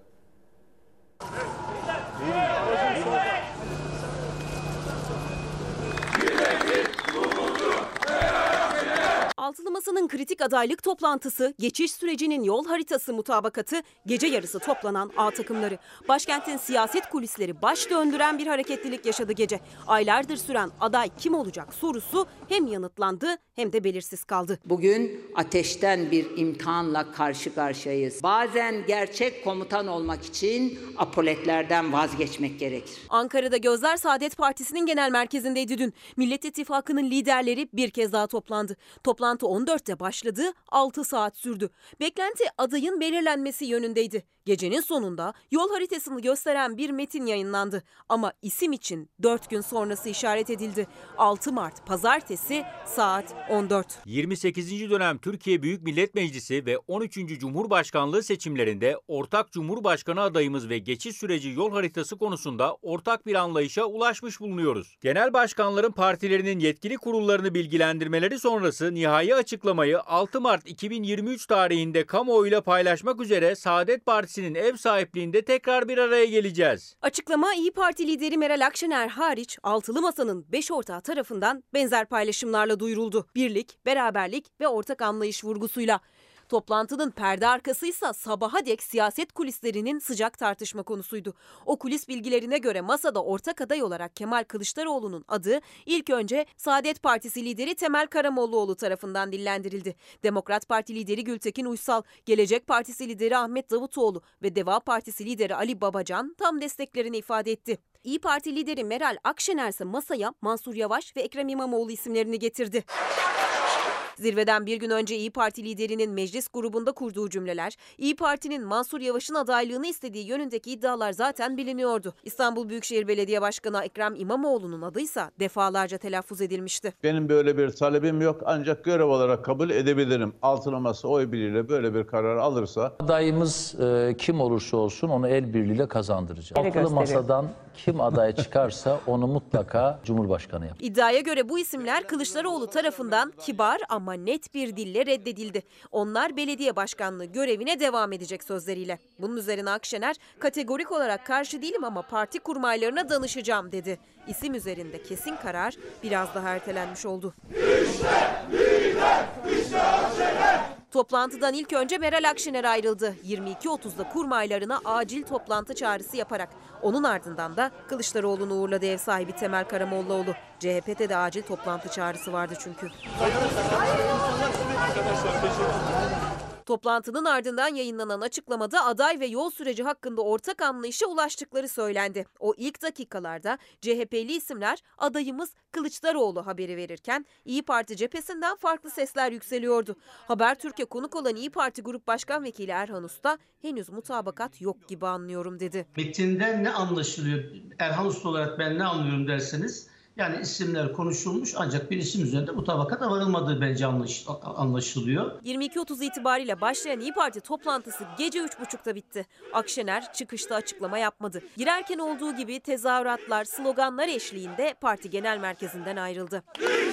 Altılı Masa'nın kritik adaylık toplantısı, geçiş sürecinin yol haritası mutabakatı, gece yarısı toplanan A takımları. Başkentin siyaset kulisleri baş döndüren bir hareketlilik yaşadı gece. Aylardır süren aday kim olacak sorusu hem yanıtlandı hem de belirsiz kaldı. Bugün ateşten bir imtihanla karşı karşıyayız. Bazen gerçek komutan olmak için apoletlerden vazgeçmek gerekir. Ankara'da gözler Saadet Partisi'nin genel merkezindeydi dün. Millet İttifakı'nın liderleri bir kez daha toplandı. Toplantı 14'te başladı, 6 saat sürdü. Beklenti adayın belirlenmesi yönündeydi. Gecenin sonunda yol haritasını gösteren bir metin yayınlandı. Ama isim için 4 gün sonrası işaret edildi. 6 Mart Pazartesi saat 14. 28. dönem Türkiye Büyük Millet Meclisi ve 13. Cumhurbaşkanlığı seçimlerinde ortak Cumhurbaşkanı adayımız ve geçiş süreci yol haritası konusunda ortak bir anlayışa ulaşmış bulunuyoruz. Genel başkanların partilerinin yetkili kurullarını bilgilendirmeleri sonrası nihai açıklamayı 6 Mart 2023 tarihinde kamuoyuyla paylaşmak üzere Saadet Partisi'nin ev sahipliğinde tekrar bir araya geleceğiz. Açıklama İYİ Parti lideri Meral Akşener hariç Altılı Masa'nın 5 ortağı tarafından benzer paylaşımlarla duyuruldu. Birlik, beraberlik ve ortak anlayış vurgusuyla. Toplantının perde arkasıysa sabaha dek siyaset kulislerinin sıcak tartışma konusuydu. O kulis bilgilerine göre masada ortak aday olarak Kemal Kılıçdaroğlu'nun adı ilk önce Saadet Partisi lideri Temel Karamollaoğlu tarafından dillendirildi. Demokrat Parti lideri Gültekin Uysal, Gelecek Partisi lideri Ahmet Davutoğlu ve Deva Partisi lideri Ali Babacan tam desteklerini ifade etti. İYİ Parti lideri Meral Akşener ise masaya Mansur Yavaş ve Ekrem İmamoğlu isimlerini getirdi. Zirveden bir gün önce İYİ Parti liderinin meclis grubunda kurduğu cümleler, İYİ Parti'nin Mansur Yavaş'ın adaylığını istediği yönündeki iddialar zaten biliniyordu. İstanbul Büyükşehir Belediye Başkanı Ekrem İmamoğlu'nun adıysa defalarca telaffuz edilmişti. Benim böyle bir talebim yok ancak görev olarak kabul edebilirim. Altılı Masa oy birliğiyle böyle bir karar alırsa. Adayımız kim olursa olsun onu el birliğiyle kazandıracağız. Altılı Masa'dan kim aday çıkarsa onu mutlaka Cumhurbaşkanı yapar. İddiaya göre bu isimler Kılıçdaroğlu tarafından kibar ama net bir dille reddedildi. Onlar belediye başkanlığı görevine devam edecek sözleriyle. Bunun üzerine Akşener kategorik olarak karşı değilim ama parti kurmaylarına danışacağım dedi. İsim üzerinde kesin karar biraz daha ertelenmiş oldu. Toplantıdan ilk önce Meral Akşener ayrıldı. 22.30'da kurmaylarına acil toplantı çağrısı yaparak. Onun ardından da Kılıçdaroğlu'nu uğurladı ev sahibi Temel Karamollaoğlu. CHP'de de acil toplantı çağrısı vardı çünkü. Toplantının ardından yayınlanan açıklamada aday ve yol süreci hakkında ortak anlayışa ulaştıkları söylendi. O ilk dakikalarda CHP'li isimler adayımız Kılıçdaroğlu haberi verirken İYİ Parti cephesinden farklı sesler yükseliyordu. Habertürk'e konuk olan İYİ Parti Grup Başkan Vekili Erhan Usta henüz mutabakat yok gibi anlıyorum dedi. Metinden ne anlaşılıyor? Erhan Usta olarak ben ne anlıyorum derseniz yani isimler konuşulmuş ancak bir isim üzerinde mutabakata varılmadığı bence anlaşılıyor. 22.30 itibariyle başlayan İYİ Parti toplantısı gece 3.30'da bitti. Akşener çıkışta açıklama yapmadı. Girerken olduğu gibi tezahüratlar, sloganlar eşliğinde parti genel merkezinden ayrıldı.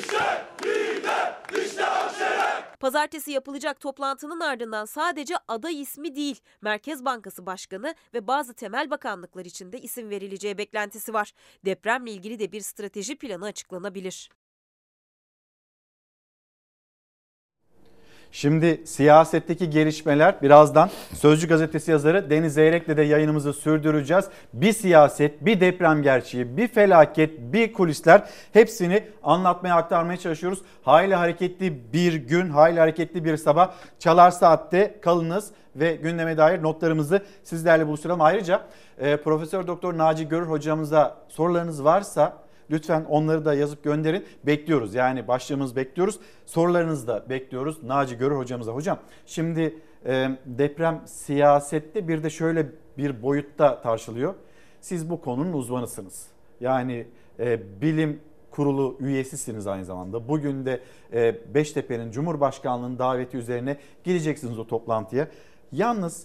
İşte Akşener! Pazartesi yapılacak toplantının ardından sadece aday ismi değil, Merkez Bankası Başkanı ve bazı temel bakanlıklar için de isim verileceği beklentisi var. Depremle ilgili de bir strateji planı açıklanabilir. Şimdi siyasetteki gelişmeler birazdan Sözcü gazetesi yazarı Deniz Zeyrek'le de yayınımızı sürdüreceğiz. Bir siyaset, bir deprem gerçeği, bir felaket, bir kulisler hepsini anlatmaya aktarmaya çalışıyoruz. Hayli hareketli bir gün, hayli hareketli bir sabah. Çalar Saat'te kalınız ve gündeme dair notlarımızı sizlerle buluşturalım. Ayrıca Profesör Doktor Naci Görür hocamıza sorularınız varsa lütfen onları da yazıp gönderin. Bekliyoruz. Yani başlığımız bekliyoruz. Sorularınızı da bekliyoruz Naci Görür hocamıza. Hocam şimdi deprem siyasette bir de şöyle bir boyutta tartışılıyor. Siz bu konunun uzmanısınız. Yani bilim kurulu üyesisiniz aynı zamanda. Bugün de Beştepe'nin Cumhurbaşkanlığı'nın daveti üzerine gideceksiniz o toplantıya. Yalnız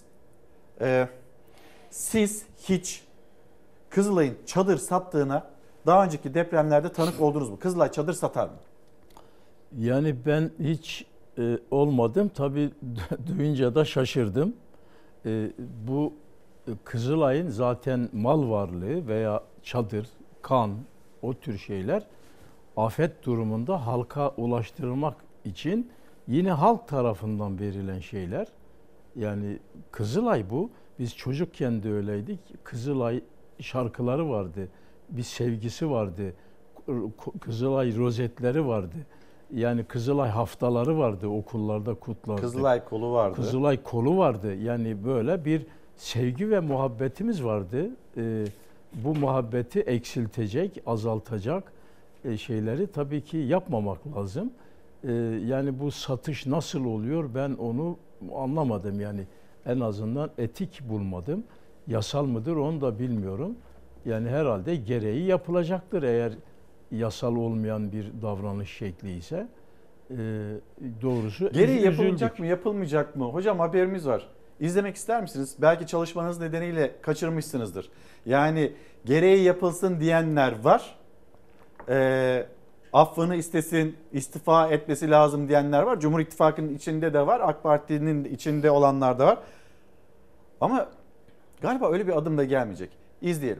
siz hiç Kızılay'ın çadır sattığına daha önceki depremlerde tanık oldunuz mu? Kızılay çadır satar mı? Yani ben hiç olmadım. Tabii duyunca da şaşırdım. Bu Kızılay'ın zaten mal varlığı veya çadır, kan, o tür şeyler afet durumunda halka ulaştırılmak için yine halk tarafından verilen şeyler. Yani Kızılay bu. Biz çocukken de öyleydik. Kızılay şarkıları vardı. Bir sevgisi vardı. Kızılay rozetleri vardı. Yani Kızılay haftaları vardı, okullarda kutlardı. Kızılay kolu vardı. Kızılay kolu vardı. Yani böyle bir sevgi ve muhabbetimiz vardı. Bu muhabbeti eksiltecek, azaltacak şeyleri tabii ki yapmamak lazım. Yani bu satış nasıl oluyor ben onu anlamadım. Yani en azından etik bulmadım. Yasal mıdır onu da bilmiyorum. Yani herhalde gereği yapılacaktır eğer yasal olmayan bir davranış şekli ise. Doğrusu gereği yapılacak mı, yapılmayacak mı? Hocam haberimiz var. İzlemek ister misiniz? Belki çalışmanız nedeniyle kaçırmışsınızdır. Yani gereği yapılsın diyenler var. Affını istesin, istifa etmesi lazım diyenler var. Cumhur İttifakı'nın içinde de var. AK Parti'nin içinde olanlar da var. Ama galiba öyle bir adım da gelmeyecek. İzleyelim.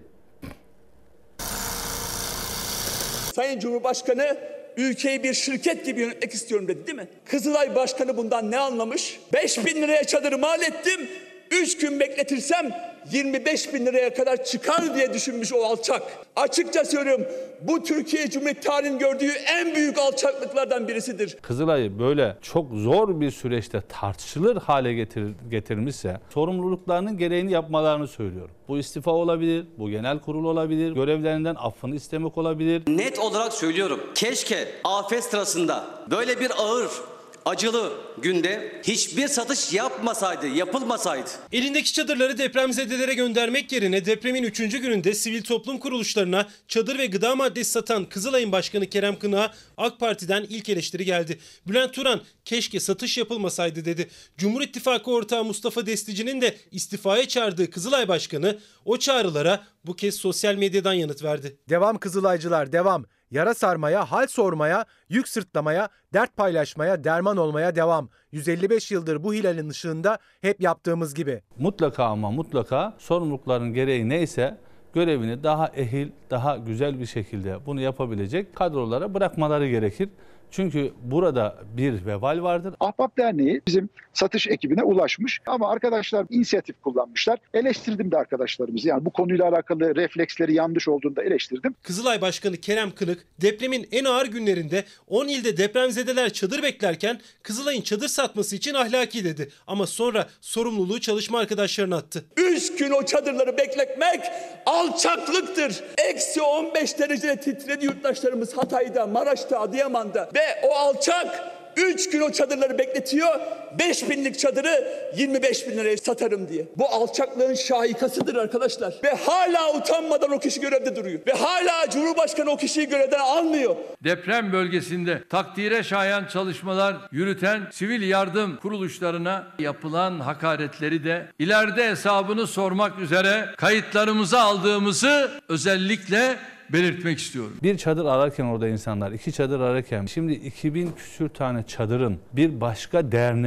Sayın Cumhurbaşkanı ülkeyi bir şirket gibi yönetmek istiyorum dedi değil mi? Kızılay Başkanı bundan ne anlamış? 5.000 liraya çadırı mal ettim. 3 gün bekletirsem 25.000 liraya kadar çıkar diye düşünmüş o alçak. Açıkça söylüyorum bu Türkiye Cumhuriyeti tarihinin gördüğü en büyük alçaklıklardan birisidir. Kızılay'ı böyle çok zor bir süreçte tartışılır hale getirmişse sorumluluklarının gereğini yapmalarını söylüyorum. Bu istifa olabilir, bu genel kurul olabilir, görevlerinden affını istemek olabilir. Net olarak söylüyorum. Keşke afet sırasında böyle bir ağır, acılı günde hiçbir satış yapılmasaydı. Elindeki çadırları depremzedelere göndermek yerine depremin 3. gününde sivil toplum kuruluşlarına çadır ve gıda maddesi satan Kızılay'ın başkanı Kerem Kınık'a AK Parti'den ilk eleştiri geldi. Bülent Turan keşke satış yapılmasaydı dedi. Cumhur İttifakı ortağı Mustafa Destici'nin de istifaya çağırdığı Kızılay Başkanı o çağrılara bu kez sosyal medyadan yanıt verdi. Devam Kızılaycılar devam. Yara sarmaya, hal sormaya, yük sırtlamaya, dert paylaşmaya, derman olmaya devam. 155 yıldır bu hilalin ışığında hep yaptığımız gibi. Mutlaka ama mutlaka sorumlulukların gereği neyse görevini daha ehil, daha güzel bir şekilde bunu yapabilecek kadrolara bırakmaları gerekir. Çünkü burada bir vebal vardır. Ahbap Derneği bizim satış ekibine ulaşmış ama arkadaşlar inisiyatif kullanmışlar. Eleştirdim de arkadaşlarımızı. Yani bu konuyla alakalı refleksleri yanlış olduğunu da eleştirdim. Kızılay Başkanı Kerem Kınık depremin en ağır günlerinde 10 ilde depremzedeler çadır beklerken Kızılay'ın çadır satması için ahlaki dedi. Ama sonra sorumluluğu çalışma arkadaşlarına attı. 3 gün o çadırları bekletmek alçaklıktır. Eksi 15 derecede titredi yurttaşlarımız Hatay'da, Maraş'ta, Adıyaman'da. Ve o alçak 3 gün o çadırları bekletiyor. 5.000'lik çadırı 25.000 liraya satarım diye. Bu alçaklığın şahikasıdır arkadaşlar. Ve hala utanmadan o kişi görevde duruyor. Ve hala Cumhurbaşkanı o kişiyi görevden almıyor. Deprem bölgesinde takdire şayan çalışmalar yürüten sivil yardım kuruluşlarına yapılan hakaretleri de ileride hesabını sormak üzere kayıtlarımıza aldığımızı özellikle belirtmek istiyorum. Bir çadır ararken orada insanlar 2 çadır ararken şimdi 2000 küsür tane çadırın bir başka derneğe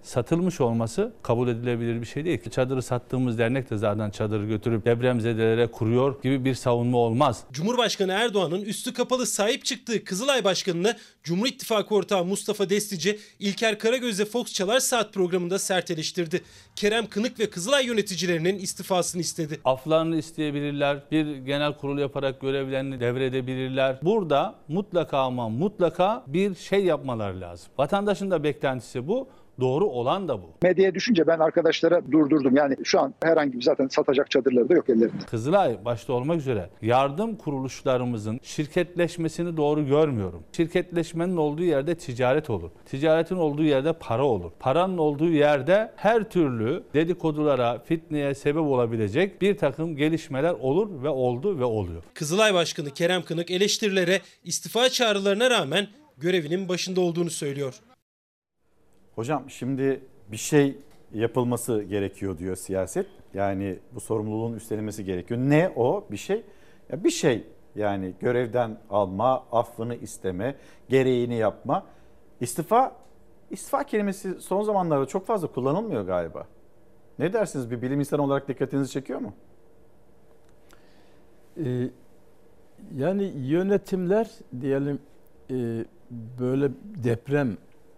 satılmış olması kabul edilebilir bir şey değil. Çadırı sattığımız dernek de zaten çadırı götürüp depremzedelere kuruyor gibi bir savunma olmaz. Cumhurbaşkanı Erdoğan'ın üstü kapalı sahip çıktığı Kızılay Başkanı'nı Cumhur İttifakı ortağı Mustafa Destici, İlker Karagöz'le Fox Çalar Saat programında sert eleştirdi. Kerem Kınık ve Kızılay yöneticilerinin istifasını istedi. Aflarını isteyebilirler, bir genel kurul yaparak görevlerini devredebilirler. Burada mutlaka ama mutlaka bir şey yapmaları lazım. Vatandaşın da beklentisi bu. Doğru olan da bu. Medyaya düşünce ben arkadaşlara durdurdum. Yani şu an herhangi bir zaten satacak çadırları da yok ellerinde. Kızılay başta olmak üzere yardım kuruluşlarımızın şirketleşmesini doğru görmüyorum. Şirketleşmenin olduğu yerde ticaret olur. Ticaretin olduğu yerde para olur. Paranın olduğu yerde her türlü dedikodulara, fitneye sebep olabilecek bir takım gelişmeler olur ve oldu ve oluyor. Kızılay Başkanı Kerem Kınık eleştirilere, istifa çağrılarına rağmen görevinin başında olduğunu söylüyor. Hocam şimdi bir şey yapılması gerekiyor diyor siyaset. Yani bu sorumluluğun üstlenilmesi gerekiyor. Ne o bir şey? Ya bir şey yani görevden alma, affını isteme, gereğini yapma. İstifa kelimesi son zamanlarda çok fazla kullanılmıyor galiba. Ne dersiniz? Bir bilim insanı olarak dikkatinizi çekiyor mu? Yani yönetimler diyelim böyle deprem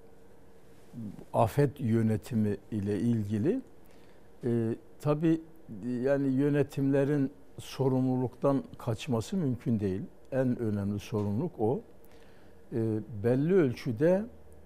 afet yönetimi ile ilgili tabii yani yönetimlerin sorumluluktan kaçması mümkün değil. En önemli sorumluluk o. Belli ölçüde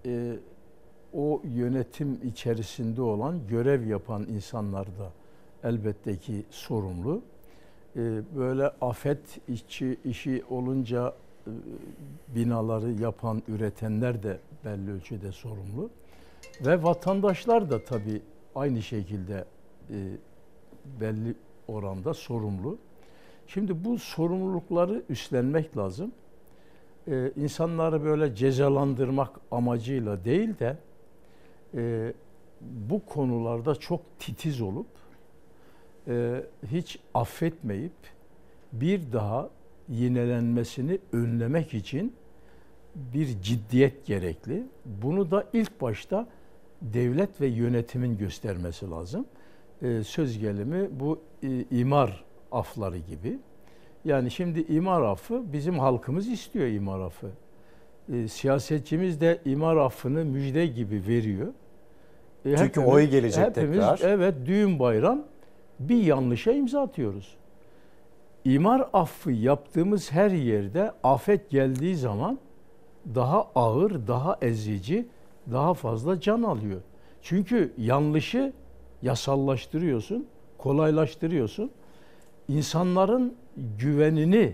o yönetim içerisinde olan görev yapan insanlar da elbette ki sorumlu. Böyle afet işi olunca binaları yapan, üretenler de belli ölçüde sorumlu. Ve vatandaşlar da tabii aynı şekilde belli oranda sorumlu. Şimdi bu sorumlulukları üstlenmek lazım. İnsanları böyle cezalandırmak amacıyla değil de bu konularda çok titiz olup hiç affetmeyip bir daha yinelenmesini önlemek için bir ciddiyet gerekli. Bunu da ilk başta devlet ve yönetimin göstermesi lazım. Söz gelimi bu imar afları gibi. Yani şimdi imar affı bizim halkımız istiyor imar affı. Siyasetçimiz de imar affını müjde gibi veriyor. Çünkü Hepimiz, oy gelecek tekrar. Evet, düğün bayram bir yanlışa imza atıyoruz. İmar affı yaptığımız her yerde afet geldiği zaman daha ağır, daha ezici, daha fazla can alıyor. Çünkü yanlışı yasallaştırıyorsun, kolaylaştırıyorsun. İnsanların güvenini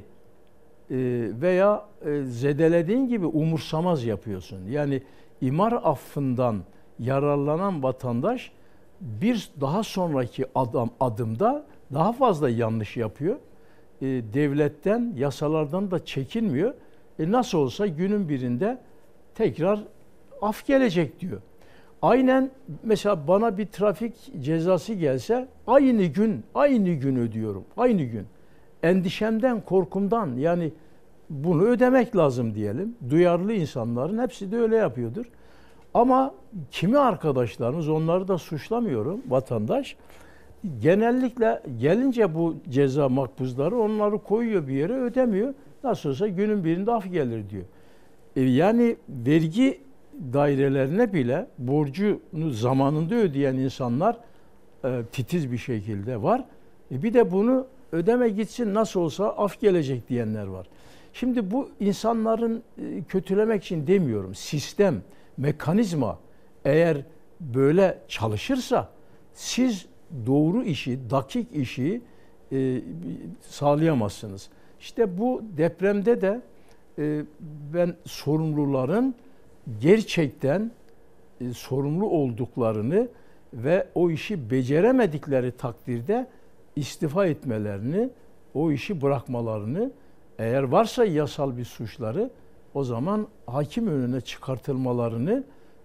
veya zedelediğin gibi umursamaz yapıyorsun. Yani imar affından yararlanan vatandaş bir daha sonraki adımda daha fazla yanlış yapıyor. Devletten, yasalardan da çekinmiyor. Nasıl olsa günün birinde tekrar af gelecek diyor. Aynen mesela bana bir trafik cezası gelse aynı gün ödüyorum. Aynı gün. Endişemden, korkumdan yani bunu ödemek lazım diyelim. Duyarlı insanların hepsi de öyle yapıyordur. Ama kimi arkadaşlarımız, onları da suçlamıyorum, vatandaş genellikle gelince bu ceza makbuzları onları koyuyor bir yere, ödemiyor. Nasıl olsa günün birinde af gelir diyor. Yani vergi dairelerine bile borcunu zamanında ödeyen insanlar titiz bir şekilde var. Bir de bunu ödeme gitsin nasıl olsa af gelecek diyenler var. Şimdi bu insanların kötülemek için demiyorum. Sistem, mekanizma eğer böyle çalışırsa siz doğru işi, dakik işi sağlayamazsınız. İşte bu depremde de ben sorumluların gerçekten sorumlu olduklarını ve o işi beceremedikleri takdirde istifa etmelerini, o işi bırakmalarını, eğer varsa yasal bir suçları o zaman hakim önüne çıkartılmalarını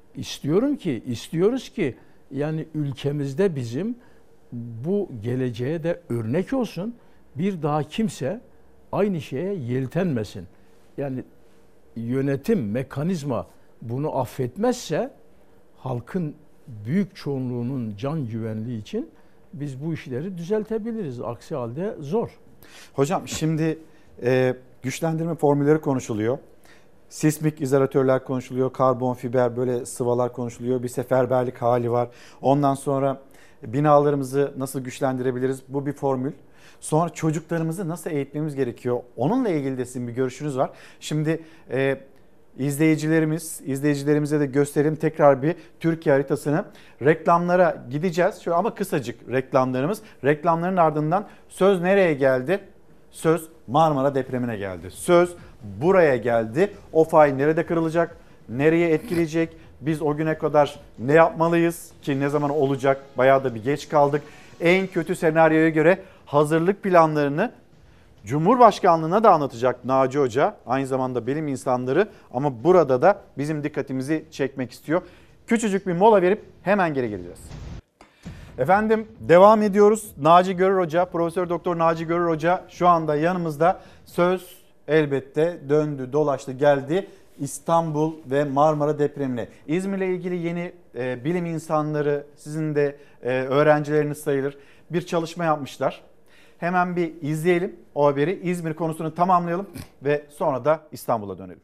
istiyoruz ki yani ülkemizde bizim bu geleceğe de örnek olsun. Bir daha kimse aynı şeye yeltenmesin. Yani yönetim, mekanizma bunu affetmezse halkın büyük çoğunluğunun can güvenliği için biz bu işleri düzeltebiliriz. Aksi halde zor. Hocam şimdi güçlendirme formülleri konuşuluyor. Sismik izolatörler konuşuluyor. Karbon fiber böyle sıvalar konuşuluyor. Bir seferberlik hali var. Ondan sonra binalarımızı nasıl güçlendirebiliriz? Bu bir formül. Sonra çocuklarımızı nasıl eğitmemiz gerekiyor? Onunla ilgili de sizin bir görüşünüz var. Şimdi izleyicilerimize de göstereyim tekrar bir Türkiye haritasını. Reklamlara gideceğiz. Şöyle ama kısacık reklamlarımız. Reklamların ardından söz nereye geldi? Söz Marmara depremine geldi. Söz buraya geldi. O fay nerede kırılacak? Nereye etkileyecek? Biz o güne kadar ne yapmalıyız ki ne zaman olacak? Bayağı da bir geç kaldık. En kötü senaryoya göre hazırlık planlarını Cumhurbaşkanlığına da anlatacak Naci Hoca. Aynı zamanda bilim insanları ama burada da bizim dikkatimizi çekmek istiyor. Küçücük bir mola verip hemen geri geleceğiz. Efendim devam ediyoruz. Naci Görür Hoca, Profesör Doktor Naci Görür Hoca şu anda yanımızda. Söz elbette döndü, dolaştı, geldi İstanbul ve Marmara depremine. İzmir'le ilgili yeni bilim insanları, sizin de öğrencileriniz sayılır, bir çalışma yapmışlar. Hemen bir izleyelim o haberi. İzmir konusunu tamamlayalım ve sonra da İstanbul'a dönelim.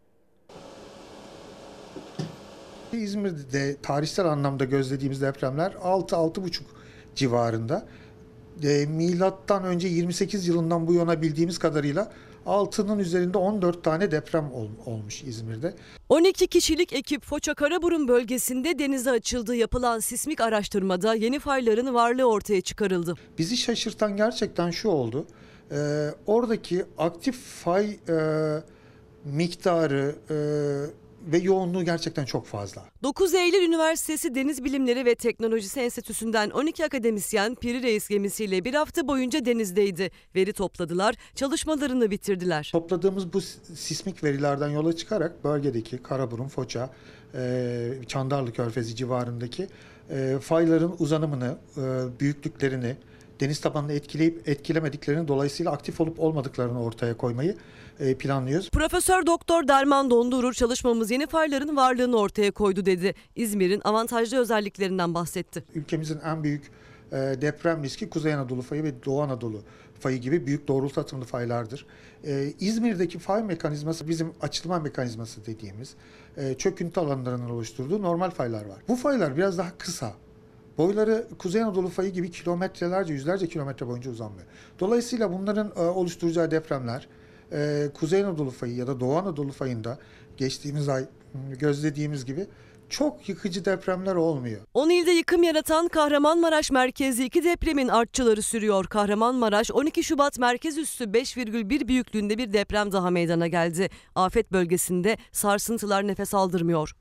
İzmir'de tarihsel anlamda gözlediğimiz depremler 6-6,5 civarında. Milattan önce 28 yılından bu yana bildiğimiz kadarıyla 6'nın üzerinde 14 tane deprem olmuş İzmir'de. 12 kişilik ekip Foça Karaburun bölgesinde denize açıldığı yapılan sismik araştırmada yeni fayların varlığı ortaya çıkarıldı. Bizi şaşırtan gerçekten şu oldu. Oradaki aktif fay miktarı ve yoğunluğu gerçekten çok fazla. 9 Eylül Üniversitesi Deniz Bilimleri ve Teknolojisi Enstitüsü'nden 12 akademisyen Piri Reis gemisiyle bir hafta boyunca denizdeydi. Veri topladılar, çalışmalarını bitirdiler. Topladığımız bu sismik verilerden yola çıkarak bölgedeki Karaburun, Foça, Çandarlı Körfezi civarındaki fayların uzanımını, büyüklüklerini, deniz tabanını etkileyip etkilemediklerini, dolayısıyla aktif olup olmadıklarını ortaya koymayı planlıyoruz. Profesör Doktor Derman Dondurur çalışmamız yeni fayların varlığını ortaya koydu dedi. İzmir'in avantajlı özelliklerinden bahsetti. Ülkemizin en büyük deprem riski Kuzey Anadolu fayı ve Doğu Anadolu fayı gibi büyük doğrultu atımlı faylardır. İzmir'deki fay mekanizması bizim açılma mekanizması dediğimiz çöküntü alanlarının oluşturduğu normal faylar var. Bu faylar biraz daha kısa. Boyları Kuzey Anadolu fayı gibi kilometrelerce, yüzlerce kilometre boyunca uzanmıyor. Dolayısıyla bunların oluşturacağı depremler Kuzey Anadolu fayı ya da Doğu Anadolu fayında geçtiğimiz ay gözlediğimiz gibi çok yıkıcı depremler olmuyor. 10 ilde yıkım yaratan Kahramanmaraş merkezli 2 depremin artçıları sürüyor. Kahramanmaraş 12 Şubat merkez üssü 5,1 büyüklüğünde bir deprem daha meydana geldi. Afet bölgesinde sarsıntılar nefes aldırmıyor.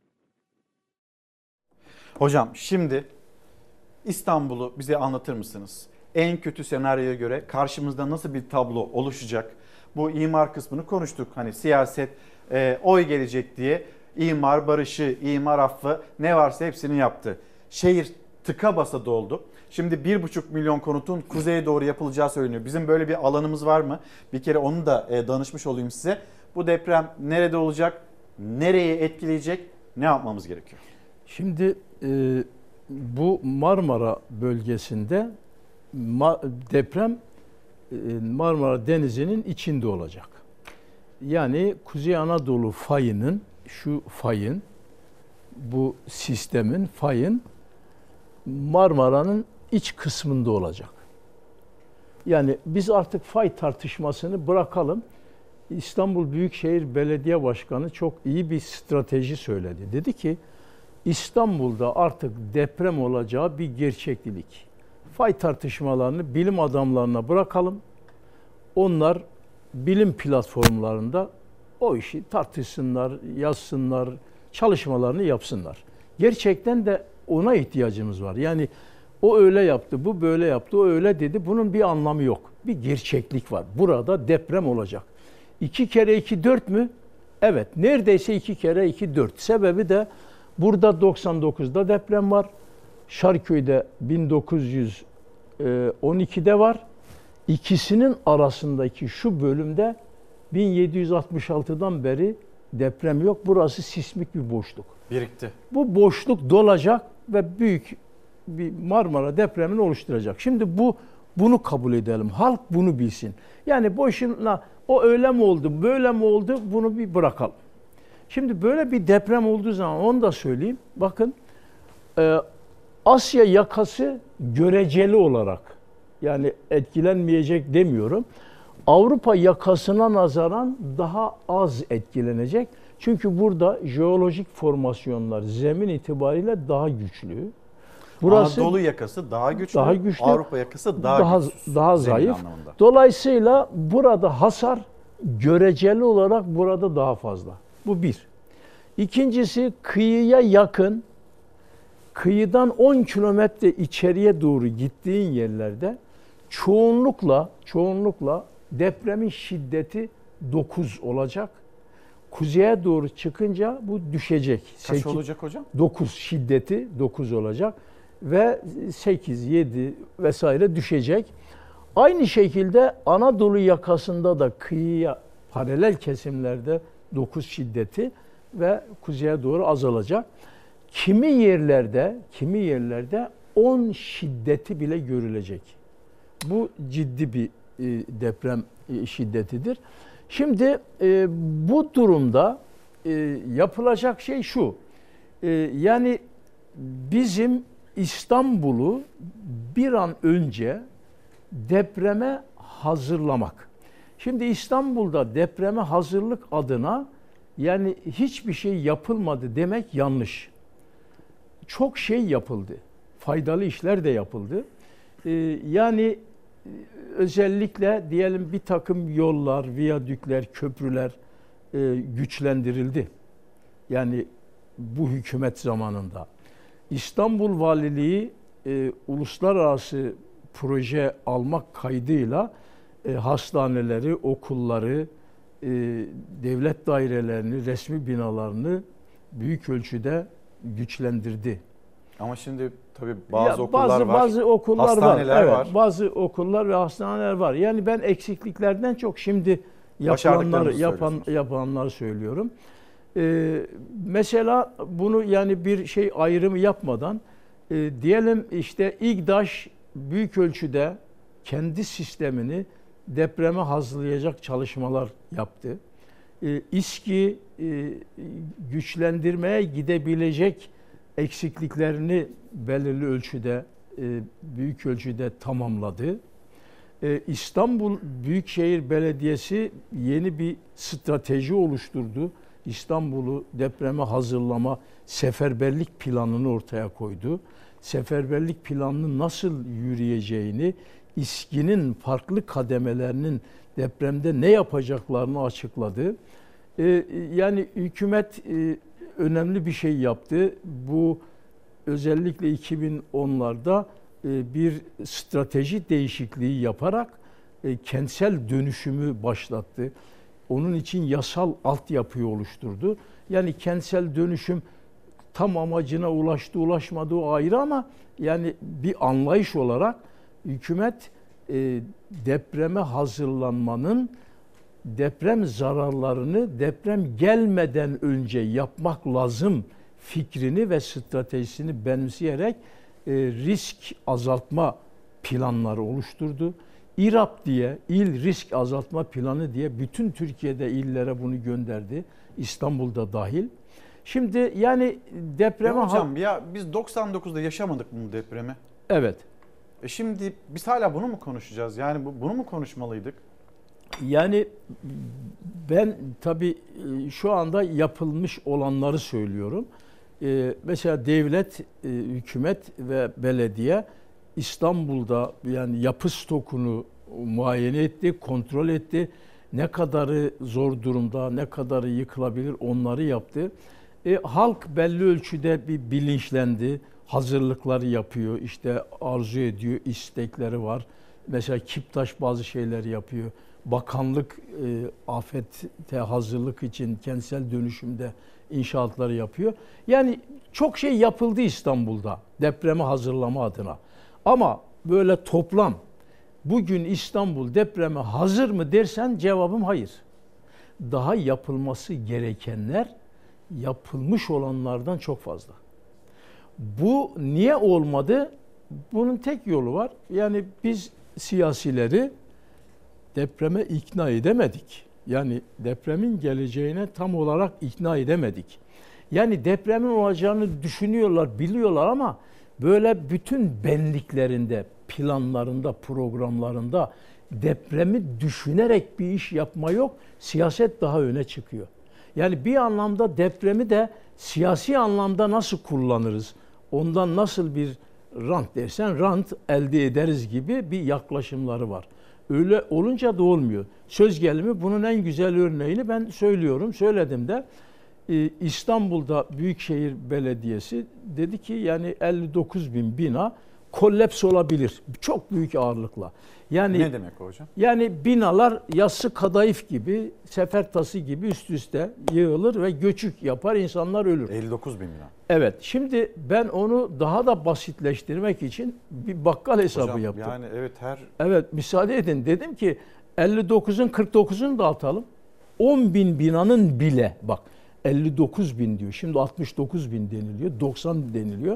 Hocam şimdi İstanbul'u bize anlatır mısınız? En kötü senaryoya göre karşımızda nasıl bir tablo oluşacak? Bu imar kısmını konuştuk. Hani siyaset oy gelecek diye imar barışı, imar affı ne varsa hepsini yaptı. Şehir tıka basa doldu. Şimdi 1,5 milyon konutun kuzeye doğru yapılacağı söyleniyor. Bizim böyle bir alanımız var mı? Bir kere onu da danışmış olayım size. Bu deprem nerede olacak? Nereye etkileyecek? Ne yapmamız gerekiyor? Şimdi bu Marmara bölgesinde deprem Marmara Denizi'nin içinde olacak. Yani Kuzey Anadolu fayının, şu fayın, bu sistemin, fayın Marmara'nın iç kısmında olacak. Yani biz artık fay tartışmasını bırakalım. İstanbul Büyükşehir Belediye Başkanı çok iyi bir strateji söyledi. Dedi ki İstanbul'da artık deprem olacağı bir gerçeklik. Fay tartışmalarını bilim adamlarına bırakalım. Onlar bilim platformlarında o işi tartışsınlar, yazsınlar, çalışmalarını yapsınlar. Gerçekten de ona ihtiyacımız var. Yani o öyle yaptı, bu böyle yaptı, o öyle dedi. Bunun bir anlamı yok. Bir gerçeklik var. Burada deprem olacak. 2 kere 2 4 mü? Evet. Neredeyse 2 kere 2 4. Sebebi de burada 99'da deprem var. Şarköy'de 1912'de var. İkisinin arasındaki şu bölümde 1766'dan beri deprem yok. Burası sismik bir boşluk. Birikti. Bu boşluk dolacak ve büyük bir Marmara depremini oluşturacak. Şimdi bunu kabul edelim. Halk bunu bilsin. Yani boşuna o öyle mi oldu, böyle mi oldu, bunu bir bırakalım. Şimdi böyle bir deprem olduğu zaman onu da söyleyeyim. Bakın Asya yakası göreceli olarak, yani etkilenmeyecek demiyorum, Avrupa yakasına nazaran daha az etkilenecek. Çünkü burada jeolojik formasyonlar zemin itibariyle daha güçlü. Burası Anadolu yakası daha güçlü, Avrupa yakası daha zayıf. Anlamında. Dolayısıyla burada hasar göreceli olarak burada daha fazla. Bu bir. İkincisi, kıyıya yakın, kıyıdan 10 kilometre içeriye doğru gittiğin yerlerde çoğunlukla depremin şiddeti 9 olacak. Kuzeye doğru çıkınca bu düşecek. Kaç olacak hocam? 9 şiddeti 9 olacak ve 8, 7 vesaire düşecek. Aynı şekilde Anadolu yakasında da kıyıya paralel kesimlerde 9 şiddeti ve kuzeye doğru azalacak. Kimi yerlerde 10 şiddeti bile görülecek. Bu ciddi bir deprem şiddetidir. Şimdi bu durumda yapılacak şey şu. Yani bizim İstanbul'u bir an önce depreme hazırlamak. Şimdi İstanbul'da depreme hazırlık adına yani hiçbir şey yapılmadı demek yanlış. Çok şey yapıldı. Faydalı işler de yapıldı. Yani özellikle diyelim bir takım yollar, viyadükler, köprüler güçlendirildi. Yani bu hükümet zamanında. İstanbul Valiliği uluslararası proje almak kaydıyla hastaneleri, okulları, devlet dairelerini, resmi binalarını büyük ölçüde güçlendirdi. Ama şimdi tabii bazı okullar var, bazı okullar hastaneler var. var. Evet, bazı okullar ve hastaneler var. Yani ben eksikliklerden çok şimdi yapanları söylüyorum. Mesela bunu yani bir şey ayrımı yapmadan diyelim işte İGDAŞ büyük ölçüde kendi sistemini depreme hazırlayacak çalışmalar yaptı. İSKİ güçlendirmeye gidebilecek eksikliklerini belirli ölçüde, büyük ölçüde tamamladı. İstanbul Büyükşehir Belediyesi yeni bir strateji oluşturdu. İstanbul'u depreme hazırlama seferberlik planını ortaya koydu. Seferberlik planının nasıl yürüyeceğini, İSKİ'nin farklı kademelerinin depremde ne yapacaklarını açıkladı. Yani hükümet önemli bir şey yaptı. Bu özellikle 2010'larda bir strateji değişikliği yaparak kentsel dönüşümü başlattı. Onun için yasal altyapıyı oluşturdu. Yani kentsel dönüşüm tam amacına ulaştı, ulaşmadı o ayrı ama yani bir anlayış olarak hükümet depreme hazırlanmanın deprem zararlarını deprem gelmeden önce yapmak lazım fikrini ve stratejisini benimseyerek risk azaltma planları oluşturdu. İRAP diye, İl Risk Azaltma Planı diye bütün Türkiye'de illere bunu gönderdi. İstanbul'da dahil. Şimdi yani depreme... Hocam ya biz 99'da yaşamadık mı bu depremi? Evet. Şimdi biz hala bunu mu konuşacağız? Yani bunu mu konuşmalıydık? Yani ben tabii şu anda yapılmış olanları söylüyorum. Mesela devlet, hükümet ve belediye İstanbul'da yani yapı stokunu muayene etti, kontrol etti. Ne kadarı zor durumda, ne kadarı yıkılabilir onları yaptı. Halk belli ölçüde bir bilinçlendi, hazırlıkları yapıyor, işte arzu ediyor, istekleri var. Mesela Kiptaş bazı şeyler yapıyor. Bakanlık afete hazırlık için kentsel dönüşümde inşaatları yapıyor. Yani çok şey yapıldı İstanbul'da depreme hazırlama adına. Ama böyle toplam bugün İstanbul depreme hazır mı dersen cevabım hayır. daha yapılması gerekenler yapılmış olanlardan çok fazla. Bu niye olmadı? Bunun tek yolu var. Yani biz siyasileri depreme ikna edemedik. Yani depremin geleceğine tam olarak ikna edemedik. Yani depremin olacağını düşünüyorlar, biliyorlar ama böyle bütün benliklerinde, planlarında, programlarında depremi düşünerek bir iş yapma yok. Siyaset daha öne çıkıyor. Yani bir anlamda depremi de siyasi anlamda nasıl kullanırız? Ondan nasıl bir rant dersen rant elde ederiz gibi bir yaklaşımları var. Öyle olunca da olmuyor. Söz gelimi bunun en güzel örneğini ben söylüyorum. Söyledim de İstanbul'da Büyükşehir Belediyesi dedi ki yani 59 bin bina kollaps olabilir. Çok büyük ağırlıkla. Yani ne demek hocam? Yani binalar yassı kadayıf gibi, sefer tası gibi üst üste yığılır ve göçük yapar, insanlar ölür. 59 bin bina. Evet. Şimdi ben onu daha da basitleştirmek için bir bakkal hesabı hocam, yaptım. Yani evet Evet, müsaade edin. Dedim ki 59'un 49'unu da atalım. 10 bin binanın bile bak 59 bin diyor. Şimdi 69 bin deniliyor. 90 deniliyor.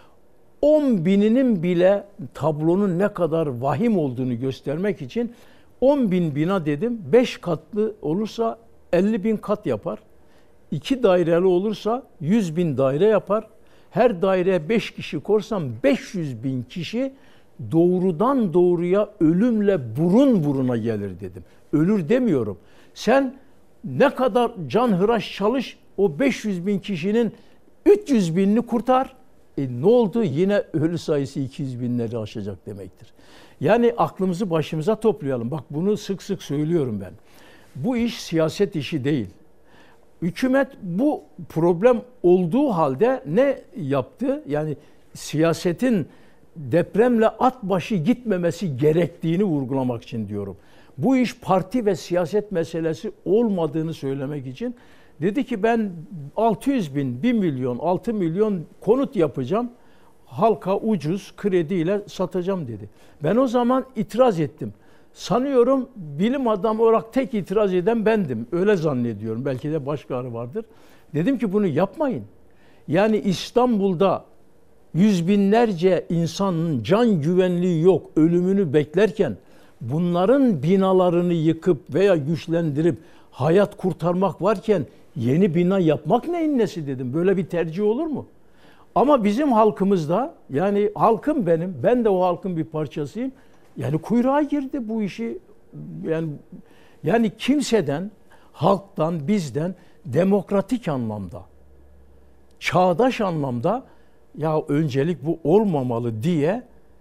10 bininin bile tablonun ne kadar vahim olduğunu göstermek için 10 bin bina dedim. 5 katlı olursa 50 bin kat yapar. 2 daireli olursa 100 bin daire yapar. Her daireye 5 kişi korsam 500 bin kişi doğrudan doğruya ölümle burun buruna gelir dedim. Ölür demiyorum. Sen ne kadar canhıraş çalış, o 500 bin kişinin 300 binini kurtar. Ne oldu? Yine ölü sayısı 200 binleri aşacak demektir. Yani aklımızı başımıza toplayalım. Bak bunu sık sık söylüyorum ben. Bu iş siyaset işi değil. Hükümet bu problem olduğu halde ne yaptı? Yani siyasetin depremle at başı gitmemesi gerektiğini vurgulamak için diyorum. Bu iş parti ve siyaset meselesi olmadığını söylemek için dedi ki ben 600 bin, 1 milyon, 6 milyon konut yapacağım. Halka ucuz krediyle satacağım dedi. Ben o zaman itiraz ettim. Sanıyorum bilim adamı olarak tek itiraz eden bendim. Öyle zannediyorum. Belki de başkaları vardır. Dedim ki bunu yapmayın. Yani İstanbul'da yüz binlerce insanın can güvenliği yok, ölümünü beklerken bunların binalarını yıkıp veya güçlendirip hayat kurtarmak varken yeni bina yapmak neyin nesi dedim. Böyle bir tercih olur mu? Ama bizim halkımızda, yani halkım benim, ben de o halkın bir parçasıyım. Yani kuyruğa girdi bu işi. Yani kimseden, halktan, bizden demokratik anlamda, çağdaş anlamda ya öncelik bu olmamalı diye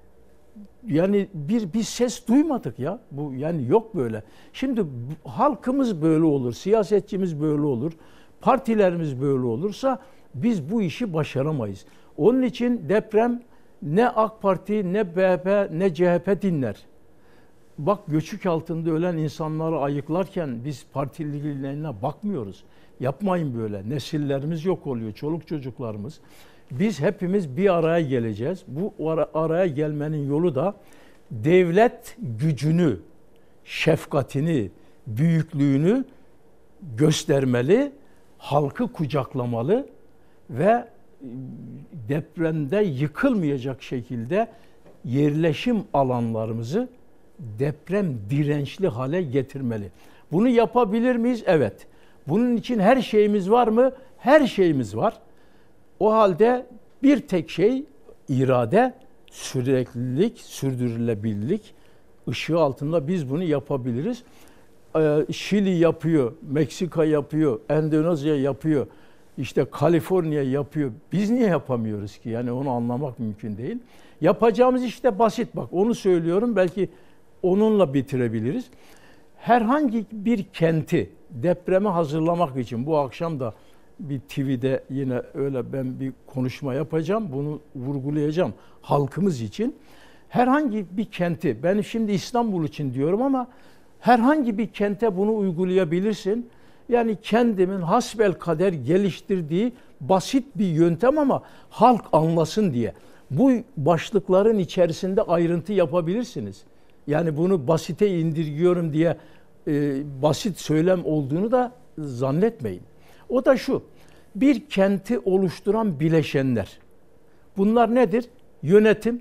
yani bir ses duymadık ya. Bu yani yok böyle. Şimdi halkımız böyle olur, siyasetçimiz böyle olur, partilerimiz böyle olursa biz bu işi başaramayız. Onun için deprem ne AK Parti, ne BHP, ne CHP dinler. Bak göçük altında ölen insanları ayıklarken biz partililerine bakmıyoruz. Yapmayın böyle. Nesillerimiz yok oluyor, çoluk çocuklarımız. Biz hepimiz bir araya geleceğiz. Bu araya gelmenin yolu da devlet gücünü, şefkatini, büyüklüğünü göstermeli, halkı kucaklamalı ve depremde yıkılmayacak şekilde yerleşim alanlarımızı deprem dirençli hale getirmeli. Bunu yapabilir miyiz? Evet. Bunun için her şeyimiz var mı? Her şeyimiz var. O halde bir tek şey irade, süreklilik, sürdürülebilirlik ışığı altında biz bunu yapabiliriz. Şili yapıyor, Meksika yapıyor, Endonezya yapıyor, işte Kaliforniya yapıyor. Biz niye yapamıyoruz ki? Yani onu anlamak mümkün değil. Yapacağımız işte basit bak onu söylüyorum belki onunla bitirebiliriz. Herhangi bir kenti depreme hazırlamak için bu akşam da bir TV'de yine öyle ben bir konuşma yapacağım. Bunu vurgulayacağım halkımız için. Herhangi bir kenti, ben şimdi İstanbul için diyorum ama herhangi bir kente bunu uygulayabilirsin. Yani kendimin hasbelkader geliştirdiği basit bir yöntem ama halk anlasın diye. Bu başlıkların içerisinde ayrıntı yapabilirsiniz. Yani bunu basite indirgiyorum diye basit söylem olduğunu da zannetmeyin. O da şu, bir kenti oluşturan bileşenler. Bunlar nedir? Yönetim,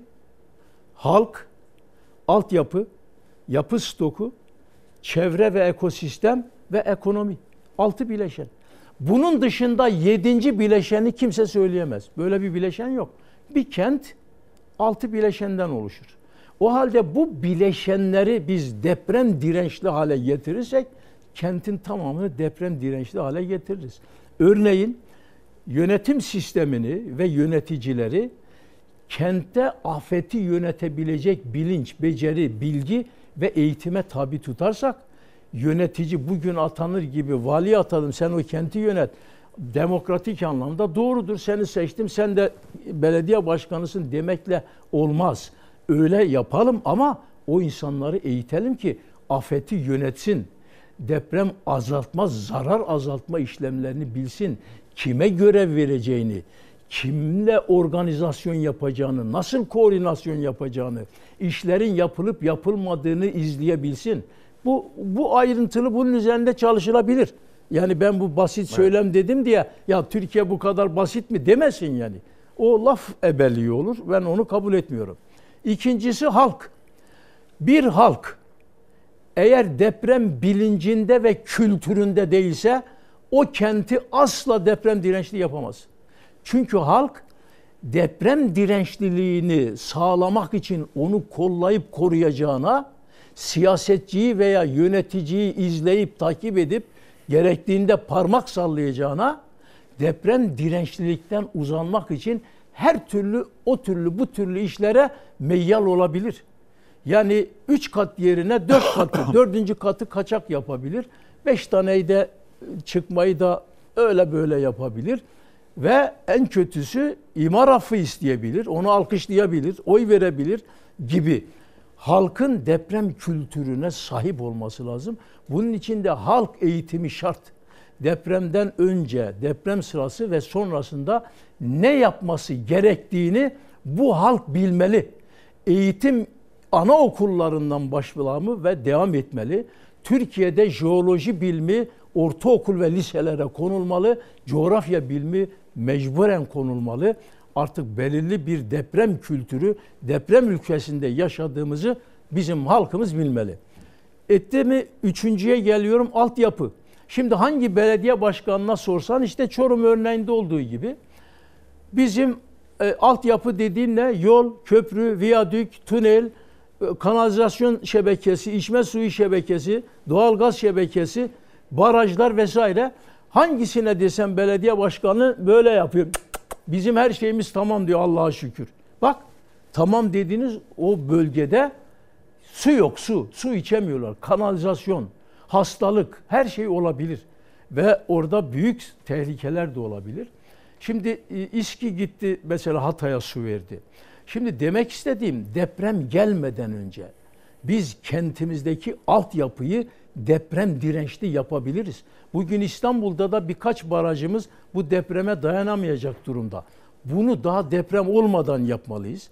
halk, altyapı, yapı stoku, çevre ve ekosistem ve ekonomi. 6 bileşen. Bunun dışında 7. bileşeni kimse söyleyemez. Böyle bir bileşen yok. Bir kent 6 bileşenden oluşur. O halde bu bileşenleri biz deprem dirençli hale getirirsek kentin tamamını deprem dirençli hale getiririz. Örneğin yönetim sistemini ve yöneticileri kentte afeti yönetebilecek bilinç, beceri, bilgi ve eğitime tabi tutarsak, yönetici bugün atanır gibi vali atadım sen o kenti yönet. Demokratik anlamda doğrudur, seni seçtim, sen de belediye başkanısın demekle olmaz. Öyle yapalım ama o insanları eğitelim ki afeti yönetsin. Deprem azaltma, zarar azaltma işlemlerini bilsin. Kime görev vereceğini, kimle organizasyon yapacağını, nasıl koordinasyon yapacağını, işlerin yapılıp yapılmadığını izleyebilsin. Bu ayrıntılı, bunun üzerinde çalışılabilir. Yani ben bu basit söylem dedim diye ya Türkiye bu kadar basit mi demesin yani. O laf ebelliği olur. Ben onu kabul etmiyorum. İkincisi halk. Bir halk eğer deprem bilincinde ve kültüründe değilse o kenti asla deprem dirençli yapamaz. Çünkü halk deprem dirençliliğini sağlamak için onu kollayıp koruyacağına, siyasetçiyi veya yöneticiyi izleyip takip edip gerektiğinde parmak sallayacağına, deprem dirençlilikten uzanmak için her türlü bu türlü işlere meyyal olabilir. Yani 3 kat yerine 4 katı, 4. katı kaçak yapabilir. 5 taneyi de çıkmayı da öyle böyle yapabilir. Ve en kötüsü imar affı isteyebilir, onu alkışlayabilir, oy verebilir gibi. Halkın deprem kültürüne sahip olması lazım. Bunun için de halk eğitimi şart. Depremden önce, deprem sırası ve sonrasında ne yapması gerektiğini bu halk bilmeli. Eğitim anaokullarından başlamı ve devam etmeli. Türkiye'de jeoloji bilimi ortaokul ve liselere konulmalı. Coğrafya bilimi mecburen konulmalı. Artık belirli bir deprem kültürü, deprem ülkesinde yaşadığımızı bizim halkımız bilmeli. Etti mi? Üçüncüye geliyorum, altyapı. Şimdi hangi belediye başkanına sorsan işte Çorum örneğinde olduğu gibi bizim altyapı dediğin ne? Yol, köprü, viyadük, tünel, kanalizasyon şebekesi, içme suyu şebekesi, doğalgaz şebekesi, barajlar vesaire. Hangisine desem belediye başkanı böyle yapıyor. Bizim her şeyimiz tamam diyor Allah'a şükür. Bak tamam dediğiniz o bölgede su yok, su içemiyorlar. Kanalizasyon, hastalık, her şey olabilir. Ve orada büyük tehlikeler de olabilir. Şimdi İSKİ gitti mesela Hatay'a su verdi. Şimdi demek istediğim deprem gelmeden önce biz kentimizdeki altyapıyı deprem dirençli yapabiliriz. Bugün İstanbul'da da birkaç barajımız bu depreme dayanamayacak durumda. Bunu daha deprem olmadan yapmalıyız.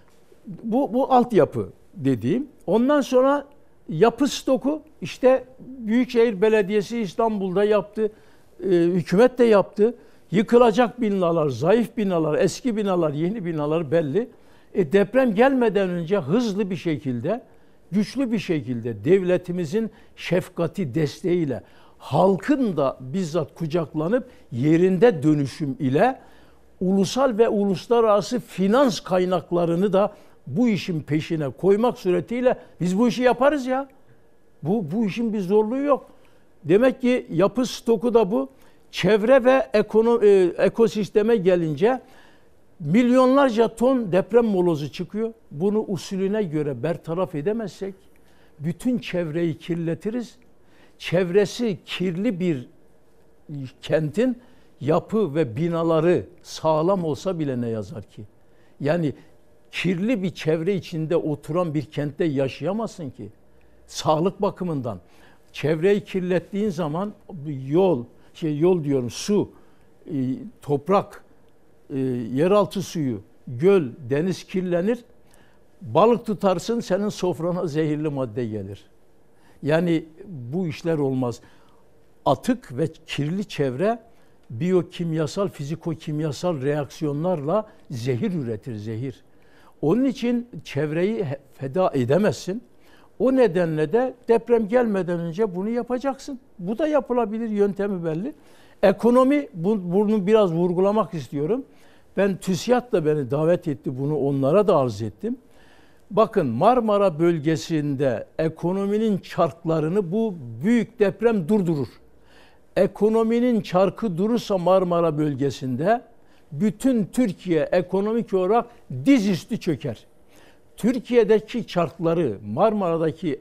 Bu altyapı dediğim. Ondan sonra yapı stoku işte Büyükşehir Belediyesi İstanbul'da yaptı. Hükümet de yaptı. Yıkılacak binalar, zayıf binalar, eski binalar, yeni binalar belli. Deprem gelmeden önce hızlı bir şekilde, güçlü bir şekilde devletimizin şefkati, desteğiyle halkın da bizzat kucaklanıp yerinde dönüşüm ile ulusal ve uluslararası finans kaynaklarını da bu işin peşine koymak suretiyle biz bu işi yaparız ya. Bu işin bir zorluğu yok. Demek ki yapı stoku da bu. Çevre ve ekosisteme gelince milyonlarca ton deprem molozu çıkıyor. Bunu usulüne göre bertaraf edemezsek bütün çevreyi kirletiriz. Çevresi kirli bir kentin yapı ve binaları sağlam olsa bile ne yazar ki? Yani kirli bir çevre içinde oturan bir kentte yaşayamazsın ki. Sağlık bakımından. Çevreyi kirlettiğin zaman su, toprak, yeraltı suyu, göl, deniz kirlenir. Balık tutarsın, senin sofrana zehirli madde gelir. Yani bu işler olmaz. atık ve kirli çevre biyokimyasal, fizikokimyasal reaksiyonlarla zehir üretir, zehir. Onun için çevreyi feda edemezsin. O nedenle de deprem gelmeden önce bunu yapacaksın. Bu da yapılabilir, yöntemi belli. Ekonomi, bunu biraz vurgulamak istiyorum. Ben TÜSİAD da beni davet etti, bunu onlara da arz ettim. Bakın Marmara bölgesinde ekonominin çarklarını bu büyük deprem durdurur. Ekonominin çarkı durursa Marmara bölgesinde bütün Türkiye ekonomik olarak dizüstü çöker. Türkiye'deki çarkları, Marmara'daki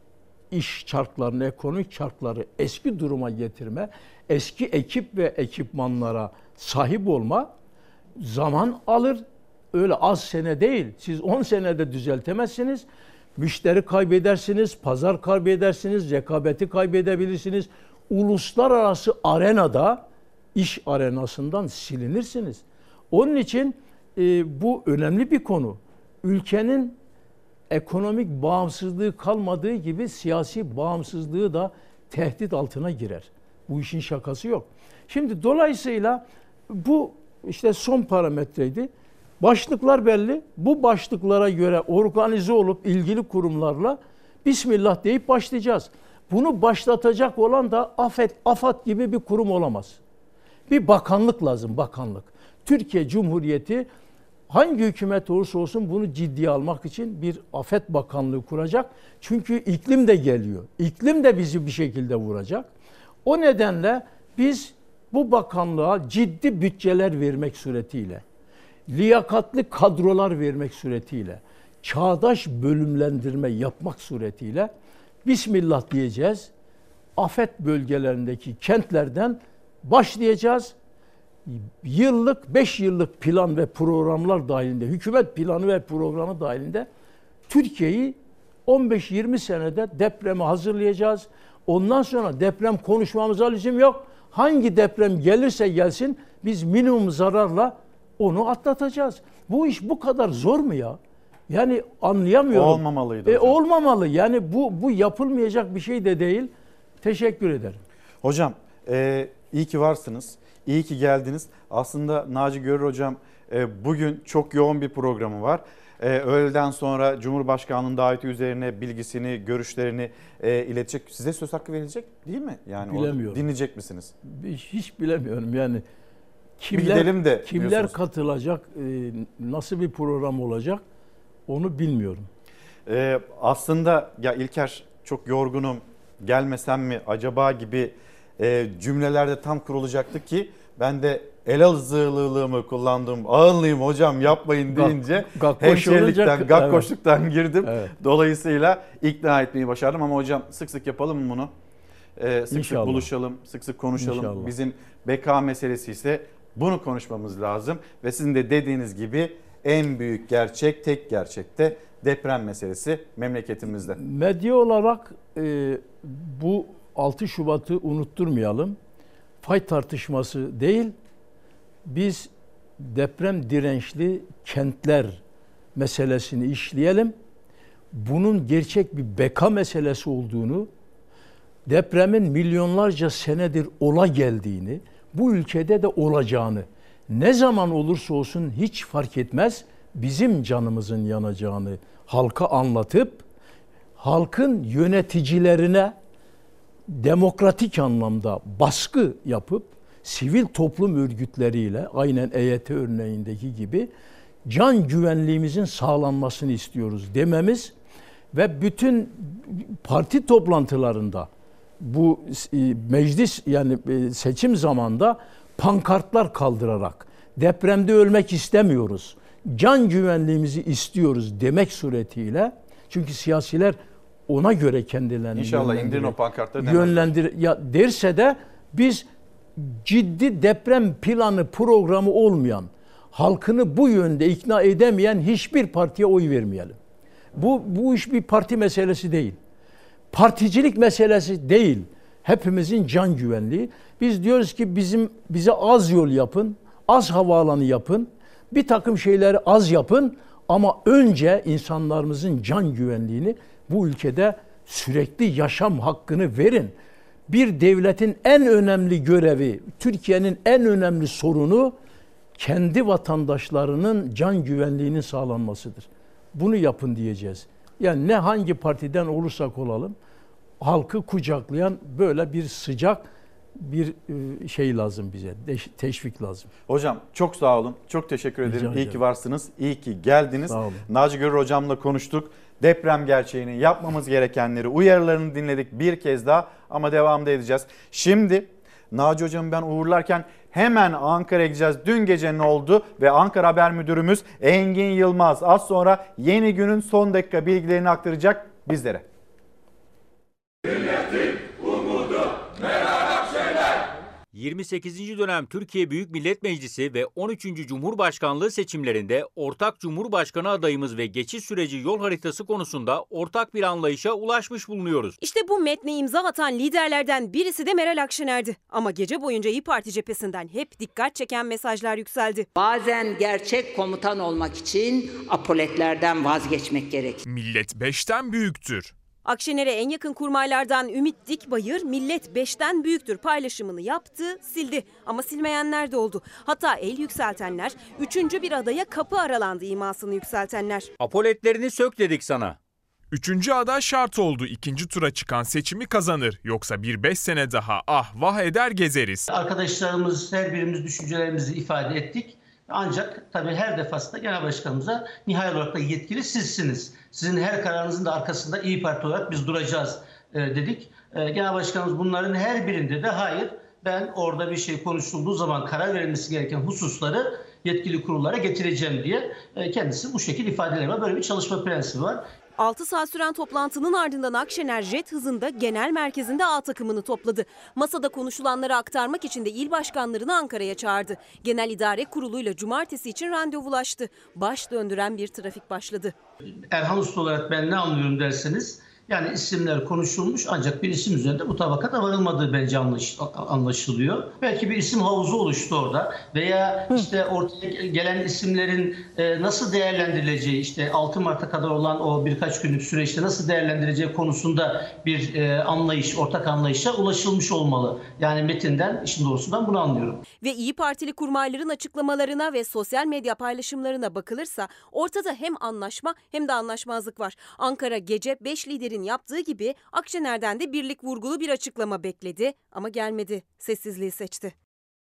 iş çarklarını, ekonomik çarkları eski duruma getirme, eski ekip ve ekipmanlara sahip olma zaman alır. Öyle az sene değil. Siz 10 senede düzeltemezsiniz. Müşteri kaybedersiniz, pazar kaybedersiniz, rekabeti kaybedebilirsiniz. Uluslararası arenada, iş arenasından silinirsiniz. Onun için bu önemli bir konu. Ülkenin ekonomik bağımsızlığı kalmadığı gibi siyasi bağımsızlığı da tehdit altına girer. Bu işin şakası yok. Şimdi dolayısıyla bu işte son parametreydi. Başlıklar belli. Bu başlıklara göre organize olup ilgili kurumlarla Bismillah deyip başlayacağız. Bunu başlatacak olan da AFAD gibi bir kurum olamaz. Bir bakanlık lazım, bakanlık. Türkiye Cumhuriyeti hangi hükümet olursa olsun bunu ciddiye almak için bir afet bakanlığı kuracak. Çünkü iklim de geliyor. İklim de bizi bir şekilde vuracak. O nedenle biz bu bakanlığa ciddi bütçeler vermek suretiyle, liyakatli kadrolar vermek suretiyle, çağdaş bölümlendirme yapmak suretiyle Bismillah diyeceğiz. Afet bölgelerindeki kentlerden başlayacağız. Yıllık, 5 yıllık plan ve programlar dahilinde, hükümet planı ve programı dahilinde Türkiye'yi 15-20 senede depreme hazırlayacağız. Ondan sonra deprem konuşmamıza lüzum yok. Hangi deprem gelirse gelsin biz minimum zararla onu atlatacağız. Bu iş bu kadar zor mu ya? Yani anlayamıyorum. Olmamalıydı hocam. Olmamalı. Yani bu yapılmayacak bir şey de değil. Teşekkür ederim. Hocam iyi ki varsınız. İyi ki geldiniz. Aslında Naci Görür hocam bugün çok yoğun bir programı var. Öğleden sonra Cumhurbaşkanlığı'nın daveti üzerine bilgisini, görüşlerini iletecek. Size söz hakkı verilecek değil mi? Yani bilemiyorum. Dinleyecek misiniz? Hiç bilemiyorum. Yani kimler katılacak, nasıl bir program olacak onu bilmiyorum. Aslında ya İlker çok yorgunum, gelmesem mi acaba gibi cümlelerde tam kurulacaktı ki ben de Elazığlılığımı kullandım. Ağınlıyım hocam yapmayın deyince hemşerilikten, gakkoşluktan girdim. Evet. Dolayısıyla ikna etmeyi başardım ama hocam sık sık yapalım mı bunu? Sık sık buluşalım, sık sık konuşalım. İnşallah. Bizim beka meselesi ise bunu konuşmamız lazım. Ve sizin de dediğiniz gibi en büyük gerçek, tek gerçek de deprem meselesi memleketimizde. Medya olarak bu 6 Şubat'ı unutturmayalım. Fay tartışması değil, biz deprem dirençli kentler meselesini işleyelim. Bunun gerçek bir beka meselesi olduğunu, depremin milyonlarca senedir ola geldiğini, bu ülkede de olacağını, ne zaman olursa olsun hiç fark etmez, bizim canımızın yanacağını halka anlatıp, halkın yöneticilerine demokratik anlamda baskı yapıp, sivil toplum örgütleriyle aynen EYT örneğindeki gibi can güvenliğimizin sağlanmasını istiyoruz dememiz ve bütün parti toplantılarında bu meclis yani seçim zamanında pankartlar kaldırarak depremde ölmek istemiyoruz, can güvenliğimizi istiyoruz demek suretiyle, çünkü siyasiler ona göre kendilerini İnşallah indirin o pankartları derse de biz ciddi deprem planı programı olmayan, halkını bu yönde ikna edemeyen hiçbir partiye oy vermeyelim. Bu iş bir parti meselesi değil. Particilik meselesi değil. Hepimizin can güvenliği. Biz diyoruz ki bize az yol yapın, az havaalanı yapın, bir takım şeyleri az yapın ama önce insanlarımızın can güvenliğini bu ülkede sürekli yaşam hakkını verin. Bir devletin en önemli görevi, Türkiye'nin en önemli sorunu kendi vatandaşlarının can güvenliğinin sağlanmasıdır. Bunu yapın diyeceğiz. Yani ne hangi partiden olursak olalım, halkı kucaklayan böyle bir sıcak bir şey lazım bize, teşvik lazım. Hocam çok sağ olun, çok teşekkür ederim. Rica İyi ederim. ki varsınız, iyi ki geldiniz. Sağ olun. Naci Görür hocamla konuştuk. Deprem gerçeğini, yapmamız gerekenleri, uyarılarını dinledik bir kez daha ama devamda edeceğiz. Şimdi Naci hocamı ben uğurlarken hemen Ankara'ya gideceğiz. Dün gece ne oldu ve Ankara Haber Müdürümüz Engin Yılmaz az sonra yeni günün son dakika bilgilerini aktaracak bizlere. 28. dönem Türkiye Büyük Millet Meclisi ve 13. Cumhurbaşkanlığı seçimlerinde ortak Cumhurbaşkanı adayımız ve geçiş süreci yol haritası konusunda ortak bir anlayışa ulaşmış bulunuyoruz. İşte bu metne imza atan liderlerden birisi de Meral Akşener'di. Ama gece boyunca İYİ Parti cephesinden hep dikkat çeken mesajlar yükseldi. Bazen gerçek komutan olmak için apoletlerden vazgeçmek gerek. Millet 5'ten büyüktür. Akşener'e en yakın kurmaylardan Ümit Dikbayır millet 5'ten büyüktür paylaşımını yaptı, sildi. Ama silmeyenler de oldu. Hatta el yükseltenler, 3. bir adaya kapı aralandı imasını yükseltenler. Apoletlerini sök dedik sana. 3. aday şart oldu. 2. tura çıkan seçimi kazanır. Yoksa bir 5 sene daha ah vah eder gezeriz. Arkadaşlarımız her birimiz düşüncelerimizi ifade ettik. Ancak tabii her defasında Genel Başkanımıza nihai olarak da yetkili sizsiniz. Sizin her kararınızın da arkasında İYİ Parti olarak biz duracağız dedik. Genel Başkanımız bunların her birinde de hayır, ben orada bir şey konuşulduğu zaman karar verilmesi gereken hususları yetkili kurullara getireceğim diye kendisi bu şekilde ifadeleri var. Böyle bir çalışma prensibi var. 6 saat süren toplantının ardından Akşener jet hızında genel merkezinde A takımını topladı. Masada konuşulanları aktarmak için de il başkanlarını Ankara'ya çağırdı. Genel İdare Kurulu'yla cumartesi için randevulaştı. Baş döndüren bir trafik başladı. Erhan Usta olarak ben ne anlıyorum derseniz, yani isimler konuşulmuş ancak bir isim üzerinde mutabakata varılmadığı bence anlaşılıyor. Belki bir isim havuzu oluştu orada veya işte ortaya gelen isimlerin nasıl değerlendirileceği, işte 6 Mart'a kadar olan o birkaç günlük süreçte nasıl değerlendirileceği konusunda bir anlayış, ortak anlayışa ulaşılmış olmalı. Yani metinden, işin doğrusu ben bunu anlıyorum. Ve İYİ Partili kurmayların açıklamalarına ve sosyal medya paylaşımlarına bakılırsa ortada hem anlaşma hem de anlaşmazlık var. Ankara gece 5 liderin yaptığı gibi Akşener'den de birlik vurgulu bir açıklama bekledi ama gelmedi. Sessizliği seçti.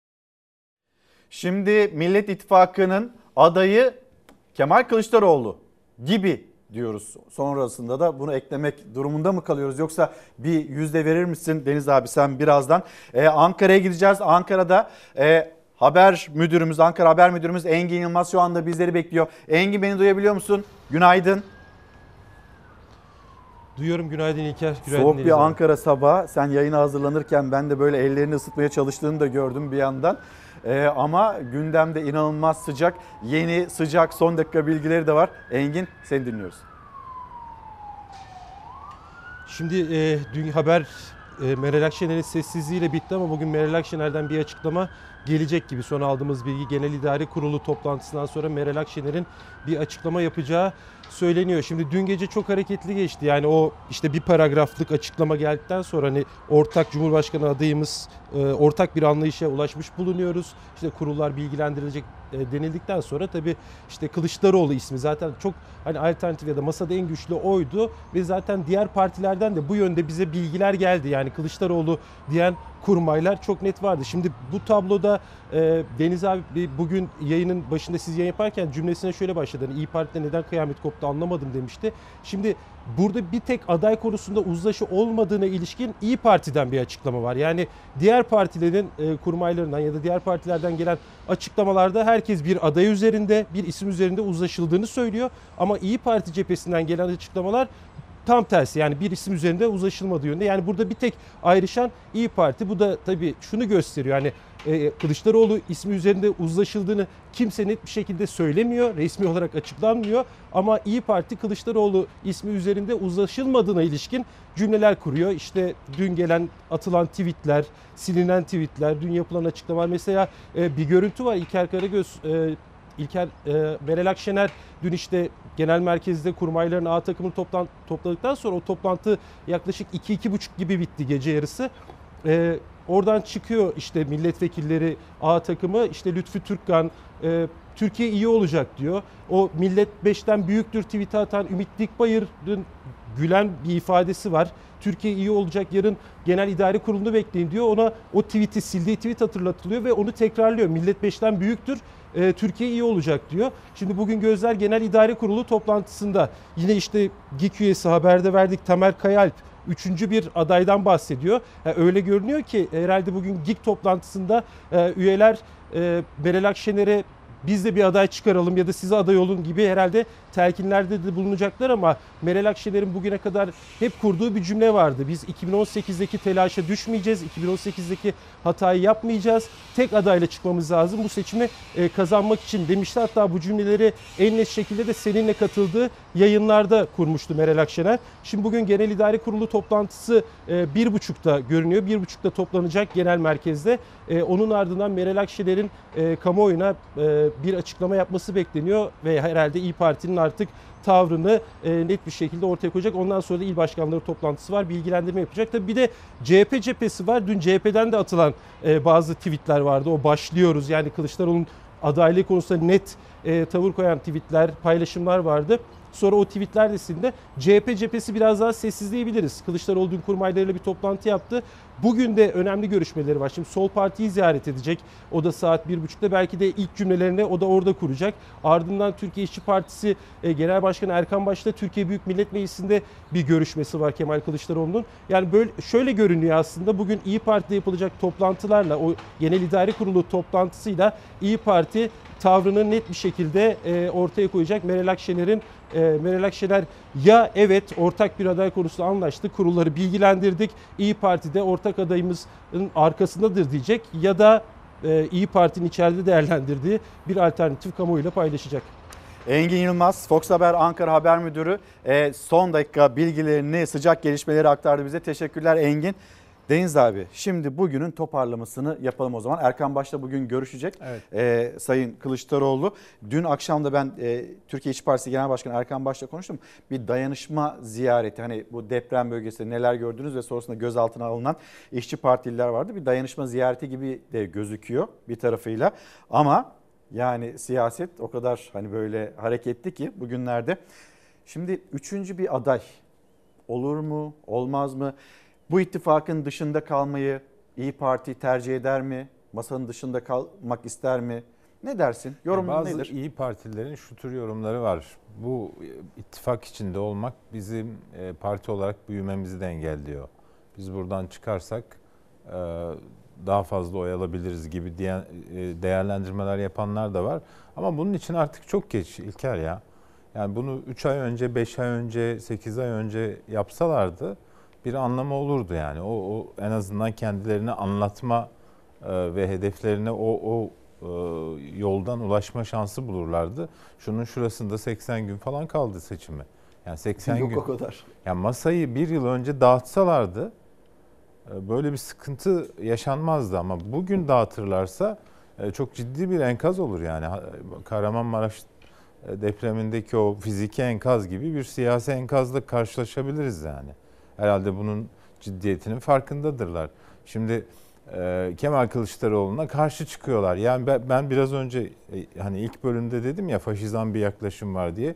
Şimdi Millet İttifakı'nın adayı Kemal Kılıçdaroğlu gibi diyoruz. Sonrasında da bunu eklemek durumunda mı kalıyoruz? Yoksa bir yüzde verir misin Deniz abi sen birazdan? Ankara'ya gideceğiz. Ankara'da Ankara Haber Müdürümüz Engin Yılmaz şu anda bizleri bekliyor. Engin, beni duyabiliyor musun? Günaydın. Duyuyorum, günaydın İlker. Günaydın Soğuk Deniz bir abi. Ankara sabahı. Sen yayına hazırlanırken ben de böyle ellerini ısıtmaya çalıştığını da gördüm bir yandan. Ama gündemde inanılmaz sıcak. Yeni sıcak son dakika bilgileri de var. Engin, seni dinliyoruz. Şimdi dün haber Meral Akşener'in sessizliğiyle bitti ama bugün Meral Akşener'den bir açıklama gelecek gibi. Son aldığımız bilgi, Genel İdare Kurulu toplantısından sonra Meral Akşener'in bir açıklama yapacağı söyleniyor. Şimdi dün gece çok hareketli geçti. Yani o işte bir paragraflık açıklama geldikten sonra hani ortak Cumhurbaşkanı adayımız ortak bir anlayışa ulaşmış bulunuyoruz. İşte kurullar bilgilendirilecek denildikten sonra tabii işte Kılıçdaroğlu ismi zaten çok hani alternatif ya da masada en güçlü oydu ve zaten diğer partilerden de bu yönde bize bilgiler geldi. Yani Kılıçdaroğlu diyen kurmaylar çok net vardı. Şimdi bu tabloda Deniz abi bugün yayının başında siz yayın yaparken cümlesine şöyle başladı. Hani İYİ Parti'de neden kıyamet koptu anlamadım demişti. Şimdi burada bir tek aday konusunda uzlaşı olmadığına ilişkin İYİ Parti'den bir açıklama var. Yani diğer partilerin kurmaylarından ya da diğer partilerden gelen açıklamalarda herkes bir aday üzerinde, bir isim üzerinde uzlaşıldığını söylüyor. Ama İYİ Parti cephesinden gelen açıklamalar tam tersi, yani bir isim üzerinde uzlaşılmadığı yönde. Yani burada bir tek ayrışan İYİ Parti. Bu da tabii şunu gösteriyor. Yani Kılıçdaroğlu ismi üzerinde uzlaşıldığını kimse net bir şekilde söylemiyor. Resmi olarak açıklanmıyor. Ama İYİ Parti Kılıçdaroğlu ismi üzerinde uzlaşılmadığına ilişkin cümleler kuruyor. İşte dün gelen atılan tweetler, silinen tweetler, dün yapılan açıklamalar. Mesela bir görüntü var. Meral Akşener dün işte genel merkezde kurmayların A takımını topladıktan sonra o toplantı yaklaşık 2-2.30 gibi bitti gece yarısı. Oradan çıkıyor işte milletvekilleri A takımı, işte Lütfü Türkkan Türkiye iyi olacak diyor. O millet 5'ten büyüktür tweet'i atan Ümit Dikbayır'ın gülen bir ifadesi var. Türkiye iyi olacak, yarın genel idare kurulunu bekleyin diyor. Ona o tweet'i, sildiği tweet hatırlatılıyor ve onu tekrarlıyor. Millet 5'ten büyüktür, Türkiye iyi olacak diyor. Şimdi bugün gözler genel idare kurulu toplantısında. Yine işte GİK üyesi, haberde verdik, Tamer Kayalp üçüncü bir adaydan bahsediyor. Öyle görünüyor ki herhalde bugün GİK toplantısında üyeler Meral Akşener'e biz de bir aday çıkaralım ya da size aday olun gibi herhalde telkinlerde de bulunacaklar ama Meral Akşener'in bugüne kadar hep kurduğu bir cümle vardı. Biz 2018'deki telaşa düşmeyeceğiz, 2018'deki hatayı yapmayacağız. Tek adayla çıkmamız lazım bu seçimi kazanmak için demişti. Hatta bu cümleleri en net şekilde de seninle katıldığı yayınlarda kurmuştu Meral Akşener. Şimdi bugün Genel İdare Kurulu toplantısı 1.30'da görünüyor. 1.30'da toplanacak genel merkezde. Onun ardından Meral Akşener'in kamuoyuna bir açıklama yapması bekleniyor ve herhalde İYİ Parti'nin artık tavrını net bir şekilde ortaya koyacak. Ondan sonra da il başkanları toplantısı var, bilgilendirme yapacak. Tabii bir de CHP cephesi var. Dün CHP'den de atılan bazı tweetler vardı. O başlıyoruz, yani Kılıçdaroğlu'nun adaylığı konusunda net tavır koyan tweetler, paylaşımlar vardı. Sonra o tweetler de CHP cephesi biraz daha sessizleyebiliriz. Kılıçdaroğlu dün kurmaylarıyla bir toplantı yaptı. Bugün de önemli görüşmeleri var. Şimdi Sol Parti'yi ziyaret edecek. O da saat 1.30'da. Belki de ilk cümlelerini o da orada kuracak. Ardından Türkiye İşçi Partisi Genel Başkanı Erkan Baş'ta Türkiye Büyük Millet Meclisi'nde bir görüşmesi var Kemal Kılıçdaroğlu'nun. Yani böyle şöyle görünüyor aslında. Bugün İYİ Parti'de yapılacak toplantılarla, o Genel İdare Kurulu toplantısıyla İYİ Parti tavrını net bir şekilde ortaya koyacak. Meral Akşener ya evet ortak bir aday konusunda anlaştık, kurulları bilgilendirdik, İYİ Parti'de ortak adayımızın arkasındadır diyecek ya da İYİ Parti'nin içeride değerlendirdiği bir alternatif kamuoyuyla paylaşacak. Engin Yılmaz, Fox Haber Ankara Haber Müdürü son dakika bilgilerini, sıcak gelişmeleri aktardı bize. Teşekkürler Engin. Deniz abi, şimdi bugünün toparlamasını yapalım o zaman. Erkan Baş'la bugün görüşecek. Evet. Sayın Kılıçdaroğlu. Dün akşam da ben Türkiye İşçi Partisi Genel Başkanı Erkan Baş'la konuştum. Bir dayanışma ziyareti, hani bu deprem bölgesinde neler gördünüz ve sonrasında gözaltına alınan işçi partililer vardı. Bir dayanışma ziyareti gibi de gözüküyor bir tarafıyla. Ama yani siyaset o kadar hani böyle hareketli ki bugünlerde. Şimdi üçüncü bir aday olur mu, olmaz mı? Bu ittifakın dışında kalmayı İYİ Parti tercih eder mi? Masanın dışında kalmak ister mi? Ne dersin? Yorumun bazı nedir? Bazı İYİ Partilerin şu tür yorumları var. Bu ittifak içinde olmak bizim parti olarak büyümemizi de engelliyor. Biz buradan çıkarsak daha fazla oy alabiliriz gibi değerlendirmeler yapanlar da var. Ama bunun için artık çok geç İlker ya. Yani bunu 3 ay önce, 5 ay önce, 8 ay önce yapsalardı bir anlamı olurdu yani. O en azından kendilerini anlatma ve hedeflerine o yoldan ulaşma şansı bulurlardı. Şunun şurasında 80 gün falan kaldı seçimi. Yani 80 Yok gün. o kadar. Yani masayı bir yıl önce dağıtsalardı böyle bir sıkıntı yaşanmazdı ama bugün dağıtırlarsa çok ciddi bir enkaz olur yani. Kahramanmaraş depremindeki o fiziki enkaz gibi bir siyasi enkazla karşılaşabiliriz yani. Herhalde bunun ciddiyetinin farkındadırlar. Şimdi Kemal Kılıçdaroğlu'na karşı çıkıyorlar. Yani ben biraz önce hani ilk bölümde dedim ya faşizan bir yaklaşım var diye.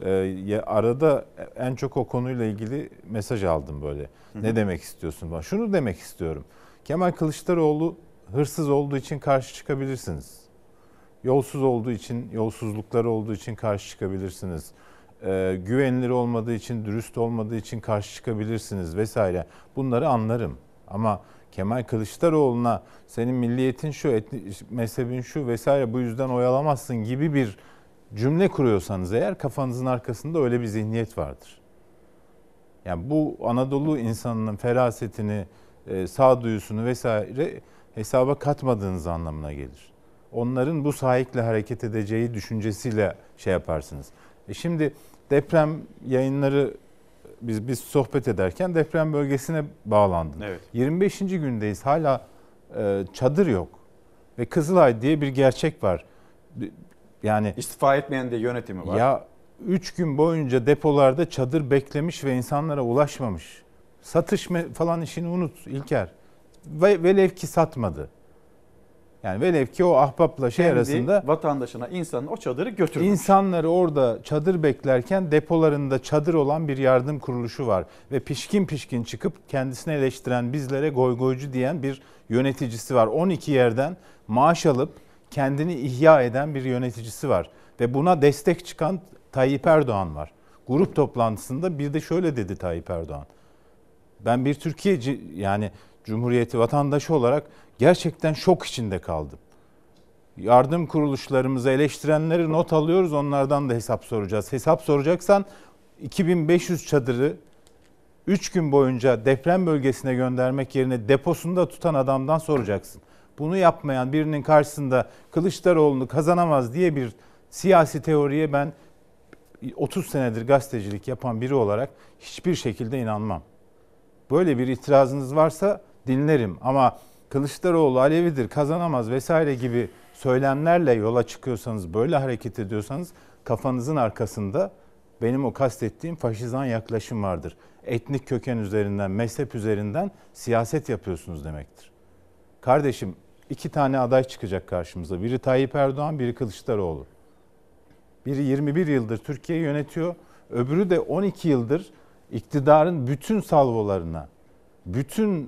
Arada en çok o konuyla ilgili mesaj aldım böyle. Ne demek istiyorsun bana? Şunu demek istiyorum. Kemal Kılıçdaroğlu hırsız olduğu için karşı çıkabilirsiniz. Yolsuz olduğu için, yolsuzlukları olduğu için karşı çıkabilirsiniz. Güvenilir olmadığı için, dürüst olmadığı için karşı çıkabilirsiniz vesaire. Bunları anlarım. Ama Kemal Kılıçdaroğlu'na senin milliyetin şu, mezhebin şu vesaire bu yüzden oy alamazsın gibi bir cümle kuruyorsanız eğer kafanızın arkasında öyle bir zihniyet vardır. Yani bu Anadolu insanının ferasetini, sağduyusunu vesaire hesaba katmadığınız anlamına gelir. Onların bu sahikle hareket edeceği düşüncesiyle şey yaparsınız. Şimdi deprem yayınları biz sohbet ederken deprem bölgesine bağlandın. Evet. 25. gündeyiz, hala çadır yok ve Kızılay diye bir gerçek var. Yani istifa etmeyen de yönetimi var. Ya 3 gün boyunca depolarda çadır beklemiş ve insanlara ulaşmamış. Satış falan işini unut İlker. velev ki satmadı. Yani velev ki o ahbapla şey Kendi arasında vatandaşına, insanın o çadırı götürmüş. İnsanları orada çadır beklerken depolarında çadır olan bir yardım kuruluşu var. Ve pişkin pişkin çıkıp kendisini eleştiren, bizlere goygoycu diyen bir yöneticisi var. 12 yerden maaş alıp kendini ihya eden bir yöneticisi var. Ve buna destek çıkan Tayyip Erdoğan var. Grup toplantısında bir de şöyle dedi Tayyip Erdoğan. Ben bir Türkiye yani Cumhuriyeti vatandaşı olarak gerçekten şok içinde kaldım. Yardım kuruluşlarımızı eleştirenleri not alıyoruz, onlardan da hesap soracağız. Hesap soracaksan 2500 çadırı 3 gün boyunca deprem bölgesine göndermek yerine deposunda tutan adamdan soracaksın. Bunu yapmayan birinin karşısında Kılıçdaroğlu'nu kazanamaz diye bir siyasi teoriye ben 30 senedir gazetecilik yapan biri olarak hiçbir şekilde inanmam. Böyle bir itirazınız varsa dinlerim ama Kılıçdaroğlu Alevidir, kazanamaz vesaire gibi söylemlerle yola çıkıyorsanız, böyle hareket ediyorsanız kafanızın arkasında benim o kastettiğim faşizan yaklaşım vardır. Etnik köken üzerinden, mezhep üzerinden siyaset yapıyorsunuz demektir. Kardeşim 2 tane aday çıkacak karşımıza. Biri Tayyip Erdoğan, biri Kılıçdaroğlu. Biri 21 yıldır Türkiye'yi yönetiyor. Öbürü de 12 yıldır iktidarın bütün salvolarına, bütün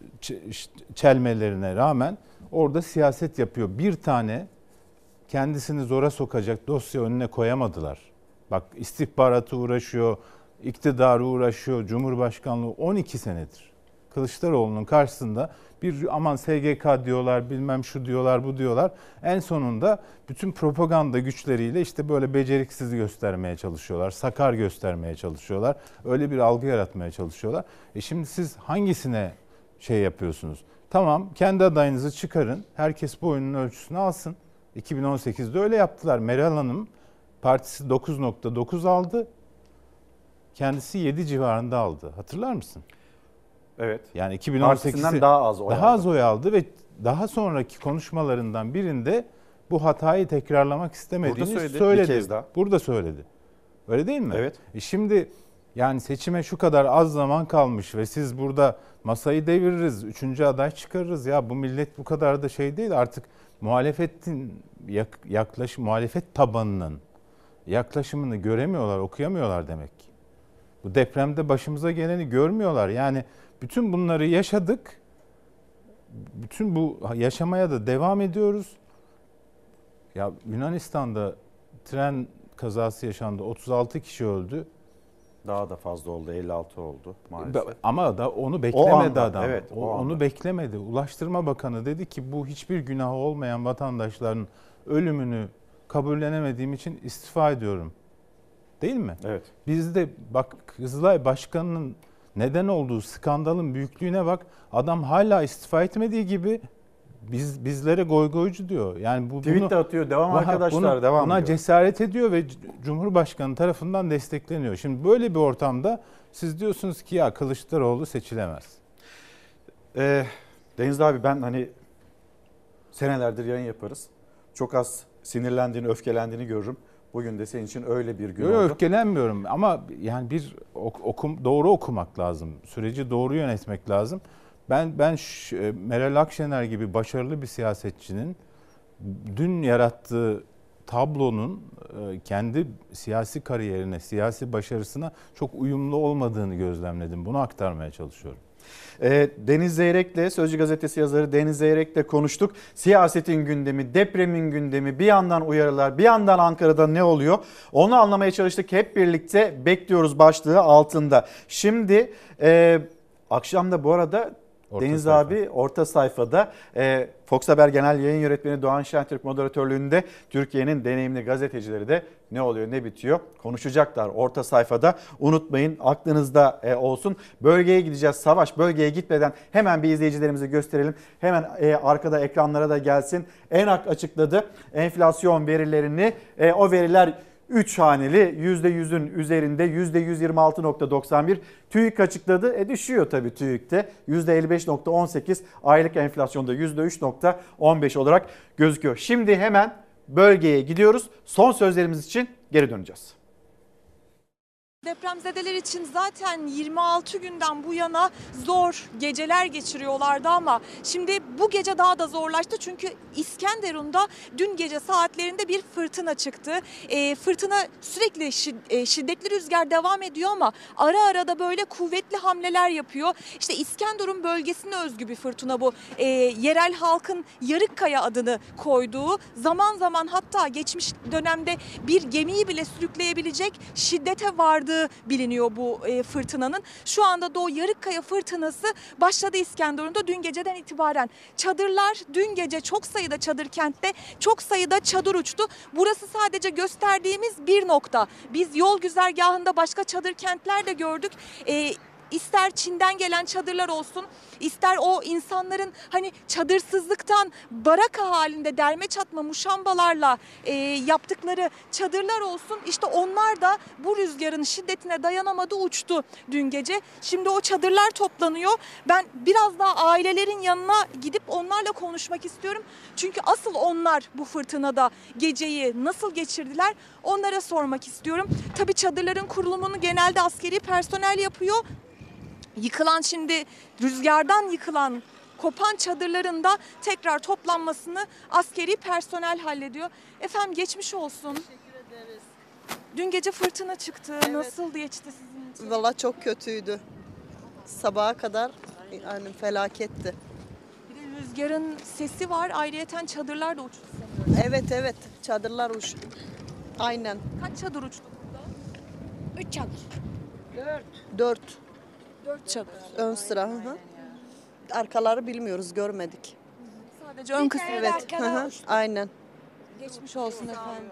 çelmelerine rağmen orada siyaset yapıyor. Bir tane kendisini zora sokacak dosya önüne koyamadılar. Bak istihbaratı uğraşıyor, iktidarı uğraşıyor, Cumhurbaşkanlığı 12 senedir. Kılıçdaroğlu'nun karşısında bir aman SGK diyorlar, bilmem şu diyorlar, bu diyorlar. En sonunda bütün propaganda güçleriyle işte böyle beceriksiz göstermeye çalışıyorlar, sakar göstermeye çalışıyorlar. Öyle bir algı yaratmaya çalışıyorlar. Şimdi siz hangisine şey yapıyorsunuz? Tamam, kendi adayınızı çıkarın. Herkes bu oyunun ölçüsünü alsın. 2018'de öyle yaptılar. Meral Hanım partisi 9.9 aldı. Kendisi 7 civarında aldı. Hatırlar mısın? Evet. Yani 2018'de partisinden daha az oy aldı ve daha sonraki konuşmalarından birinde bu hatayı tekrarlamak istemediğini söyledi. Bir kez daha. Burada söyledi. Öyle değil mi? Evet. Şimdi yani seçime şu kadar az zaman kalmış ve siz burada masayı deviririz, 3. aday çıkarırız. Ya bu millet bu kadar da şey değil artık, muhalefetin muhalefet tabanının yaklaşımını göremiyorlar, okuyamıyorlar demek ki. Bu depremde başımıza geleni görmüyorlar. Yani bütün bunları yaşadık. Bütün bu yaşamaya da devam ediyoruz. Ya Yunanistan'da tren kazası yaşandı. 36 kişi öldü. Daha da fazla oldu. 56 oldu maalesef. Ama da onu beklemedi adam. Evet, onu beklemedi. Ulaştırma Bakanı dedi ki bu hiçbir günahı olmayan vatandaşların ölümünü kabullenemediğim için istifa ediyorum. Değil mi? Evet. Bizde bak Kızılay Başkanı'nın neden olduğu skandalın büyüklüğüne bak. Adam hala istifa etmediği gibi bizlere goygoycu diyor. Yani bu tweet de atıyor. Devam arkadaşlar, devam buna diyor. Cesaret ediyor ve Cumhurbaşkanı tarafından destekleniyor. Şimdi böyle bir ortamda siz diyorsunuz ki ya Kılıçdaroğlu seçilemez. Deniz abi, ben hani senelerdir yayın yaparız. Çok az sinirlendiğini, öfkelendiğini görürüm. Bugün de senin için öyle bir gün oldu. Öfkelenmiyorum ama yani bir doğru okumak lazım. Süreci doğru yönetmek lazım. Ben Meral Akşener gibi başarılı bir siyasetçinin dün yarattığı tablonun kendi siyasi kariyerine, siyasi başarısına çok uyumlu olmadığını gözlemledim. Bunu aktarmaya çalışıyorum. Deniz Zeyrek'le, Sözcü Gazetesi yazarı Deniz Zeyrek'le konuştuk. Siyasetin gündemi, depremin gündemi, bir yandan uyarılar, bir yandan Ankara'da ne oluyor? Onu anlamaya çalıştık. Hep birlikte bekliyoruz başlığı altında. Şimdi akşam da bu arada Deniz abi orta sayfada Fox Haber Genel Yayın Yönetmeni Doğan Şentürk moderatörlüğünde Türkiye'nin deneyimli gazetecileri de ne oluyor ne bitiyor konuşacaklar orta sayfada. Unutmayın, aklınızda olsun. Bölgeye gideceğiz. Savaş bölgeye gitmeden hemen bir izleyicilerimizi gösterelim. Hemen arkada ekranlara da gelsin. ENAK açıkladı enflasyon verilerini. O veriler 3 haneli, %100'ün üzerinde, %126.91. TÜİK açıkladı. Düşüyor tabii TÜİK'te. %55.18, aylık enflasyonda %3.15 olarak gözüküyor. Şimdi hemen bölgeye gidiyoruz. Son sözlerimiz için geri döneceğiz. Depremzedeler için zaten 26 günden bu yana zor geceler geçiriyorlardı ama şimdi bu gece daha da zorlaştı. Çünkü İskenderun'da dün gece saatlerinde bir fırtına çıktı. Fırtına sürekli şiddetli rüzgar devam ediyor ama ara ara da böyle kuvvetli hamleler yapıyor. İşte İskenderun bölgesine özgü bir fırtına bu. Yerel halkın Yarıkkaya adını koyduğu, zaman zaman hatta geçmiş dönemde bir gemiyi bile sürükleyebilecek şiddete vardı biliniyor bu fırtınanın. Şu anda da o Yarıkkaya fırtınası başladı İskenderun'da dün geceden itibaren. Çadırlar dün gece çok sayıda çadır kentte, çok sayıda çadır uçtu. Burası sadece gösterdiğimiz bir nokta. Biz yol güzergahında başka çadır kentler de gördük. İster Çin'den gelen çadırlar olsun, ister o insanların hani çadırsızlıktan baraka halinde derme çatma muşambalarla yaptıkları çadırlar olsun. İşte onlar da bu rüzgarın şiddetine dayanamadı, uçtu dün gece. Şimdi o çadırlar toplanıyor. Ben biraz daha ailelerin yanına gidip onlarla konuşmak istiyorum. Çünkü asıl onlar bu fırtınada geceyi nasıl geçirdiler onlara sormak istiyorum. Tabii çadırların kurulumunu genelde askeri personel yapıyor. Yıkılan, şimdi rüzgardan yıkılan, kopan çadırların da tekrar toplanmasını askeri personel hallediyor. Efendim geçmiş olsun. Teşekkür ederiz. Dün gece fırtına çıktı. Evet. Nasıl geçti sizin için? Valla çok kötüydü. Sabaha kadar yani felaketti. Bir de rüzgarın sesi var. Ayrıyeten çadırlar da uçtu sanıyorum. Evet çadırlar uçtu. Aynen. Kaç çadır uçtu burada? 3 çadır. 4. 4 çadır. Ön sıra. Hı. Arkaları bilmiyoruz, görmedik. Sadece ön kısmı. Evet. Aynen. Geçmiş olsun efendim.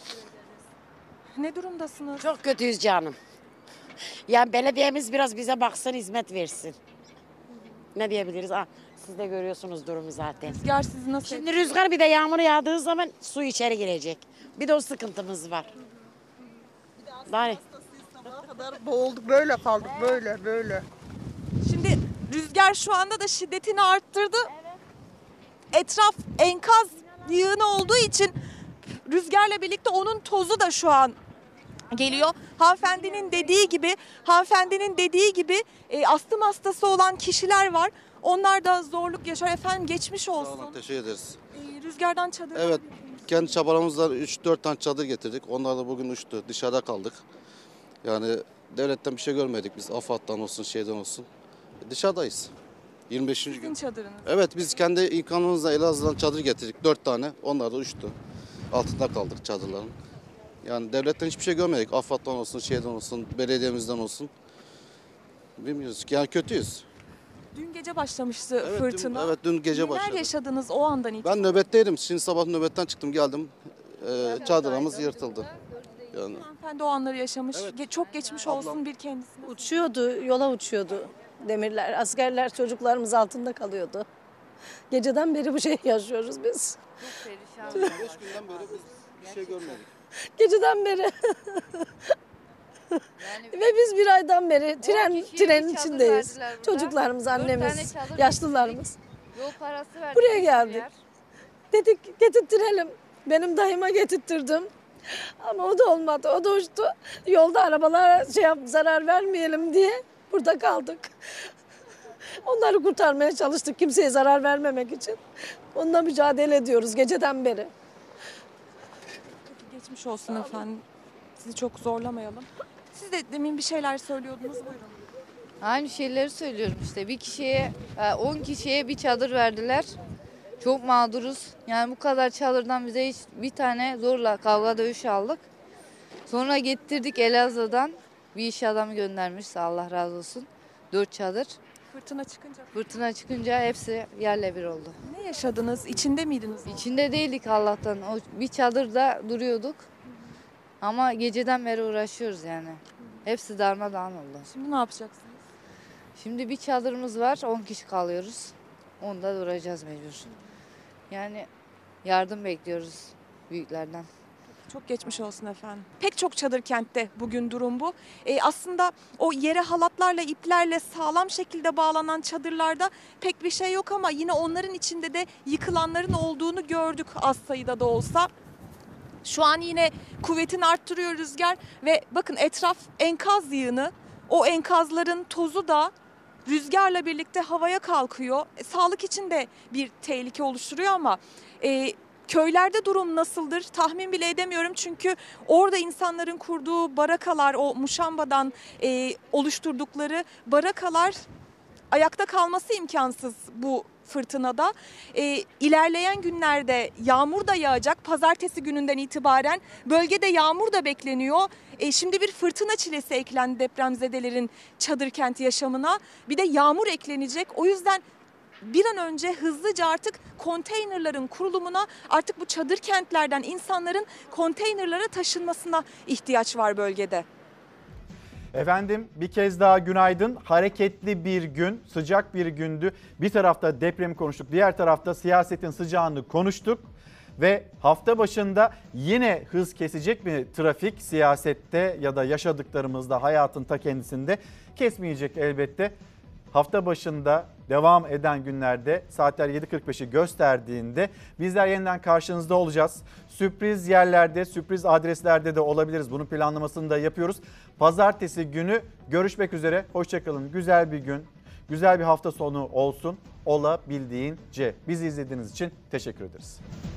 Ne durumdasınız? Çok kötüyüz canım. Yani belediyemiz biraz bize baksın, hizmet versin. Ne diyebiliriz? Siz de görüyorsunuz durumu zaten. Rüzgar sizi nasıl? Şimdi rüzgar bir de yağmur yağdığı zaman su içeri girecek. Bir de o sıkıntımız var. Yani Sabaha kadar boğulduk, böyle kaldık, böyle. Şimdi rüzgar şu anda da şiddetini arttırdı. Etraf enkaz yığını olduğu için rüzgarla birlikte onun tozu da şu an geliyor. Hanımefendinin dediği gibi astım hastası olan kişiler var. Onlar da zorluk yaşar. Efendim geçmiş olsun. Sağ olun, teşekkür ederiz. Rüzgardan çadır. Evet, kendi çabalarımızla 3-4 tane çadır getirdik. Onlar da bugün uçtu. Dışarıda kaldık. Yani devletten bir şey görmedik biz. AFAD'dan olsun, şeyden olsun. Dışarıdayız. 25. Sizin gün. çadırınız. Evet, biz kendi imkanımızla Elazığ'dan çadır getirdik. 4 tane. Onlar da uçtu. Altında kaldık çadırların. Yani devletten hiçbir şey görmedik. AFAD'dan olsun, şeyden olsun, belediyemizden olsun. Bilmiyoruz. Yani kötüyüz. Dün gece başlamıştı fırtına. Dün gece başladı. Neler yaşadınız o andan itibaren? Ben nöbetteydim. Şimdi sabah nöbetten çıktım, geldim. Çadırımız yırtıldı. Yani. Hanımefendi o anları yaşamış. Çok geçmiş olsun bir kendisine. Uçuyordu, yola uçuyordu demirler. Askerler çocuklarımız altında kalıyordu. Geceden beri bu şeyi yaşıyoruz biz. Çok perişan. 5 günden beri biz bir şey görmedik. Geceden beri. Ve biz bir aydan beri trenin içindeyiz. Çocuklarımız, annemiz, yaşlılarımız. Yol parası verdik. Buraya geldik. Dedik getirtirelim. Benim dayıma getirttirdim. Ama o da olmadı. O da uçtu. Yolda arabalara zarar vermeyelim diye burada kaldık. Onları kurtarmaya çalıştık kimseye zarar vermemek için. Onunla mücadele ediyoruz geceden beri. Geçmiş olsun efendim. Sizi çok zorlamayalım. Siz de demin bir şeyler söylüyordunuz. Buyurun. Aynı şeyleri söylüyorum işte. Bir kişiye, 10 kişiye bir çadır verdiler. Çok mağduruz. Yani bu kadar çadırdan bize hiç bir tane zorla kavga dövüş aldık. Sonra getirdik Elazığ'dan. Bir iş adamı göndermiş, Allah razı olsun. 4 çadır. Fırtına çıkınca hepsi yerle bir oldu. Ne yaşadınız? İçinde miydiniz? İçinde değildik Allah'tan. O bir çadırda duruyorduk. Ama geceden beri uğraşıyoruz yani. Hepsi darmadağın oldu. Şimdi ne yapacaksınız? Şimdi bir çadırımız var, 10 kişi kalıyoruz. Onda duracağız mecbur. Yani yardım bekliyoruz büyüklerden. Çok geçmiş olsun efendim. Pek çok çadır kentte bugün durum bu. Aslında o yere halatlarla, iplerle sağlam şekilde bağlanan çadırlarda pek bir şey yok ama yine onların içinde de yıkılanların olduğunu gördük az sayıda da olsa. Şu an yine kuvvetini arttırıyor rüzgar ve bakın etraf enkaz yığını. O enkazların tozu da rüzgarla birlikte havaya kalkıyor. Sağlık için de bir tehlike oluşturuyor ama köylerde durum nasıldır tahmin bile edemiyorum. Çünkü orada insanların kurduğu barakalar, o muşambadan oluşturdukları barakalar ayakta kalması imkansız bu fırtınada. İlerleyen günlerde yağmur da yağacak. Pazartesi gününden itibaren bölgede yağmur da bekleniyor. Şimdi bir fırtına çilesi eklendi depremzedelerin çadır kent yaşamına. Bir de yağmur eklenecek. O yüzden bir an önce hızlıca artık konteynerların kurulumuna, artık bu çadır kentlerden insanların konteynerlara taşınmasına ihtiyaç var bölgede. Efendim bir kez daha günaydın. Hareketli bir gün, sıcak bir gündü. Bir tarafta depremi konuştuk, diğer tarafta siyasetin sıcağını konuştuk. Ve hafta başında yine hız kesecek mi trafik siyasette ya da yaşadıklarımızda, hayatın ta kendisinde? Kesmeyecek elbette. Hafta başında devam eden günlerde saatler 7.45'i gösterdiğinde bizler yeniden karşınızda olacağız. Sürpriz yerlerde, sürpriz adreslerde de olabiliriz. Bunun planlamasını da yapıyoruz. Pazartesi günü görüşmek üzere. Hoşçakalın. Güzel bir gün, güzel bir hafta sonu olsun olabildiğince. Bizi izlediğiniz için teşekkür ederiz.